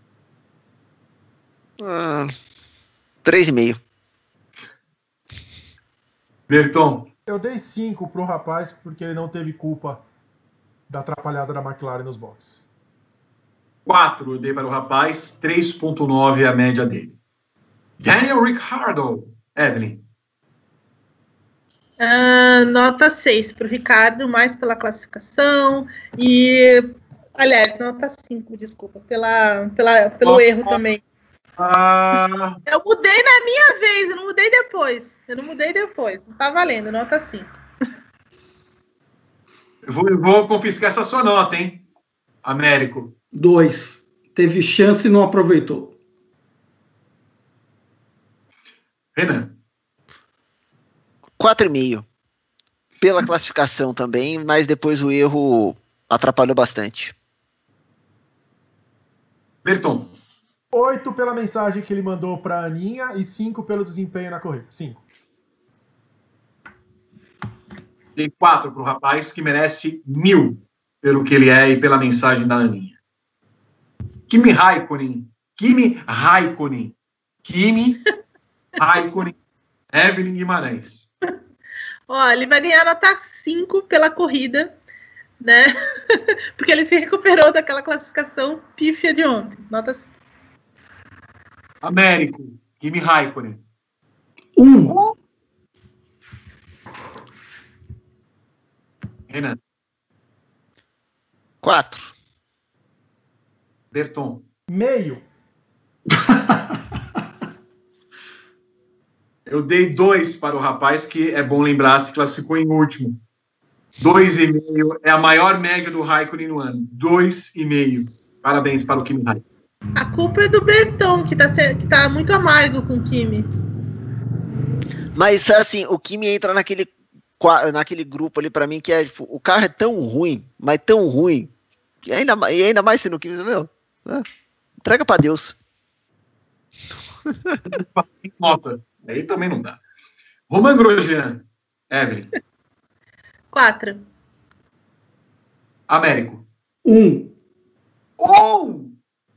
Ah, três e meio. Berton. Eu dei cinco pro rapaz porque ele não teve culpa da atrapalhada da McLaren nos boxes. quatro eu dei para o rapaz, três ponto nove é a média dele. Daniel Ricciardo. Evelyn. Uh, nota seis para o Ricardo, mais pela classificação e, aliás, nota cinco, desculpa, pela, pela, pelo oh, erro oh, também. Uh... Eu mudei na minha vez, eu não mudei depois. Eu não mudei depois, não tá valendo, nota cinco. Eu vou, eu vou confiscar essa sua nota, hein, Américo? Dois. Teve chance e não aproveitou. Renan. quatro e meio. Pela classificação também, mas depois o erro atrapalhou bastante. Berton. oito pela mensagem que ele mandou para a Aninha e cinco pelo desempenho na corrida. cinco. Dei quatro para o rapaz, que merece mil pelo que ele é e pela mensagem da Aninha. Kimi Raikkonen. Kimi Raikkonen. Kimi Raikkonen. Evelyn Guimarães. Ó, ele vai ganhar nota cinco pela corrida, né? Porque ele se recuperou daquela classificação pífia de ontem. Nota cinco. Américo. Kimi Raikkonen. Um. Renan. Quatro. Berton. Meio. Eu dei dois para o rapaz, que é bom lembrar, se classificou em último. Dois e meio é a maior média do Raikkonen no ano. Dois e meio. Parabéns para o Kimi Raikkonen. A culpa é do Berton, que tá, que tá muito amargo com o Kimi. Mas, assim, o Kimi entra naquele, naquele grupo ali, para mim, que é, tipo, o carro é tão ruim, mas tão ruim, que ainda, e ainda mais sendo o Kimi, meu, né? Entrega para Deus. Nota. Aí também não dá. Romain Grosjean. Evelyn. Quatro. Américo. Um. Um!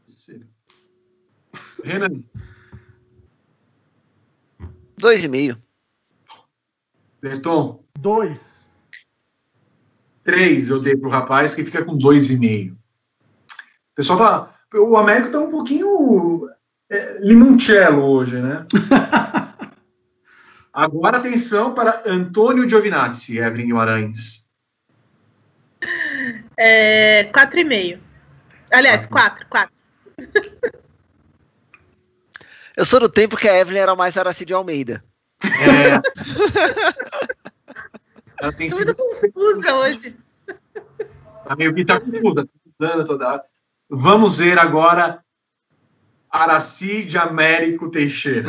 Renan. Dois e meio. Berton. Dois. Três eu dei pro rapaz, que fica com dois e meio. O pessoal tá... O Américo tá um pouquinho é, limoncello hoje, né? Agora atenção para Antônio Giovinazzi, Evelyn Guimarães. É, quatro e meio. Aliás, quatro, quatro. Eu sou do tempo que a Evelyn era mais Aracide Almeida. É. Ela tem Tô sido muito confusa hoje. A meio que tá confusa, tá toda hora. Vamos ver agora Aracide Américo Teixeira.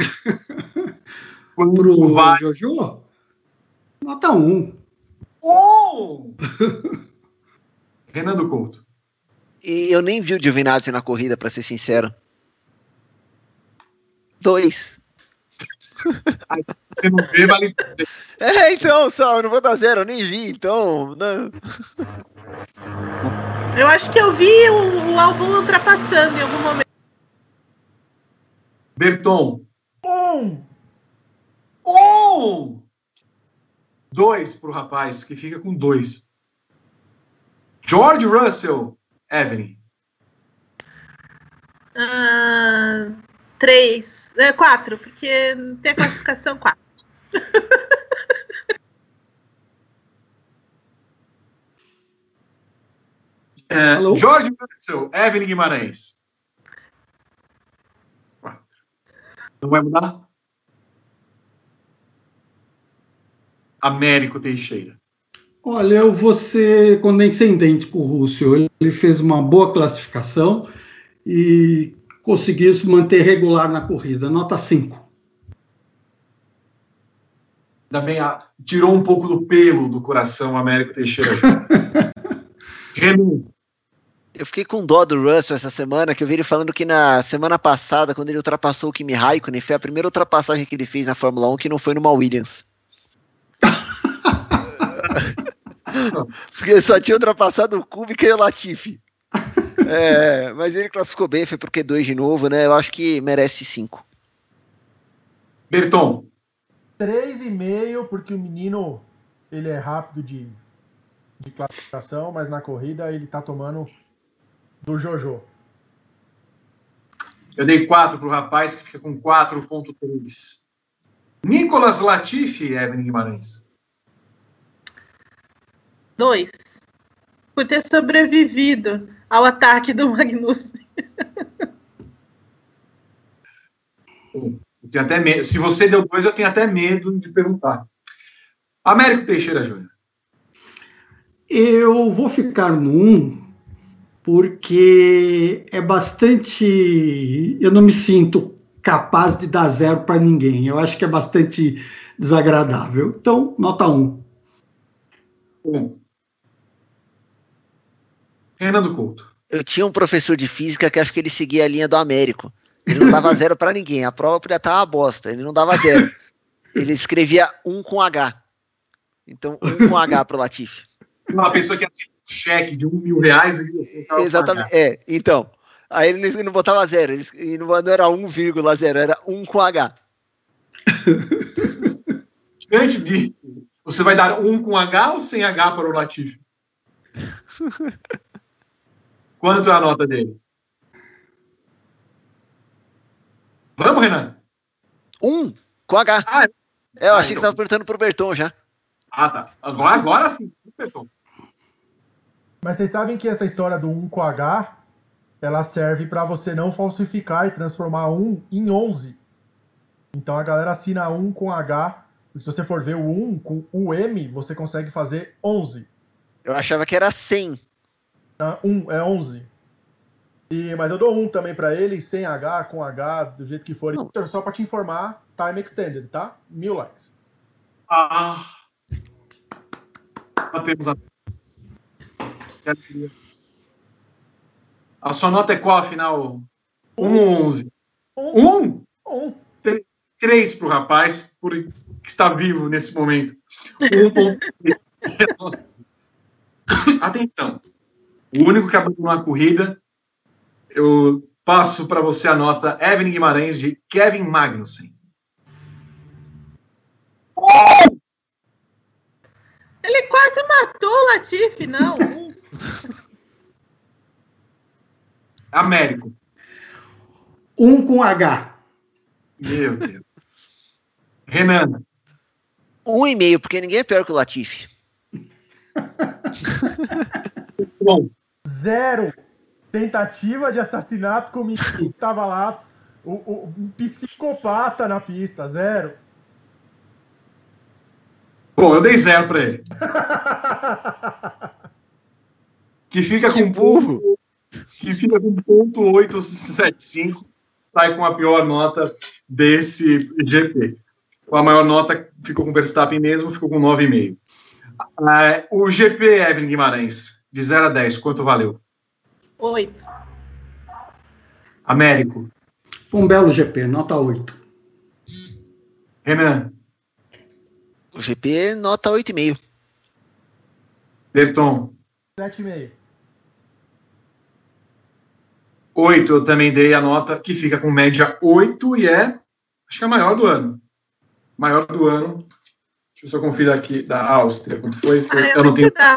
Pro vai... Jojo? Nota um. Oh! Renan do Couto. E eu nem vi o Giovinazzi na corrida, para ser sincero. Dois. Ai, você não vê, vale. É, então, só, eu não vou dar zero, eu nem vi, então. Não. Eu acho que eu vi o, o Albon ultrapassando em algum momento. Berton. Um. Um! Dois pro rapaz, que fica com dois. George Russell. Evelyn. Uh, três. É, quatro, porque tem a classificação quatro. É, George Russell. Evelyn Guimarães. Quatro. Não vai mudar? Américo Teixeira. Olha, eu vou ser condescendente com o Russell. Ele fez uma boa classificação e conseguiu se manter regular na corrida. Nota cinco. Ainda bem, a, tirou um pouco do pelo do coração Américo Teixeira. Renan. Eu fiquei com dó do Russell essa semana, que eu vi ele falando que na semana passada, quando ele ultrapassou o Kimi Raikkonen, foi a primeira ultrapassagem que ele fez na Fórmula um que não foi numa Williams. Porque só tinha ultrapassado o Kubica e o Latifi. É, mas ele classificou bem, foi pro Q dois de novo, né? Eu acho que merece cinco. Berton. três e meio, porque o menino, ele é rápido de, de classificação, mas na corrida ele tá tomando do Jojo. Eu dei quatro pro rapaz, que fica com quatro ponto três. Nicolas Latifi, Evelyn Guimarães. Dois. Por ter sobrevivido ao ataque do Magnussen. Eu tenho até medo. Se você deu dois, eu tenho até medo de perguntar. Américo Teixeira Júnior. Eu vou ficar no um, porque é bastante... Eu não me sinto capaz de dar zero para ninguém. Eu acho que é bastante desagradável. Então, nota um. Um. Fernando Couto. Eu tinha um professor de física que acho que ele seguia a linha do Américo. Ele não dava zero para ninguém. A prova podia estar uma bosta. Ele não dava zero. Ele escrevia um com H. Então, um com H pro Latifi. Uma pessoa que tinha um cheque de um mil reais. Exatamente. É, então. Aí ele, ele não botava zero. Ele, ele não, não era um vírgula zero, era um com H. Diante de... Você vai dar um com H ou sem H para o Latifi? Quanto é a nota dele? Vamos, Renan? Um com H. Ah, é, eu ah, achei então. que você estava perguntando pro Berton já. Ah, tá. Agora, agora sim, Berton. Mas vocês sabem que essa história do um com H, ela serve para você não falsificar e transformar um em onze. Então a galera assina um com H. Se você for ver o um com o M, você consegue fazer onze. Eu achava que era cem. Ah, um é onze. E, mas eu dou um também para ele, sem H, com H, do jeito que for. Então, só para te informar, time extended, tá? Mil likes. Ah. Batemos a... A sua nota é qual, afinal? um ou onze? um? um. três para o rapaz, por que está vivo nesse momento. um. Atenção. O único que abandonou a corrida, eu passo para você a nota Evelyn Guimarães de Kevin Magnussen. Ele quase matou o Latifi, não. Américo. Um com H. Meu Deus. Renan. Um e meio, porque ninguém é pior que o Latifi. Bom. Zero. Tentativa de assassinato com o menino que tava lá. O, o, um psicopata na pista. Zero. Bom, eu dei zero para ele. Que fica que com burro. Ponto, que fica com ponto oito sete cinco. Sai com a pior nota desse G P. Com a maior nota ficou com o Verstappen mesmo, ficou com nove vírgula cinco. Uh, o G P, Evelyn Guimarães, de zero a dez, quanto valeu? oito. Américo. Foi um belo G P, nota oito. Renan. O G P, nota oito vírgula cinco. Berton. sete vírgula cinco. oito, eu também dei a nota, que fica com média oito e é, acho que é a maior do ano. Maior do ano. Deixa eu só conferir aqui, da Áustria. Quanto foi? foi ah, eu não tenho... Da...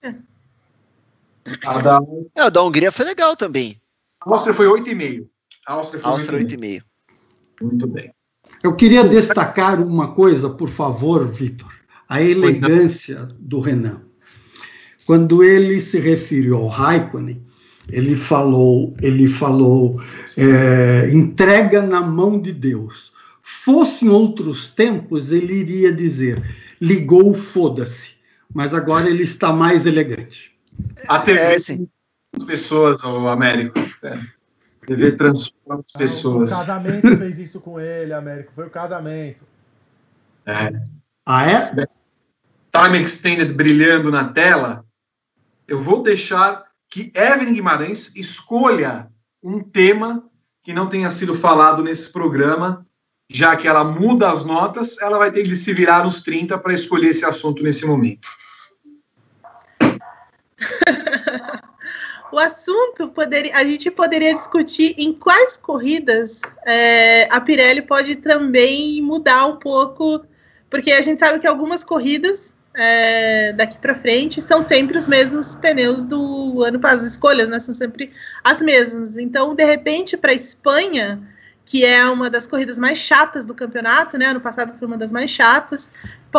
A da... É, o da Hungria foi legal também. A Áustria foi oito vírgula cinco. A Áustria foi Áustria oito vírgula cinco. Muito bem. Eu queria destacar uma coisa, por favor, Vitor. A elegância do Renan. Quando ele se referiu ao Raikkonen, ele falou, ele falou é, entrega na mão de Deus. Fosse em outros tempos, ele iria dizer, ligou, foda-se. Mas agora ele está mais elegante. A T V, é, sim. As pessoas, o Américo. É. A T V transforma as pessoas. O casamento fez isso com ele, Américo. Foi o casamento. É. Ah, é? Time Extended brilhando na tela. Eu vou deixar que Evelyn Guimarães escolha um tema que não tenha sido falado nesse programa. Já que ela muda as notas, ela vai ter de se virar nos trinta para escolher esse assunto nesse momento. o assunto poderia, a gente poderia discutir em quais corridas é, a Pirelli pode também mudar um pouco, porque a gente sabe que algumas corridas é, daqui para frente são sempre os mesmos pneus do ano passado, as escolhas, né, são sempre as mesmas. Então, de repente, para a Espanha, que é uma das corridas mais chatas do campeonato, né, ano passado foi uma das mais chatas,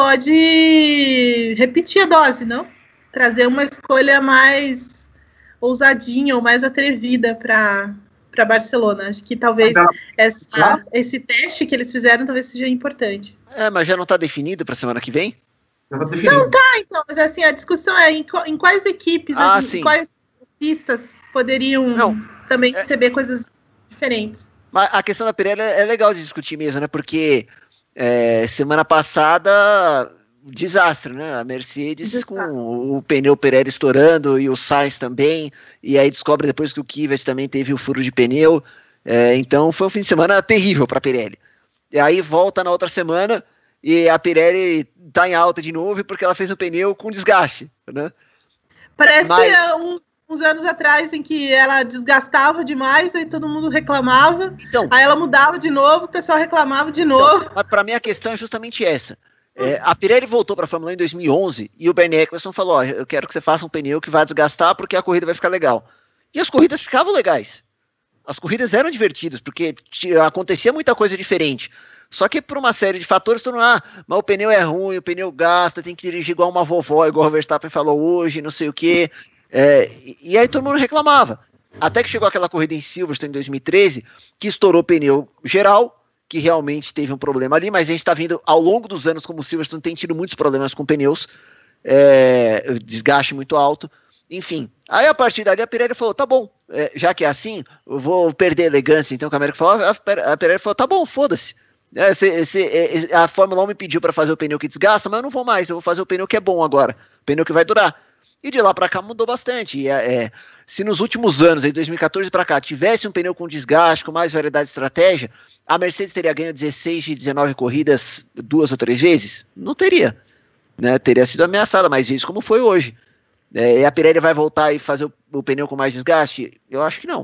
pode repetir a dose, não? Trazer uma escolha mais ousadinha ou mais atrevida para para Barcelona. Acho que talvez essa, esse teste que eles fizeram talvez seja importante. É, mas já não está definido para a semana que vem? Já tá não tá, então, mas assim, a discussão é em, em quais equipes, ah, assim, em quais pistas poderiam não, também é... receber coisas diferentes. Mas a questão da Pirelli é legal de discutir mesmo, né? Porque é, semana passada, desastre, né? A Mercedes desastre. Com o pneu Pirelli estourando e o Sainz também, e aí descobre depois que o Kvyat também teve o furo de pneu, é, então foi um fim de semana terrível para a Pirelli. E aí volta na outra semana e a Pirelli tá em alta de novo porque ela fez um pneu com desgaste, né? Parece Mas... um, uns anos atrás em que ela desgastava demais, aí todo mundo reclamava, então, aí ela mudava de novo, o pessoal reclamava de novo. Então, para mim a questão é justamente essa. É, a Pirelli voltou para a Fórmula um em dois mil e onze e o Bernie Eccleston falou, ó, eu quero que você faça um pneu que vai desgastar porque a corrida vai ficar legal. E as corridas ficavam legais. As corridas eram divertidas, porque acontecia muita coisa diferente. Só que por uma série de fatores, todo mundo, ah, mas o pneu é ruim, o pneu gasta, tem que dirigir igual uma vovó, igual o Verstappen falou hoje, não sei o quê. É, e, e aí todo mundo reclamava. Até que chegou aquela corrida em Silverstone em dois mil e treze, que estourou o pneu geral, que realmente teve um problema ali, mas a gente está vendo ao longo dos anos como o Silverstone tem tido muitos problemas com pneus, é, desgaste muito alto, enfim. Aí a partir dali a Pirelli falou, tá bom, é, já que é assim, eu vou perder elegância, então o América falou, a Pirelli falou, tá bom, foda-se. É, se, se, a Fórmula um me pediu para fazer o pneu que desgasta, mas eu não vou mais, eu vou fazer o pneu que é bom agora, o pneu que vai durar. E de lá para cá mudou bastante. E, é, se nos últimos anos, em dois mil e quatorze para cá, tivesse um pneu com desgaste, com mais variedade de estratégia, a Mercedes teria ganho dezesseis de dezenove corridas duas ou três vezes? Não teria. Né? Teria sido ameaçada mais vezes, como foi hoje. É, e a Pirelli vai voltar e fazer o, o pneu com mais desgaste? Eu acho que não.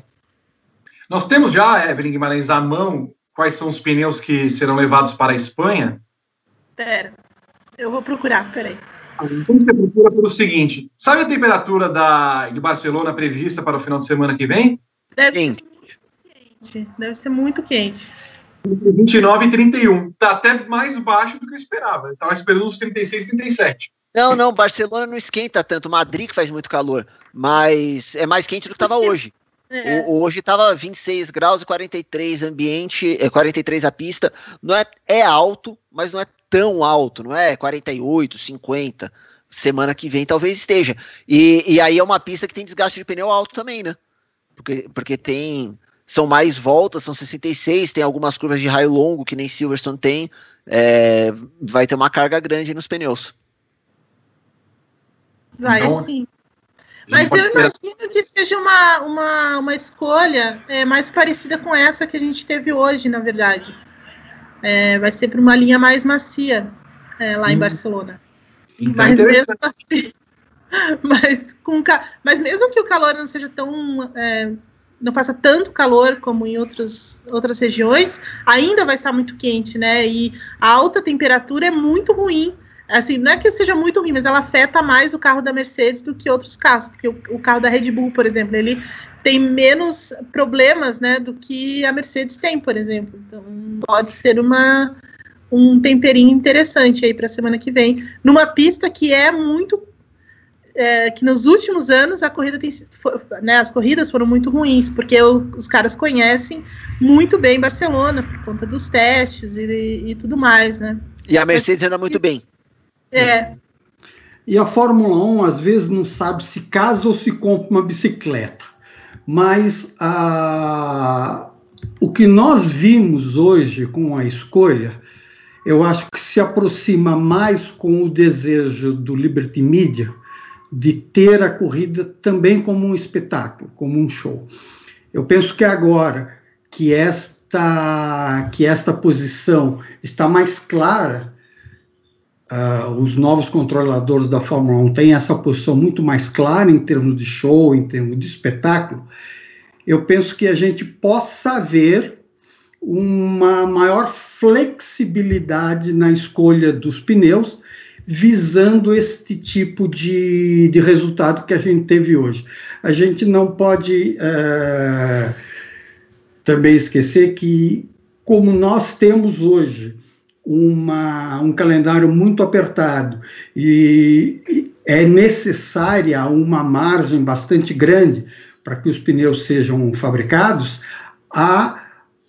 Nós temos já, Evelyn Guimarães, à mão quais são os pneus que serão levados para a Espanha? Pera, eu vou procurar, peraí. Então você procura pelo seguinte, sabe a temperatura da, de Barcelona prevista para o final de semana que vem? Deve ser muito quente, deve ser muito quente. vinte e nove e trinta e um, tá até mais baixo do que eu esperava, eu estava esperando uns trinta e seis, trinta e sete. Não, não, Barcelona não esquenta tanto, Madrid que faz muito calor, mas é mais quente do que estava hoje. É. O, hoje estava vinte e seis graus e quarenta e três ambiente, é, quarenta e três a pista, não é, é alto, mas não é tão alto, não é quarenta e oito, cinquenta, semana que vem talvez esteja, e, e aí é uma pista que tem desgaste de pneu alto também, né, porque, porque tem, são mais voltas, são sessenta e seis, tem algumas curvas de raio longo que nem Silverstone tem, é, vai ter uma carga grande nos pneus. Vai então, sim. Mas eu imagino que seja uma, uma, uma escolha é, mais parecida com essa que a gente teve hoje, na verdade. É, vai ser para uma linha mais macia é, lá hum. em Barcelona. Então, mas mesmo assim, mas, com, mas mesmo que o calor não seja tão, é, não faça tanto calor como em outros, outras regiões, ainda vai estar muito quente, né? E a alta temperatura é muito ruim. Assim, não é que seja muito ruim, mas ela afeta mais o carro da Mercedes do que outros carros, porque o, o carro da Red Bull, por exemplo, ele tem menos problemas, né, do que a Mercedes tem, por exemplo. Então, pode ser uma, um temperinho interessante aí para a semana que vem, numa pista que é muito, é, que nos últimos anos a corrida tem, né, as corridas foram muito ruins, porque o, os caras conhecem muito bem Barcelona, por conta dos testes e, e tudo mais, né. E a Mercedes anda muito bem. É. E a Fórmula um, às vezes, não sabe se casa ou se compra uma bicicleta. Mas a... o que nós vimos hoje com a escolha, eu acho que se aproxima mais com o desejo do Liberty Media de ter a corrida também como um espetáculo, como um show. Eu penso que agora que esta, que esta posição está mais clara, uh, os novos controladores da Fórmula um têm essa posição muito mais clara em termos de show, em termos de espetáculo, eu penso que a gente possa ver uma maior flexibilidade na escolha dos pneus, visando este tipo de, de resultado que a gente teve hoje. A gente não pode uh, também esquecer que, como nós temos hoje uma, um calendário muito apertado e, e é necessária uma margem bastante grande para que os pneus sejam fabricados, a,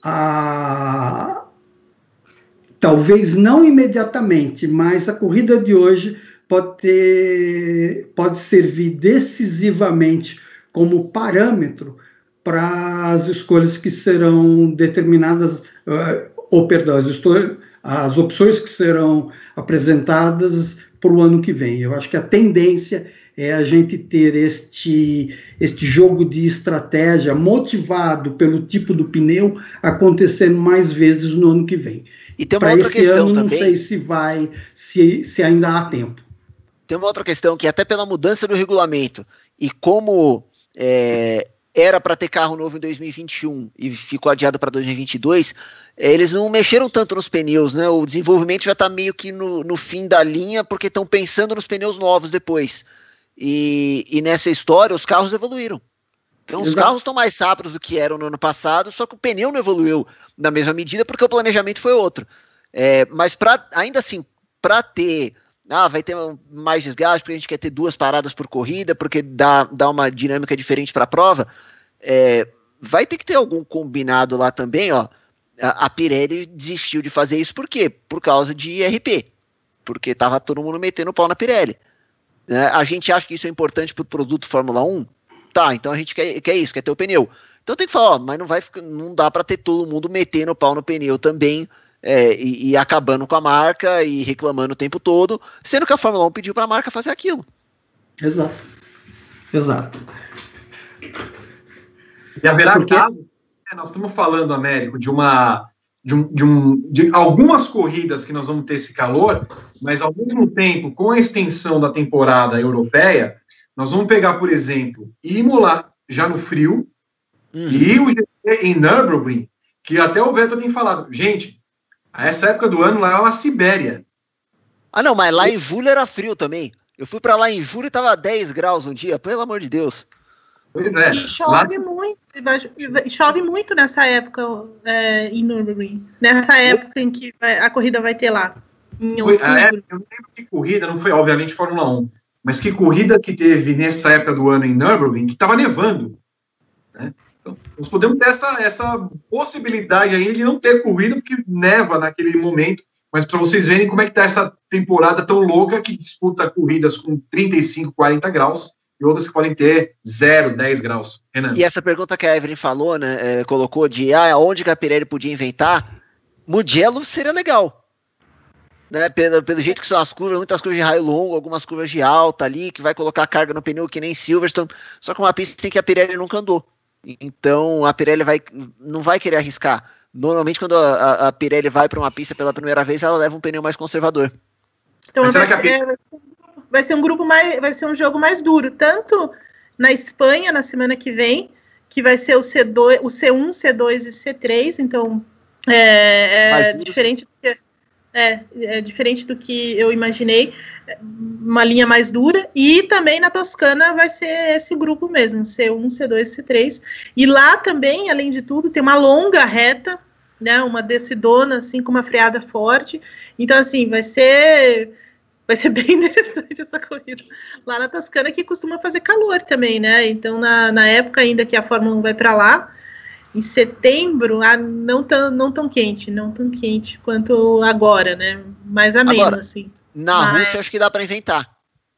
a talvez não imediatamente, mas a corrida de hoje pode ter, pode servir decisivamente como parâmetro para as escolhas que serão determinadas, uh, ou perdão, as, as opções que serão apresentadas para o ano que vem. Eu acho que a tendência é a gente ter este, este jogo de estratégia motivado pelo tipo do pneu acontecendo mais vezes no ano que vem. E tem uma pra outra esse questão ano, também. Não sei se vai, se, se ainda há tempo. Tem uma outra questão que até pela mudança do regulamento e como é, era para ter carro novo em dois mil e vinte e um e ficou adiado para dois mil e vinte e dois, é, eles não mexeram tanto nos pneus, né? O desenvolvimento já está meio que no, no fim da linha porque estão pensando nos pneus novos depois. E, e nessa história os carros evoluíram. Então os Exato. carros estão mais rápidos do que eram no ano passado, só que o pneu não evoluiu na mesma medida porque o planejamento foi outro. É, mas pra, ainda assim, para ter, ah, vai ter mais desgaste porque a gente quer ter duas paradas por corrida, porque dá, dá uma dinâmica diferente para a prova, é, vai ter que ter algum combinado lá também, ó. A, a Pirelli desistiu de fazer isso por quê? Por causa de I R P, porque estava todo mundo metendo o pau na Pirelli. É, a gente acha que isso é importante para o produto Fórmula um? Tá, então a gente quer, quer isso, quer ter o pneu. Então tem que falar, ó, mas não, vai, não dá para ter todo mundo metendo o pau no pneu também, é, e, e acabando com a marca e reclamando o tempo todo, sendo que a Fórmula um pediu para a marca fazer aquilo. Exato. Exato. E haverá Porque... caso, é, nós estamos falando, Américo, de uma de, um, de, um, de algumas corridas que nós vamos ter esse calor, mas ao mesmo tempo, com a extensão da temporada europeia, nós vamos pegar, por exemplo, Imola já no frio, uhum. e o G P em Nürburgring, que até o Vettel tem falado, gente, essa época do ano lá é uma Sibéria. Ah não, mas lá em julho era frio também. Eu fui para lá em julho e tava dez graus um dia, pelo amor de Deus. Pois é. E chove lá... muito, chove muito nessa época é, em Nürburgring, nessa época em que a corrida vai ter lá. Em foi, é, eu não lembro que corrida, não foi obviamente Fórmula um, mas que corrida que teve nessa época do ano em Nürburgring, que estava nevando. Né? Então, nós podemos ter essa, essa possibilidade aí de não ter corrida, porque neva naquele momento, mas para vocês verem como é que está essa temporada tão louca que disputa corridas com trinta e cinco, quarenta graus, e outras que podem ter zero, dez graus. Renan. E essa pergunta que a Evelyn falou, né, é, colocou de ah, onde que a Pirelli podia inventar, Mugello seria legal. Né, pelo, pelo jeito que são as curvas, muitas curvas de raio longo, algumas curvas de alta ali, que vai colocar carga no pneu que nem Silverstone, só que uma pista em que a Pirelli nunca andou. Então a Pirelli vai, não vai querer arriscar. Normalmente quando a, a, a Pirelli vai para uma pista pela primeira vez, ela leva um pneu mais conservador. Então Mas vai, será que a... é, vai ser um grupo mais, vai ser um jogo mais duro, tanto na Espanha na semana que vem, que vai ser o C dois, o C um, C dois e C três, então é, é diferente do que É, é diferente do que eu imaginei, uma linha mais dura, e também na Toscana vai ser esse grupo mesmo, C um, C dois, C três, e lá também, além de tudo, tem uma longa reta, né, uma descidona, assim, com uma freada forte, então, assim, vai ser, vai ser bem interessante essa corrida, lá na Toscana, que costuma fazer calor também, né, então, na, na época ainda que a Fórmula um vai para lá, em setembro, ah, não tão, não tão quente, não tão quente quanto agora, né? Mais ameno, agora, assim. Na Mas... Rússia, acho que dá para inventar.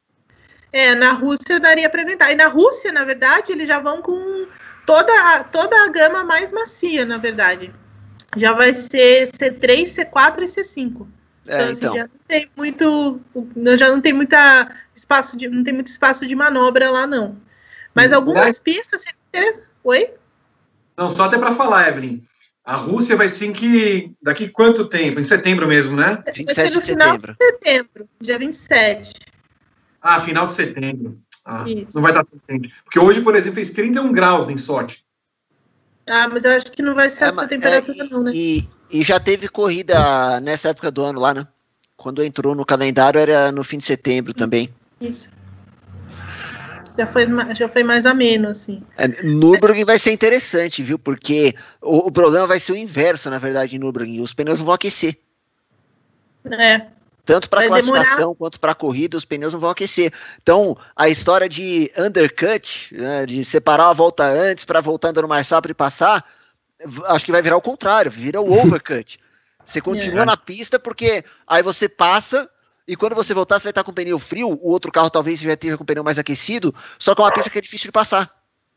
É, na Rússia daria para inventar. E na Rússia, na verdade, eles já vão com toda a, toda a gama mais macia, na verdade. Já vai ser C três, C quatro e C cinco. É, então, assim, então. já não tem muito, já não tem muita espaço de, não tem muito espaço de manobra lá, não. Mas algumas Mas... pistas... Oi? Não, só até para falar, Evelyn, A Rússia vai ser em que, daqui quanto tempo? Em setembro mesmo, né? vinte e sete de setembro. De setembro, dia vinte e sete. Ah, final de setembro. Ah, não vai estar tão quente. Porque hoje, por exemplo, fez trinta e um graus em Sochi. Ah, mas eu acho que não vai ser É, essa mas- temperatura, é, não, né? E, e já teve corrida nessa época do ano lá, né? Quando entrou no calendário era no fim de setembro também. Isso. Já foi, ma- já foi mais ameno, assim. É, Nürburgring vai ser interessante, viu? Porque o, o problema vai ser o inverso, na verdade, em Nürburgring. Os pneus não vão aquecer. É. Tanto para Vai classificação quanto para corrida, os pneus não vão aquecer. Então, a história de undercut, né, de separar a volta antes para voltar andando mais rápido e passar, v- acho que vai virar o contrário, vira o overcut. Você continua É. na pista porque aí você passa e quando você voltar você vai estar com o pneu frio, o outro carro talvez já esteja com o pneu mais aquecido, só que é uma pista que é difícil de passar.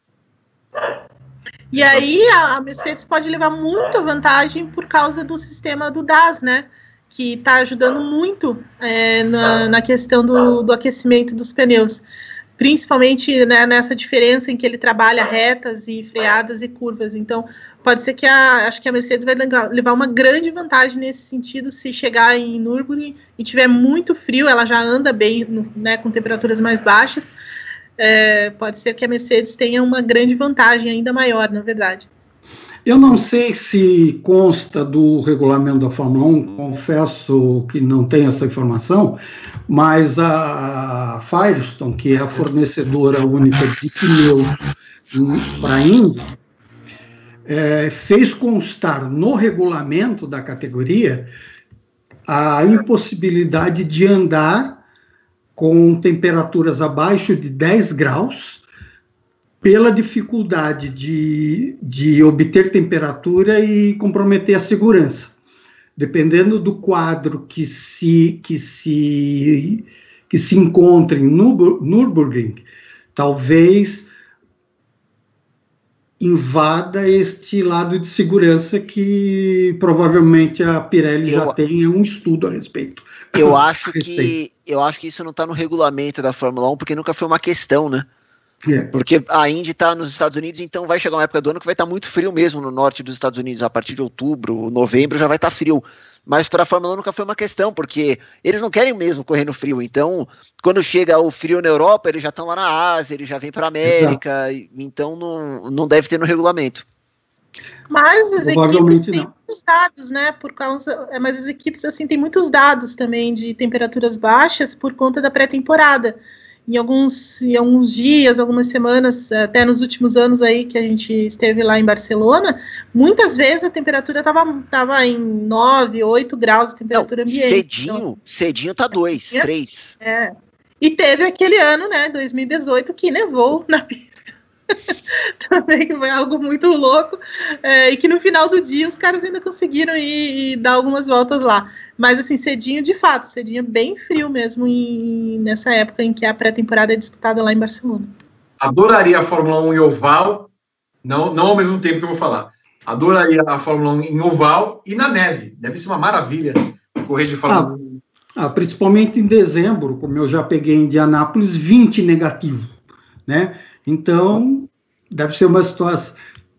E aí a a Mercedes pode levar muita vantagem por causa do sistema do D A S, né? Que está ajudando muito é, na, na questão do, do aquecimento dos pneus. Principalmente, né, nessa diferença em que ele trabalha retas e freadas e curvas. Então, pode ser que a, acho que a Mercedes vai levar levar uma grande vantagem nesse sentido se chegar em Nürburgring e tiver muito frio, ela já anda bem, no- né, com temperaturas mais baixas. É, pode ser que a Mercedes tenha uma grande vantagem ainda maior, na verdade. Eu não sei se consta do regulamento da Fórmula um, confesso que não tenho essa informação, mas a Firestone, que é a fornecedora única de pneus para a Indy, é, fez constar no regulamento da categoria a impossibilidade de andar com temperaturas abaixo de dez graus, pela dificuldade de, de obter temperatura e comprometer a segurança. Dependendo do quadro que se, que se, que se encontre em Nürburg- Nürburgring, talvez invada este lado de segurança que provavelmente a Pirelli Eu- já tem um estudo a respeito. Eu acho A respeito. que eu acho que isso não está no regulamento da Fórmula um, porque nunca foi uma questão, né? É. Porque a Indy está nos Estados Unidos, então vai chegar uma época do ano que vai estar muito frio mesmo no norte dos Estados Unidos. A partir de outubro, novembro já vai estar frio. Mas para a Fórmula um nunca foi uma questão, porque eles não querem mesmo correr no frio. Então, quando chega o frio na Europa, eles já estão lá na Ásia, eles já vêm para a América. e- Então não, não deve ter no regulamento. Mas as equipes Provavelmente têm não. muitos dados, né? Por causa, é, mas as equipes assim têm muitos dados também de temperaturas baixas por conta da pré-temporada. Em alguns, em alguns dias, algumas semanas, até nos últimos anos aí que a gente esteve lá em Barcelona, muitas vezes a temperatura estava tava em nove, oito graus de Não, temperatura ambiente. cedinho, Então, cedinho tá dois, É. três. é. E teve aquele ano, né, dois mil e dezoito, que nevou na pista. Também que foi algo muito louco, é, e que no final do dia os caras ainda conseguiram ir, ir dar algumas voltas lá. Mas assim, cedinho de fato, cedinho bem frio mesmo em- nessa época em que a pré-temporada é disputada lá em Barcelona. Adoraria a Fórmula um em oval, não, não ao mesmo tempo que eu vou falar. Adoraria a Fórmula um em oval e na neve. Deve ser uma maravilha correr de Fórmula um. Ah, principalmente em dezembro, como eu já peguei em Indianápolis, vinte negativo, né? Então, deve ser uma situação...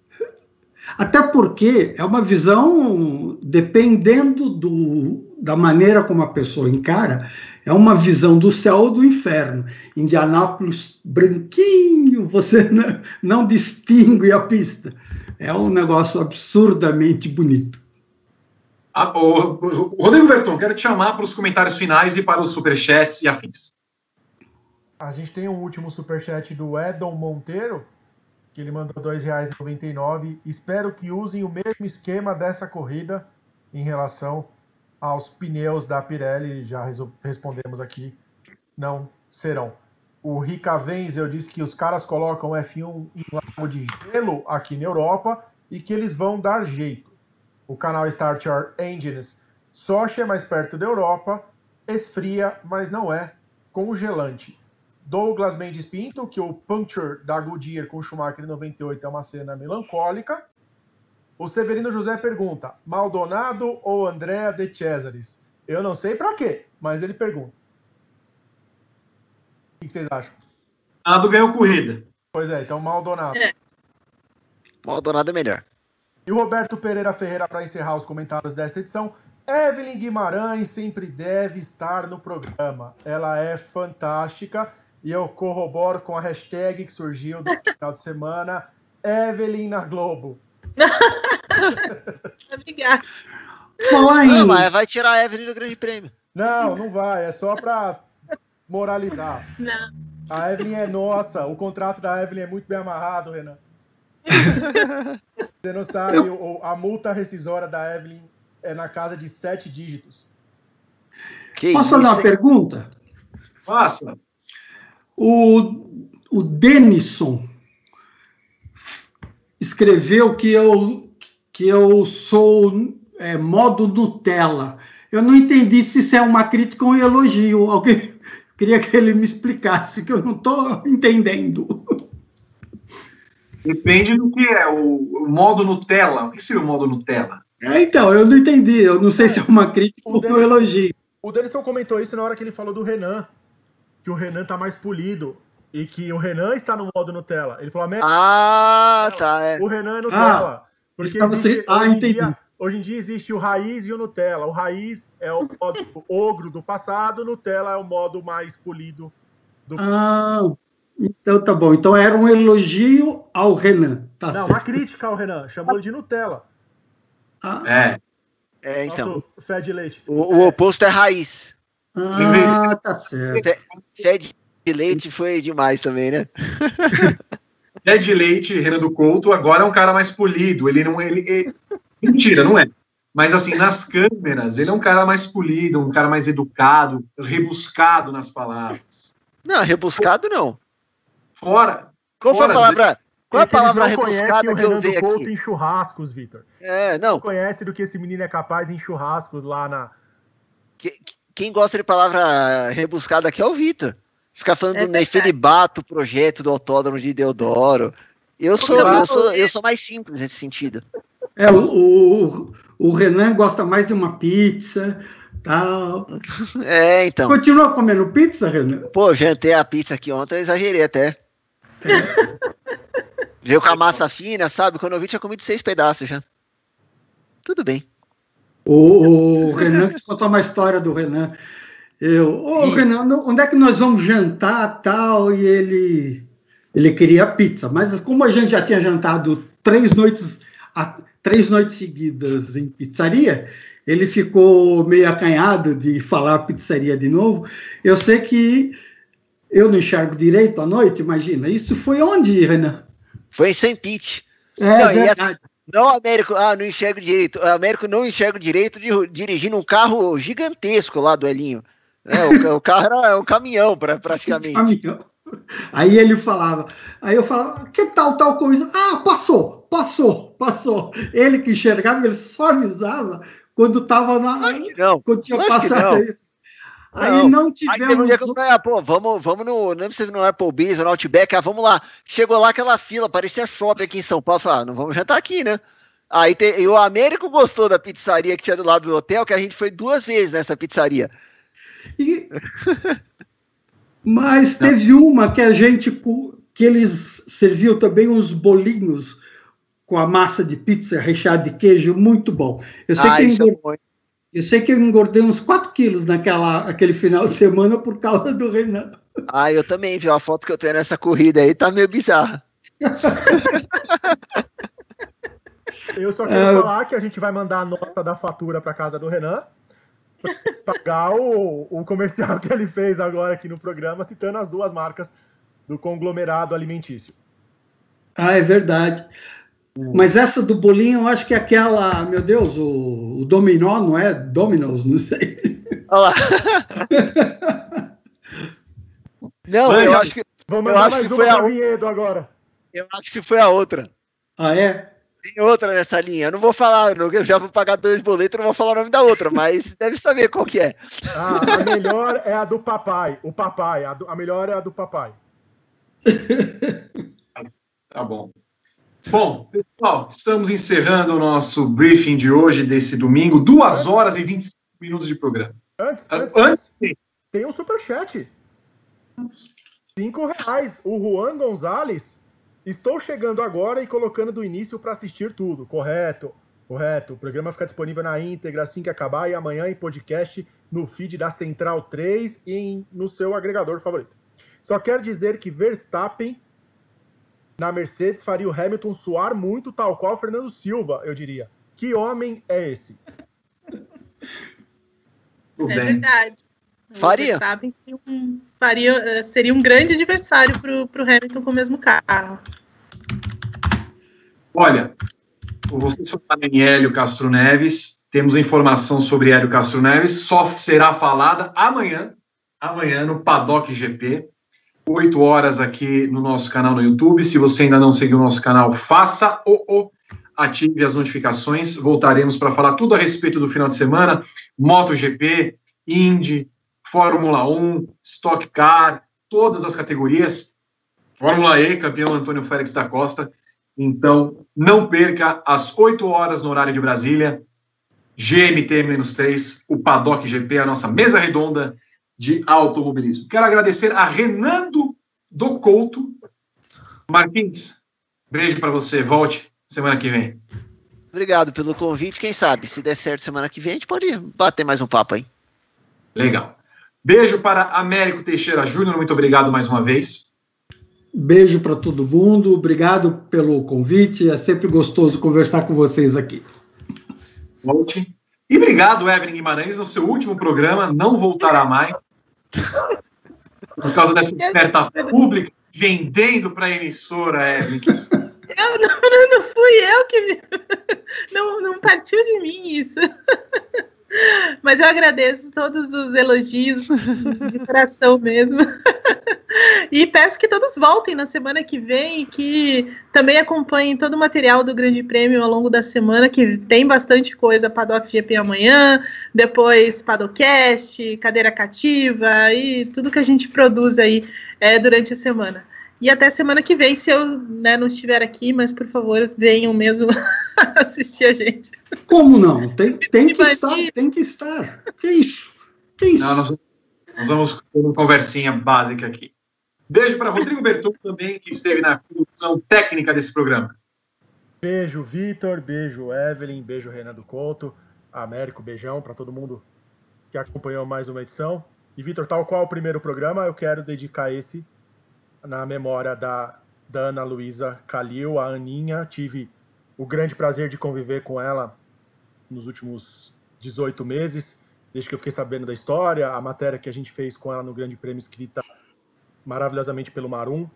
Até porque é uma visão, dependendo do, da maneira como a pessoa encara, é uma visão do céu ou do inferno. Indianápolis branquinho, você não, não distingue a pista. É um negócio absurdamente bonito. Ah, o, o Rodrigo Berton, quero te chamar para os comentários finais e para os superchats e afins. A gente tem um último superchat do Edon Monteiro, que ele mandou dois reais e noventa e nove centavos. Espero que usem o mesmo esquema dessa corrida em relação aos pneus da Pirelli. Já resol- respondemos aqui, não serão. O Rica Wenzel disse que os caras colocam o F um em lago de gelo aqui na Europa e que eles vão dar jeito. O canal Start Your Engines, Sochi é mais perto da Europa, esfria, mas não é congelante. Douglas Mendes Pinto, que o puncture da Goodyear com o Schumacher em noventa e oito é uma cena melancólica. O Severino José pergunta, Maldonado ou Andrea De Cesaris? Eu não sei pra quê, mas ele pergunta. O que vocês acham? Maldonado ganhou corrida. Pois é, então Maldonado. É. Maldonado é melhor. E o Roberto Pereira Ferreira, para encerrar os comentários dessa edição, Evelyn Guimarães sempre deve estar no programa. Ela é fantástica e eu corroboro com a hashtag que surgiu no final de semana, Evelyn na Globo. Obrigada. Falar Não, em... mas vai tirar a Evelyn do Grande Prêmio. Não, não vai. É só para moralizar. Não. A Evelyn é nossa. O contrato da Evelyn é muito bem amarrado, Renan. Você não sabe, o, a multa rescisória da Evelyn é na casa de sete dígitos. Que Posso fazer isso, uma hein? pergunta? Faça. O, o Denison escreveu que eu, que eu sou é, modo Nutella. Eu não entendi se isso é uma crítica ou um elogio. Alguém queria que ele me explicasse, que eu não estou entendendo. Depende do que é o, o modo Nutella. O que seria o modo Nutella? É, então, eu não entendi. Eu não sei se é uma crítica O ou um Denison- elogio. O Denison comentou isso na hora que ele falou do Renan. Que o Renan tá mais polido. E que o Renan está no modo Nutella. Ele falou, América, Ah, tá. É. o Renan é Nutella. porque ele tava existe, sem- ah, hoje, em entendi. dia, hoje em dia existe o raiz e o Nutella. O raiz é o modo ogro do passado, o Nutella é o modo mais polido. Ah, então tá bom. Então era um elogio ao Renan. Tá Não, certo. uma crítica ao Renan. Chamou ele de Nutella. Ah, É. É, então. Nosso fé de leite. O, o oposto é raiz. ah, tá certo. Fé, fé de leite foi demais também, né? É de Leite, Renan do Couto, agora é um cara mais polido. Ele não. Ele, ele- Mentira, não é. Mas assim, nas câmeras, ele é um cara mais polido, um cara mais educado, rebuscado nas palavras. Não, rebuscado não. Fora. Qual foi a fora palavra? Qual é a É que eles palavra não conhecem rebuscada o que eu Renan usei do Couto aqui? em churrascos, Vitor. É, não. Não conhece do que esse menino é capaz em churrascos lá na... Que- Quem gosta de palavra rebuscada aqui é o Vitor. Ficar falando É do verdade. Nefelibato, projeto do Autódromo de Deodoro. Eu sou, eu sou, eu sou mais simples nesse sentido. É, o, o, o Renan gosta mais de uma pizza, tal. É, então. Continua comendo pizza, Renan? Pô, jantei a pizza aqui ontem, eu exagerei até. Veio com a massa fina, sabe? Quando eu vi, tinha comido seis pedaços já. Tudo bem. O, o Renan, que contar uma história do Renan. Eu, ô Ih. Renan, no- onde é que nós vamos jantar, tal? E ele, ele queria pizza, mas como a gente já tinha jantado três noites, a- três noites seguidas em pizzaria, ele ficou meio acanhado de falar pizzaria de novo. Eu sei que eu não enxergo direito à noite, imagina. Isso foi onde, Renan? Foi em Saint Pete. É Não, e verdade. Não, Américo, ah, não enxergo direito. O Américo não enxerga direito de, dirigindo um carro gigantesco lá do Elinho. É, o, o carro era um caminhão, pra, praticamente. Caminhão. Aí ele falava, aí eu falava, que tal, tal coisa? Ah, passou, passou, passou. Ele que enxergava, ele só avisava quando estava na. Claro que não. Quando tinha Claro que passado não. aí. Aí Não. não Aí teve um tivemos. dia que eu falei, ah, pô, vamos, vamos no, não precisa ir no Applebee's ou no Outback, ah, vamos lá. Chegou lá aquela fila, parecia shopping aqui em São Paulo, falei, ah, não vamos jantar aqui, né? Aí te, e o Américo gostou da pizzaria que tinha do lado do hotel, que a gente foi duas vezes nessa pizzaria. E- Mas teve uma que a gente, co- que eles serviam também uns bolinhos com a massa de pizza recheada de queijo, muito bom. Eu sei Ah, que isso é engor- bom. eu sei que eu engordei uns quatro quilos naquela, aquele final de semana por causa do Renan. Ah, eu também, viu? A foto que eu tenho nessa corrida aí tá meio bizarra. Eu só quero É. falar que a gente vai mandar a nota da fatura para casa do Renan pra pagar o, o comercial que ele fez agora aqui no programa, citando as duas marcas do conglomerado alimentício. Ah, é verdade. Mas essa do bolinho, eu acho que é aquela, meu Deus, o, o dominó, não é? Domino's, não sei. Olha lá. Não, Vai, eu Gabi. acho que, Vou Eu mandar acho mais que uma foi a pra u- Vinhedo agora. eu acho que foi a outra. Ah, é? Tem outra nessa linha. Eu não vou falar, eu já vou pagar dois boletos, eu não vou falar o nome da outra, mas deve saber qual que é. Ah, a melhor é a do papai. O papai. A, do- a melhor é a do papai. Tá bom. Bom, pessoal, estamos encerrando o nosso briefing de hoje, desse domingo, duas horas e vinte e cinco minutos de programa. Antes, Ah, antes, antes- antes, tem um superchat. Cinco reais. O Juan Gonzalez Estou chegando agora e colocando do início para assistir tudo. Correto, correto. O programa fica disponível na íntegra assim que acabar e amanhã em podcast no feed da Central três e em, no seu agregador favorito. Só quero dizer que Verstappen na Mercedes faria o Hamilton suar muito, tal qual Fernando Silva, eu diria. Que homem é esse? Tudo É bem. verdade. Faria. O Verstappen seria um, faria, seria um grande adversário para o Hamilton com o mesmo carro. Olha, vocês falaram em Hélio Castro Neves, temos informação sobre Hélio Castro Neves, só será falada amanhã, amanhã no Paddock G P, oito horas aqui no nosso canal no YouTube. Se você ainda não seguiu o nosso canal, faça o, o ative as notificações, voltaremos para falar tudo a respeito do final de semana, MotoGP, Indy, Fórmula um, Stock Car, todas as categorias, Fórmula E, campeão Antônio Félix da Costa. Então, não perca, às oito horas no horário de Brasília, G M T três, o Paddock G P, a nossa mesa redonda de automobilismo. Quero agradecer a Renando do Couto. Marquinhos, beijo para você, volte semana que vem. Obrigado pelo convite. Quem sabe, se der certo semana que vem, a gente pode bater mais um papo aí. Legal. Beijo para Américo Teixeira Júnior, muito obrigado mais uma vez. Beijo para todo mundo, obrigado pelo convite, é sempre gostoso conversar com vocês aqui. Volte. E obrigado, Evelyn Guimarães, no seu último programa, não voltará mais. Por causa dessa oferta pública, vendendo para a emissora, Evelyn. Eu não, não, não fui eu que... Não, não partiu de mim isso. Mas eu agradeço todos os elogios, de coração mesmo. E peço que todos voltem na semana que vem e que também acompanhem todo o material do Grande Prêmio ao longo da semana, que tem bastante coisa, Paddock G P amanhã, depois Paddockcast, Cadeira Cativa e tudo que a gente produz aí é, durante a semana. E até semana que vem, se eu né, não estiver aqui, mas por favor, venham mesmo assistir a gente. Como não? Tem, tem que estar, tem que estar. Que isso? Que isso? Não, nós, nós vamos ter uma conversinha básica aqui. Beijo para Rodrigo Bertoldo também, que esteve na produção técnica desse programa. Beijo, Vitor, beijo, Evelyn, beijo, Renan do Couto, Américo, beijão para todo mundo que acompanhou mais uma edição. E, Vitor, tal qual o primeiro programa, eu quero dedicar esse na memória da, da Ana Luísa Calil, a Aninha. Tive o grande prazer de conviver com ela nos últimos dezoito meses, desde que eu fiquei sabendo da história, a matéria que a gente fez com ela no Grande Prêmio, escrita maravilhosamente pelo Marum,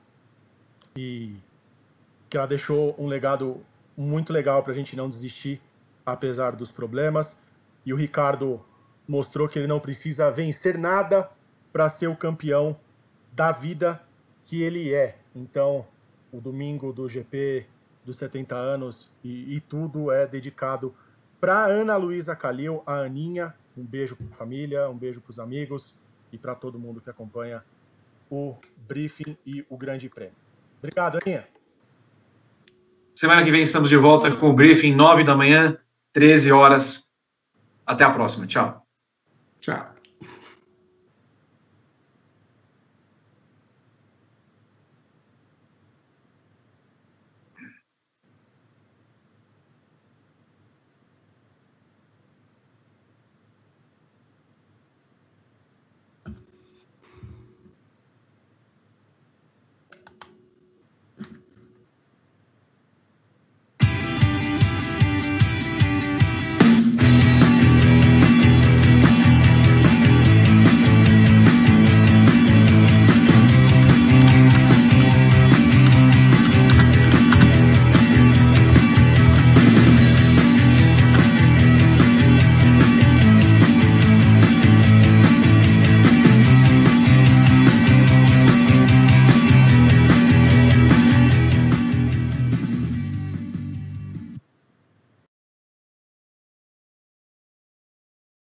e que ela deixou um legado muito legal para a gente não desistir, apesar dos problemas. E o Ricardo mostrou que ele não precisa vencer nada para ser o campeão da vida que ele é. Então, o domingo do G P dos setenta anos e, e tudo é dedicado para Ana Luísa Calil, a Aninha. Um beijo para a família, um beijo para os amigos e para todo mundo que acompanha o briefing e o Grande Prêmio. Obrigado, Aninha. Semana que vem estamos de volta com o briefing, nove da manhã, treze horas. Até a próxima. Tchau. Tchau.